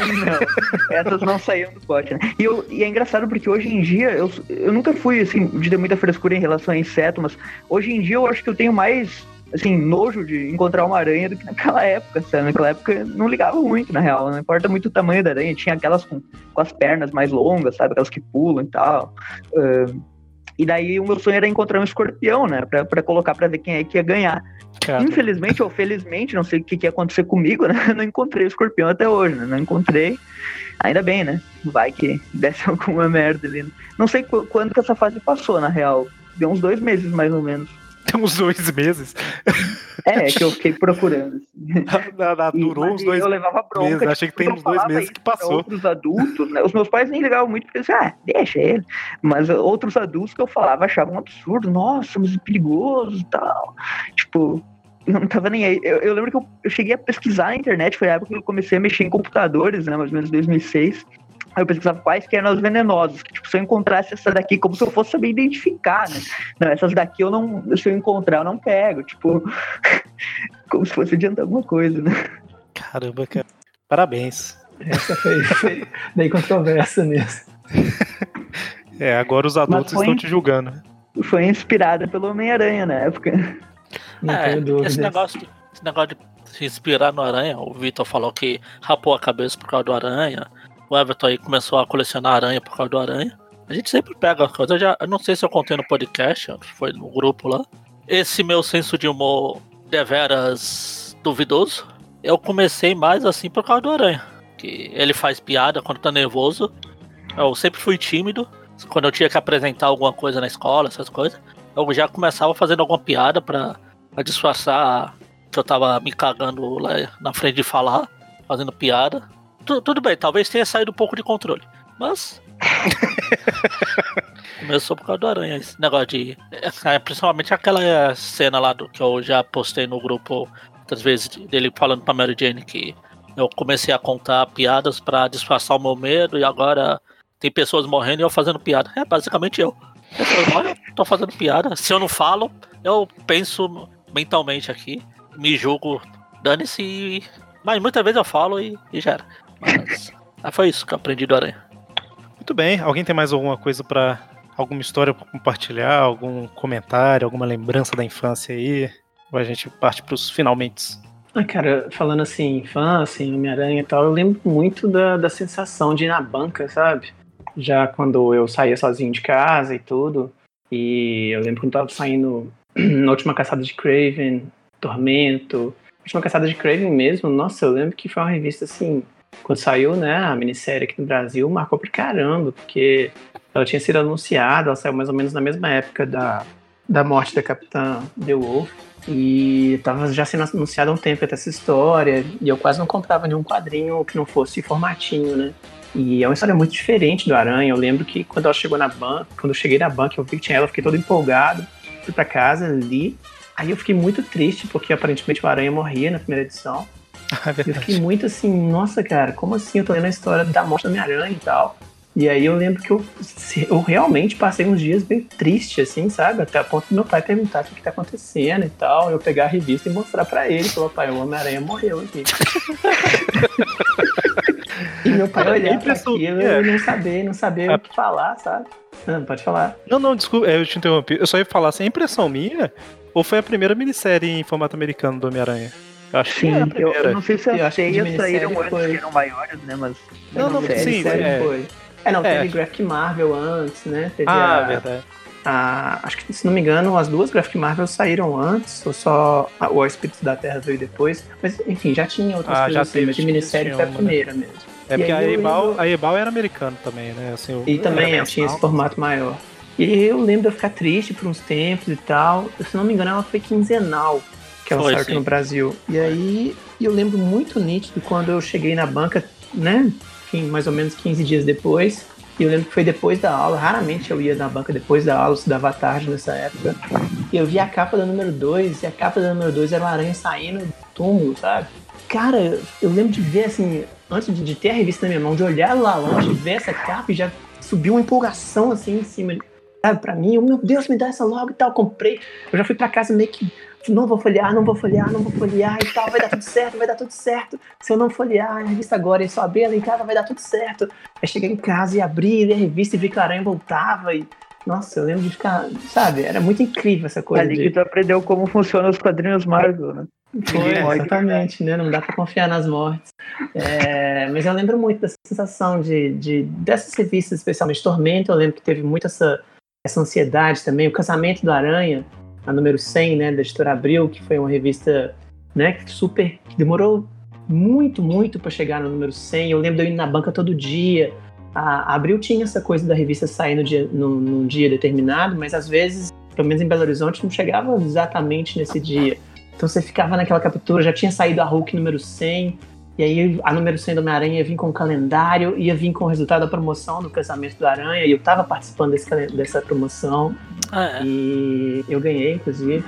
Speaker 3: Não, essas não saíam do pote, né? E, eu, e é engraçado porque hoje em dia, eu, eu nunca fui, assim, de ter muita frescura em relação a inseto, mas hoje em dia eu acho que eu tenho mais, assim, nojo de encontrar uma aranha do que naquela época, sabe? Naquela época eu não ligava muito, na real, não importa muito o tamanho da aranha, tinha aquelas com, com as pernas mais longas, sabe? Aquelas que pulam e tal. Ahn, e daí o meu sonho era encontrar um escorpião, né? Pra, pra colocar pra ver quem é que ia ganhar.
Speaker 2: Cara,
Speaker 3: Infelizmente ou felizmente, não sei o que, que ia acontecer comigo, né? Não encontrei o escorpião até hoje, né? Não encontrei. Ainda bem, né? Vai que desse alguma merda ali. Né? Não sei qu- quando que essa fase passou, na real. Deu uns dois meses, mais ou menos.
Speaker 2: tem uns dois meses.
Speaker 3: É, que eu fiquei procurando. Assim.
Speaker 2: Na- na-
Speaker 3: E-
Speaker 2: Durou
Speaker 3: mas
Speaker 2: uns dois
Speaker 3: eu levava bronca.
Speaker 2: meses. Achei que tem
Speaker 3: eu
Speaker 2: uns dois
Speaker 3: falava
Speaker 2: meses
Speaker 3: isso
Speaker 2: que
Speaker 3: pra
Speaker 2: passou.
Speaker 3: Outros adultos, né? Os meus pais nem ligavam muito, porque eles diziam, ah, deixa ele. Mas uh, outros adultos que eu falava achavam um absurdo. Nossa, mas é perigoso e tal. Tipo... Eu não tava nem aí. Eu, eu lembro que eu, eu cheguei a pesquisar na internet, foi a época que eu comecei a mexer em computadores, né? Mais ou menos dois mil e seis. Aí eu pesquisava quais que eram as venenosas. Que, tipo, se eu encontrasse essa daqui, como se eu fosse saber identificar, né? Não, essas daqui eu não, se eu encontrar, eu não pego. Tipo, como se fosse adiantar alguma coisa, né?
Speaker 2: Caramba, cara. Parabéns.
Speaker 4: Essa foi, foi bem controversa mesmo.
Speaker 2: É, agora os adultos
Speaker 3: foi-
Speaker 2: estão te julgando.
Speaker 3: Foi inspirada pelo Homem-Aranha na época.
Speaker 4: Não
Speaker 5: É,
Speaker 4: tenho dúvidas.
Speaker 5: esse negócio, de, esse negócio de se inspirar no Aranha, o Vitor falou que rapou a cabeça por causa do Aranha. O Everton aí começou a colecionar aranha por causa do Aranha. A gente sempre pega as coisas. Eu, já, eu não sei se eu contei no podcast, foi no grupo lá. Esse meu senso de humor deveras duvidoso, eu comecei mais assim por causa do Aranha. Que ele faz piada quando tá nervoso. Eu sempre fui tímido. Quando eu tinha que apresentar alguma coisa na escola, essas coisas, eu já começava fazendo alguma piada pra, pra disfarçar que eu tava me cagando lá na frente de falar, fazendo piada. Tu, tudo bem, talvez tenha saído um pouco de controle, mas começou por causa do Aranha, esse negócio de... É, principalmente aquela cena lá do, que eu já postei no grupo outras vezes, dele falando pra Mary Jane que eu comecei a contar piadas pra disfarçar o meu medo e agora tem pessoas morrendo e eu fazendo piada. É basicamente eu. Pessoas morrem, eu tô fazendo piada. Se eu não falo, eu penso mentalmente aqui, me julgo, dane-se, e... mas muitas vezes eu falo e, e já era. Mas ah, foi isso que eu aprendi do Aranha.
Speaker 2: Muito bem. Alguém tem mais alguma coisa pra... alguma história pra compartilhar? Algum comentário? Alguma lembrança da infância aí? Ou a gente parte pros finalmente?
Speaker 4: Ah, cara, falando assim, infância, Homem-Aranha e tal, eu lembro muito da, da sensação de ir na banca, sabe? Já quando eu saía sozinho de casa e tudo. E eu lembro quando eu tava saindo na última caçada de Kraven, Tormento. A última caçada de Kraven mesmo, nossa, eu lembro que foi uma revista assim, quando saiu, né, a minissérie aqui no Brasil, marcou pra caramba, porque ela tinha sido anunciada, ela saiu mais ou menos na mesma época da, da morte da Capitã The Wolf. E tava já sendo anunciada há um tempo até essa história, e eu quase não comprava nenhum quadrinho que não fosse formatinho, né? E é uma história muito diferente do Aranha. Eu lembro que quando ela chegou na banca, quando eu cheguei na banca, eu vi que tinha ela, eu fiquei todo empolgado, fui pra casa, li. Aí eu fiquei muito triste, porque aparentemente o Aranha morria na primeira edição.
Speaker 2: É
Speaker 4: Eu
Speaker 2: verdade.
Speaker 4: fiquei muito assim, nossa, cara, como assim? Eu tô lendo a história da morte do Homem-Aranha e tal. E aí eu lembro que eu, eu realmente passei uns dias bem triste, assim, sabe? Até a ponto do meu pai perguntar o que, que tá acontecendo e tal. Eu pegar a revista e mostrar pra ele. Falar, pai, o Homem-Aranha morreu aqui. E meu pai
Speaker 2: Cara, é
Speaker 4: olhar pra
Speaker 2: impression-
Speaker 4: aquilo
Speaker 2: é.
Speaker 4: e não saber, não saber
Speaker 2: Ah.
Speaker 4: o que falar, sabe? Não, pode falar.
Speaker 2: Não, não, desculpa, eu te interrompi. Eu só ia falar assim, é impressão minha? Ou foi a primeira minissérie em formato americano do Homem-Aranha? Eu acho que
Speaker 3: Sim,
Speaker 2: é a
Speaker 3: eu,
Speaker 2: primeira.
Speaker 3: eu não sei se
Speaker 4: Eu
Speaker 3: as
Speaker 4: acho que de
Speaker 3: teias
Speaker 4: minissérie
Speaker 3: saíram antes,
Speaker 4: foi.
Speaker 3: que eram maiores, né? Mas.
Speaker 2: Não, não,
Speaker 3: série,
Speaker 2: sim,
Speaker 3: série.
Speaker 2: é.
Speaker 4: foi. É, não,
Speaker 2: É.
Speaker 4: teve Graphic Marvel antes, né? Teve
Speaker 2: Ah,
Speaker 4: a,
Speaker 2: verdade.
Speaker 4: a- acho que, se não me engano, as duas Graphic Marvel saíram antes, ou só a- o Espírito da Terra veio depois. Mas, enfim, já tinha outras
Speaker 2: Ah,
Speaker 4: coisas
Speaker 2: já
Speaker 4: assim,
Speaker 2: teve,
Speaker 4: mas de
Speaker 2: tinha-
Speaker 4: minissérie
Speaker 2: tinha
Speaker 4: foi a
Speaker 2: uma, né?
Speaker 4: primeira mesmo.
Speaker 2: É
Speaker 4: E
Speaker 2: porque a
Speaker 4: aí eu
Speaker 2: Ebal,
Speaker 4: lembro-
Speaker 2: a Ebal era americano também, né? Assim, o-
Speaker 4: E também
Speaker 2: era
Speaker 4: é, tinha esse
Speaker 2: mensal.
Speaker 4: formato maior. E aí eu lembro de eu ficar triste por uns tempos e tal. Se não me engano, ela foi quinzenal que ela
Speaker 5: Foi,
Speaker 4: saiu aqui
Speaker 5: sim.
Speaker 4: no Brasil. E aí eu lembro muito nítido quando eu cheguei na banca, né? Enfim, mais ou menos quinze dias depois. E eu lembro que foi depois da aula. Raramente eu ia na banca depois da aula, eu estudava à tarde nessa época. E eu vi a capa da número dois, e a capa da número dois era uma aranha saindo do túmulo, sabe? Cara, eu, eu lembro de ver assim, antes de, de ter a revista na minha mão, de olhar lá longe, ver essa capa e já subiu uma empolgação assim em cima, sabe, pra mim. Eu, meu Deus, me dá essa logo e tal. Comprei. Eu já fui pra casa meio que, não vou folhear, não vou folhear, não vou folhear e tal. Vai dar tudo certo, vai dar tudo certo. Se eu não folhear a revista agora e só abrir ela em casa, vai dar tudo certo. Aí cheguei em casa e abri, li a revista e vi que a aranha voltava e... Nossa, eu lembro de ficar, sabe, era muito incrível essa coisa.
Speaker 3: Ali
Speaker 4: de...
Speaker 3: que tu aprendeu como funcionam os quadrinhos Marvel, né?
Speaker 4: Foi,
Speaker 3: Ninguém morre de
Speaker 4: exatamente, né? Não dá pra confiar nas mortes. É, mas eu lembro muito dessa sensação de, de dessas revistas, especialmente Tormento. Eu lembro que teve muito essa, essa ansiedade também. O Casamento do Aranha, a número cem, né, da editora Abril, que foi uma revista, né, que super que demorou muito, muito pra chegar no número cem. Eu lembro de eu ir na banca todo dia. A Abril tinha essa coisa da revista sair no dia, no, num dia determinado, mas às vezes, pelo menos em Belo Horizonte, não chegava exatamente nesse dia. Então você ficava naquela captura, já tinha saído a Hulk número cem, e aí a número cem do Homem-Aranha ia vir com o calendário, ia vir com o resultado da promoção do Casamento do Aranha, e eu tava participando desse, dessa promoção,
Speaker 5: Ah, é.
Speaker 4: e eu ganhei, inclusive.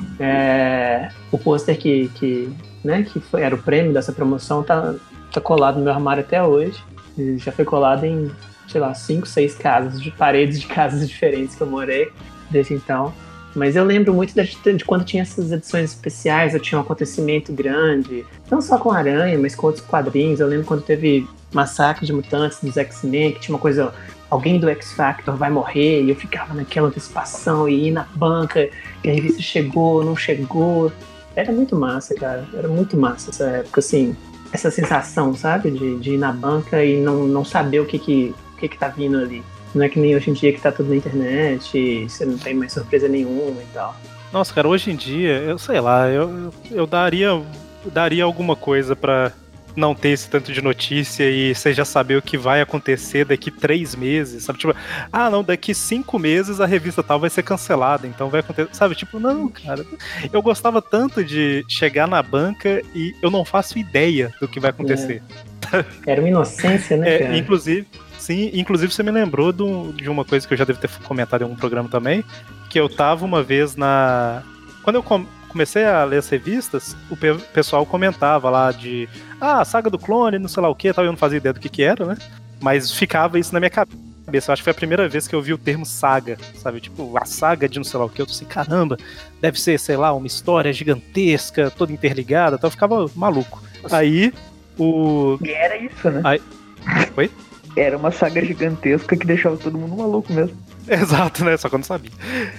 Speaker 4: É, o pôster que, que, né, que foi, era o prêmio dessa promoção tá, tá colado no meu armário até hoje. Ele já foi colado em, sei lá, cinco, seis casas, de paredes de casas diferentes que eu morei desde então. Mas eu lembro muito de, de quando tinha essas edições especiais, eu tinha um acontecimento grande, não só com Aranha, mas com outros quadrinhos. Eu lembro quando teve Massacre de Mutantes dos X-Men, que tinha uma coisa, alguém do X-Factor vai morrer, e eu ficava naquela antecipação e ir na banca, e a revista chegou, não chegou. Era muito massa, cara, era muito massa essa época, assim, essa sensação, sabe, de, de ir na banca e não, não saber o que que, o que que tá vindo ali. Não é que nem hoje em dia que tá tudo na internet, e você não tem mais surpresa nenhuma e tal.
Speaker 2: Nossa, cara, hoje em dia, eu sei lá, eu, eu, eu daria, eu daria alguma coisa pra não ter esse tanto de notícia e você já saber o que vai acontecer daqui três meses, sabe? Tipo, ah, não, daqui cinco meses a revista tal vai ser cancelada, então vai acontecer, sabe? Tipo, não, cara, eu gostava tanto de chegar na banca e eu não faço ideia do que vai acontecer.
Speaker 4: É. Era uma inocência, né,
Speaker 2: é,
Speaker 4: cara?
Speaker 2: Inclusive... Sim, inclusive você me lembrou do, de uma coisa que eu já devo ter comentado em algum programa também, que eu tava uma vez na... Quando eu com... comecei a ler as revistas, o pe... pessoal comentava lá de ah, Saga do Clone, não sei lá o que, tal, eu não fazia ideia do que que era, né? Mas ficava isso na minha cabeça. Eu acho que foi a primeira vez que eu vi o termo saga, sabe? Tipo, a saga de não sei lá o que. Eu tô assim, caramba, deve ser, sei lá, uma história gigantesca, toda interligada, então eu ficava maluco. Aí, o...
Speaker 3: E era isso, né?
Speaker 2: Aí... Oi?
Speaker 3: Era uma saga gigantesca que deixava todo mundo maluco mesmo.
Speaker 2: Exato, né? Só que eu não sabia.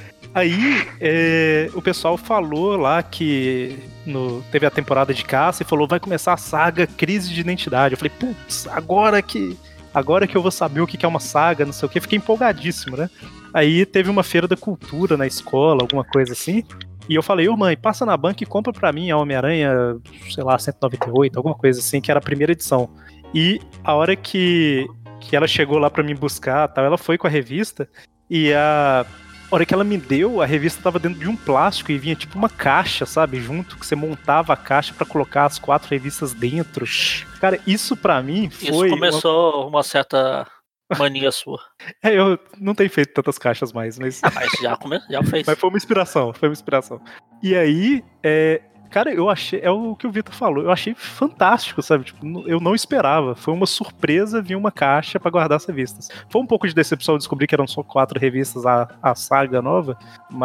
Speaker 2: Aí, é, o pessoal falou lá que no, teve a temporada de caça e falou, vai começar a saga Crise de Identidade. Eu falei, putz, agora que, agora que eu vou saber o que é uma saga, não sei o que. Fiquei empolgadíssimo, né? Aí teve uma feira da cultura na escola, alguma coisa assim. E eu falei, ô mãe, passa na banca e compra pra mim a Homem-Aranha, sei lá, cento e noventa e oito, alguma coisa assim, que era a primeira edição. E a hora que... que ela chegou lá pra me buscar, tal, ela foi com a revista e a hora que ela me deu, a revista tava dentro de um plástico e vinha tipo uma caixa, sabe, junto, que você montava a caixa pra colocar as quatro revistas dentro. Cara, isso pra mim foi...
Speaker 5: Isso começou uma, uma certa mania sua.
Speaker 2: É, eu não tenho feito tantas caixas mais, mas...
Speaker 5: Ah, mas já, come... já fez.
Speaker 2: Mas foi uma inspiração, foi uma inspiração. E aí, é... cara, eu achei, é o que o Vitor falou, eu achei fantástico, sabe? Tipo, eu não esperava. Foi uma surpresa vir uma caixa pra guardar as revistas. Foi um pouco de decepção descobrir que eram só quatro revistas a, a saga nova,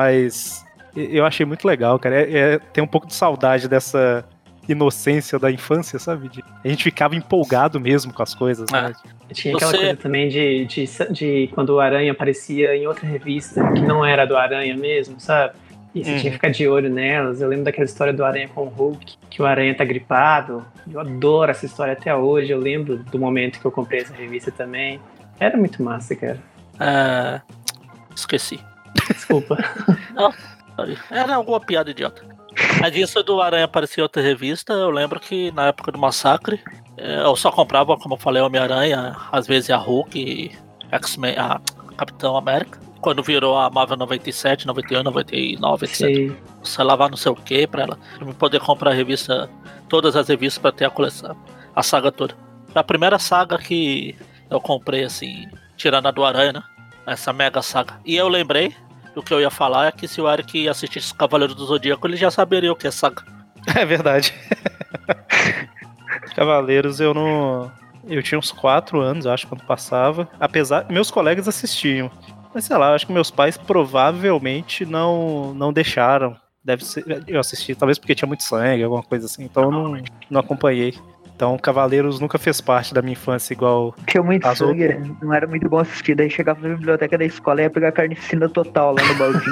Speaker 2: mas eu achei muito legal, cara. É, é, tem um pouco de saudade dessa inocência da infância, sabe? De, a gente ficava empolgado mesmo com as coisas, né?
Speaker 5: É.
Speaker 4: Tinha aquela
Speaker 5: Você...
Speaker 4: coisa também de, de, de quando o Aranha aparecia em outra revista que não era do Aranha mesmo, sabe? E você uhum. tinha que ficar de olho nelas. Eu lembro daquela história do Aranha com o Hulk, que o Aranha tá gripado. Eu adoro essa história até hoje. Eu lembro do momento que eu comprei essa revista também. Era muito massa, cara.
Speaker 5: É... Esqueci.
Speaker 4: Desculpa.
Speaker 5: Não, era alguma piada idiota. Mas isso do Aranha aparecer em outra revista, eu lembro que na época do Massacre, eu só comprava, como eu falei, Homem-Aranha, às vezes a Hulk, X-Men, a Capitão América. Quando virou a Marvel noventa e sete, noventa e um, noventa e nove, etcétera. Sim. Sei lá, não sei o que, pra ela pra poder comprar a revista, todas as revistas pra ter a coleção, a saga toda. Foi a primeira saga que eu comprei, assim, tirando a do Aranha, né? Essa mega saga. E eu lembrei do que eu ia falar, é que se o Eric assistisse Cavaleiros do Zodíaco, ele já saberia o que é saga.
Speaker 2: É verdade. Cavaleiros eu não... Eu tinha uns quatro anos, eu acho, quando passava. Apesar... Meus colegas assistiam. Mas sei lá, eu acho que meus pais provavelmente não, não deixaram. Deve ser... Eu assisti, talvez porque tinha muito sangue, alguma coisa assim. Então eu não, não acompanhei. Então Cavaleiros nunca fez parte da minha infância igual...
Speaker 3: Tinha muito sangue, outras. Não era muito bom assistir. Daí chegava na biblioteca da escola e ia pegar carnificina total lá no baldinho.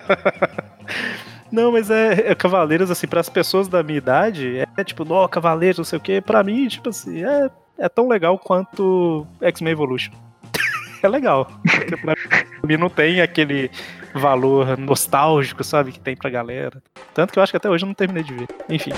Speaker 2: Não, mas é, é Cavaleiros, assim, para as pessoas da minha idade, é, é tipo, nó, Cavaleiros, não sei o quê. Pra mim, tipo assim, é, é tão legal quanto X-Men Evolution. É legal. Porque pra mim não tem aquele valor nostálgico, sabe, que tem pra galera. Tanto que eu acho que até hoje eu não terminei de ver. Enfim.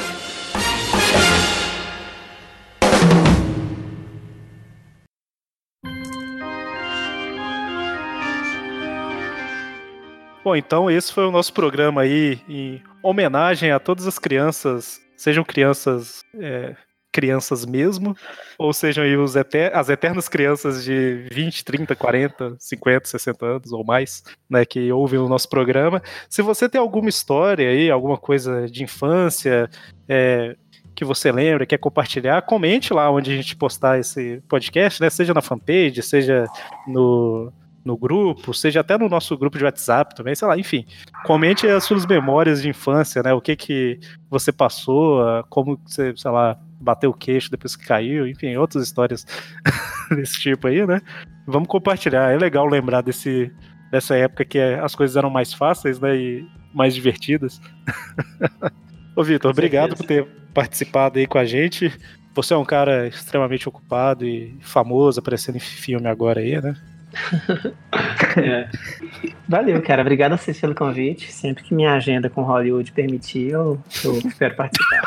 Speaker 2: Bom, então esse foi o nosso programa aí em homenagem a todas as crianças, sejam crianças é, crianças mesmo, ou sejam aí os eter- as eternas crianças de vinte, trinta, quarenta, cinquenta, sessenta anos ou mais, né, que ouvem o nosso programa. Se você tem alguma história aí, alguma coisa de infância, é, que você lembra, quer compartilhar, comente lá onde a gente postar esse podcast, né? Seja na fanpage, seja no, no grupo, seja até no nosso grupo de WhatsApp também, sei lá, enfim. Comente as suas memórias de infância, né? O que que você passou, como você, sei lá, bateu o queixo depois que caiu, enfim, outras histórias desse tipo aí, né? Vamos compartilhar, é legal lembrar desse, dessa época que as coisas eram mais fáceis, né? E mais divertidas. Ô, Vitor, obrigado por ter participado aí com a gente. Você é um cara extremamente ocupado e famoso, aparecendo em filme agora aí, né?
Speaker 4: É. Valeu, cara. Obrigado a vocês pelo convite. Sempre que minha agenda com Hollywood permitir, eu, eu espero participar.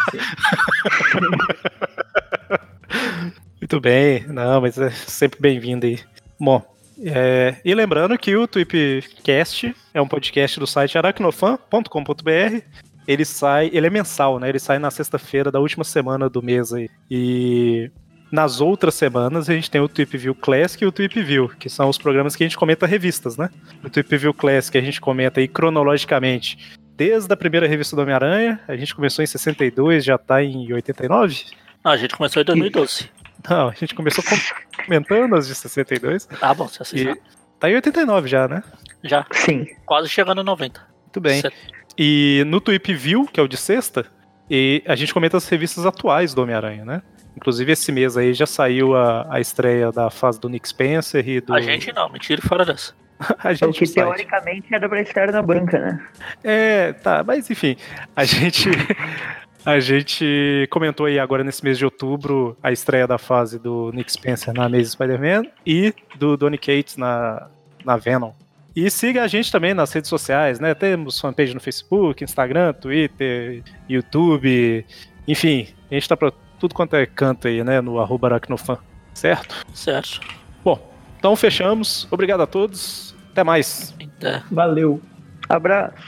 Speaker 2: Muito bem. Não, mas é sempre bem-vindo aí. Bom, é, e lembrando que o Tweepcast é um podcast do site aracnofan ponto com ponto b r. Ele sai, ele é mensal, né? Ele sai na sexta-feira da última semana do mês aí. E nas outras semanas a gente tem o Tweepview Classic e o Tweepview, que são os programas que a gente comenta revistas, né? O Tweepview Classic a gente comenta aí cronologicamente desde a primeira revista do Homem-Aranha. A gente começou em sessenta e dois, já tá em oitenta e nove?
Speaker 5: Não, a gente começou em dois mil e doze.
Speaker 2: Não, a gente começou comentando as de sessenta e dois.
Speaker 5: Ah, bom, se assim
Speaker 2: e tá em oitenta e nove já, né?
Speaker 5: Já.
Speaker 3: Sim.
Speaker 5: Quase chegando em noventa.
Speaker 2: Muito bem. Certo. E no Tweepview, que é o de sexta, e a gente comenta as revistas atuais do Homem-Aranha, né? Inclusive esse mês aí já saiu a, a estreia da fase do Nick Spencer e do...
Speaker 5: A gente não, mentira, fora dessa.
Speaker 2: A gente
Speaker 3: o que teoricamente era pra estar na banca, né?
Speaker 2: É, tá, mas enfim, a gente... A gente comentou aí agora nesse mês de outubro a estreia da fase do Nick Spencer na Amazing Spider-Man e do Donny Cates na, na Venom. E siga a gente também nas redes sociais, né? Temos fanpage no Facebook, Instagram, Twitter, YouTube, enfim, a gente tá pra tudo quanto é canto aí, né? No arroba aracnofan, certo?
Speaker 5: Certo.
Speaker 2: Bom, então fechamos. Obrigado a todos. Até mais.
Speaker 5: É.
Speaker 4: Valeu.
Speaker 3: Abraço.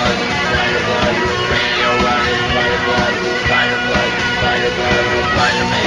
Speaker 1: Spider-Man.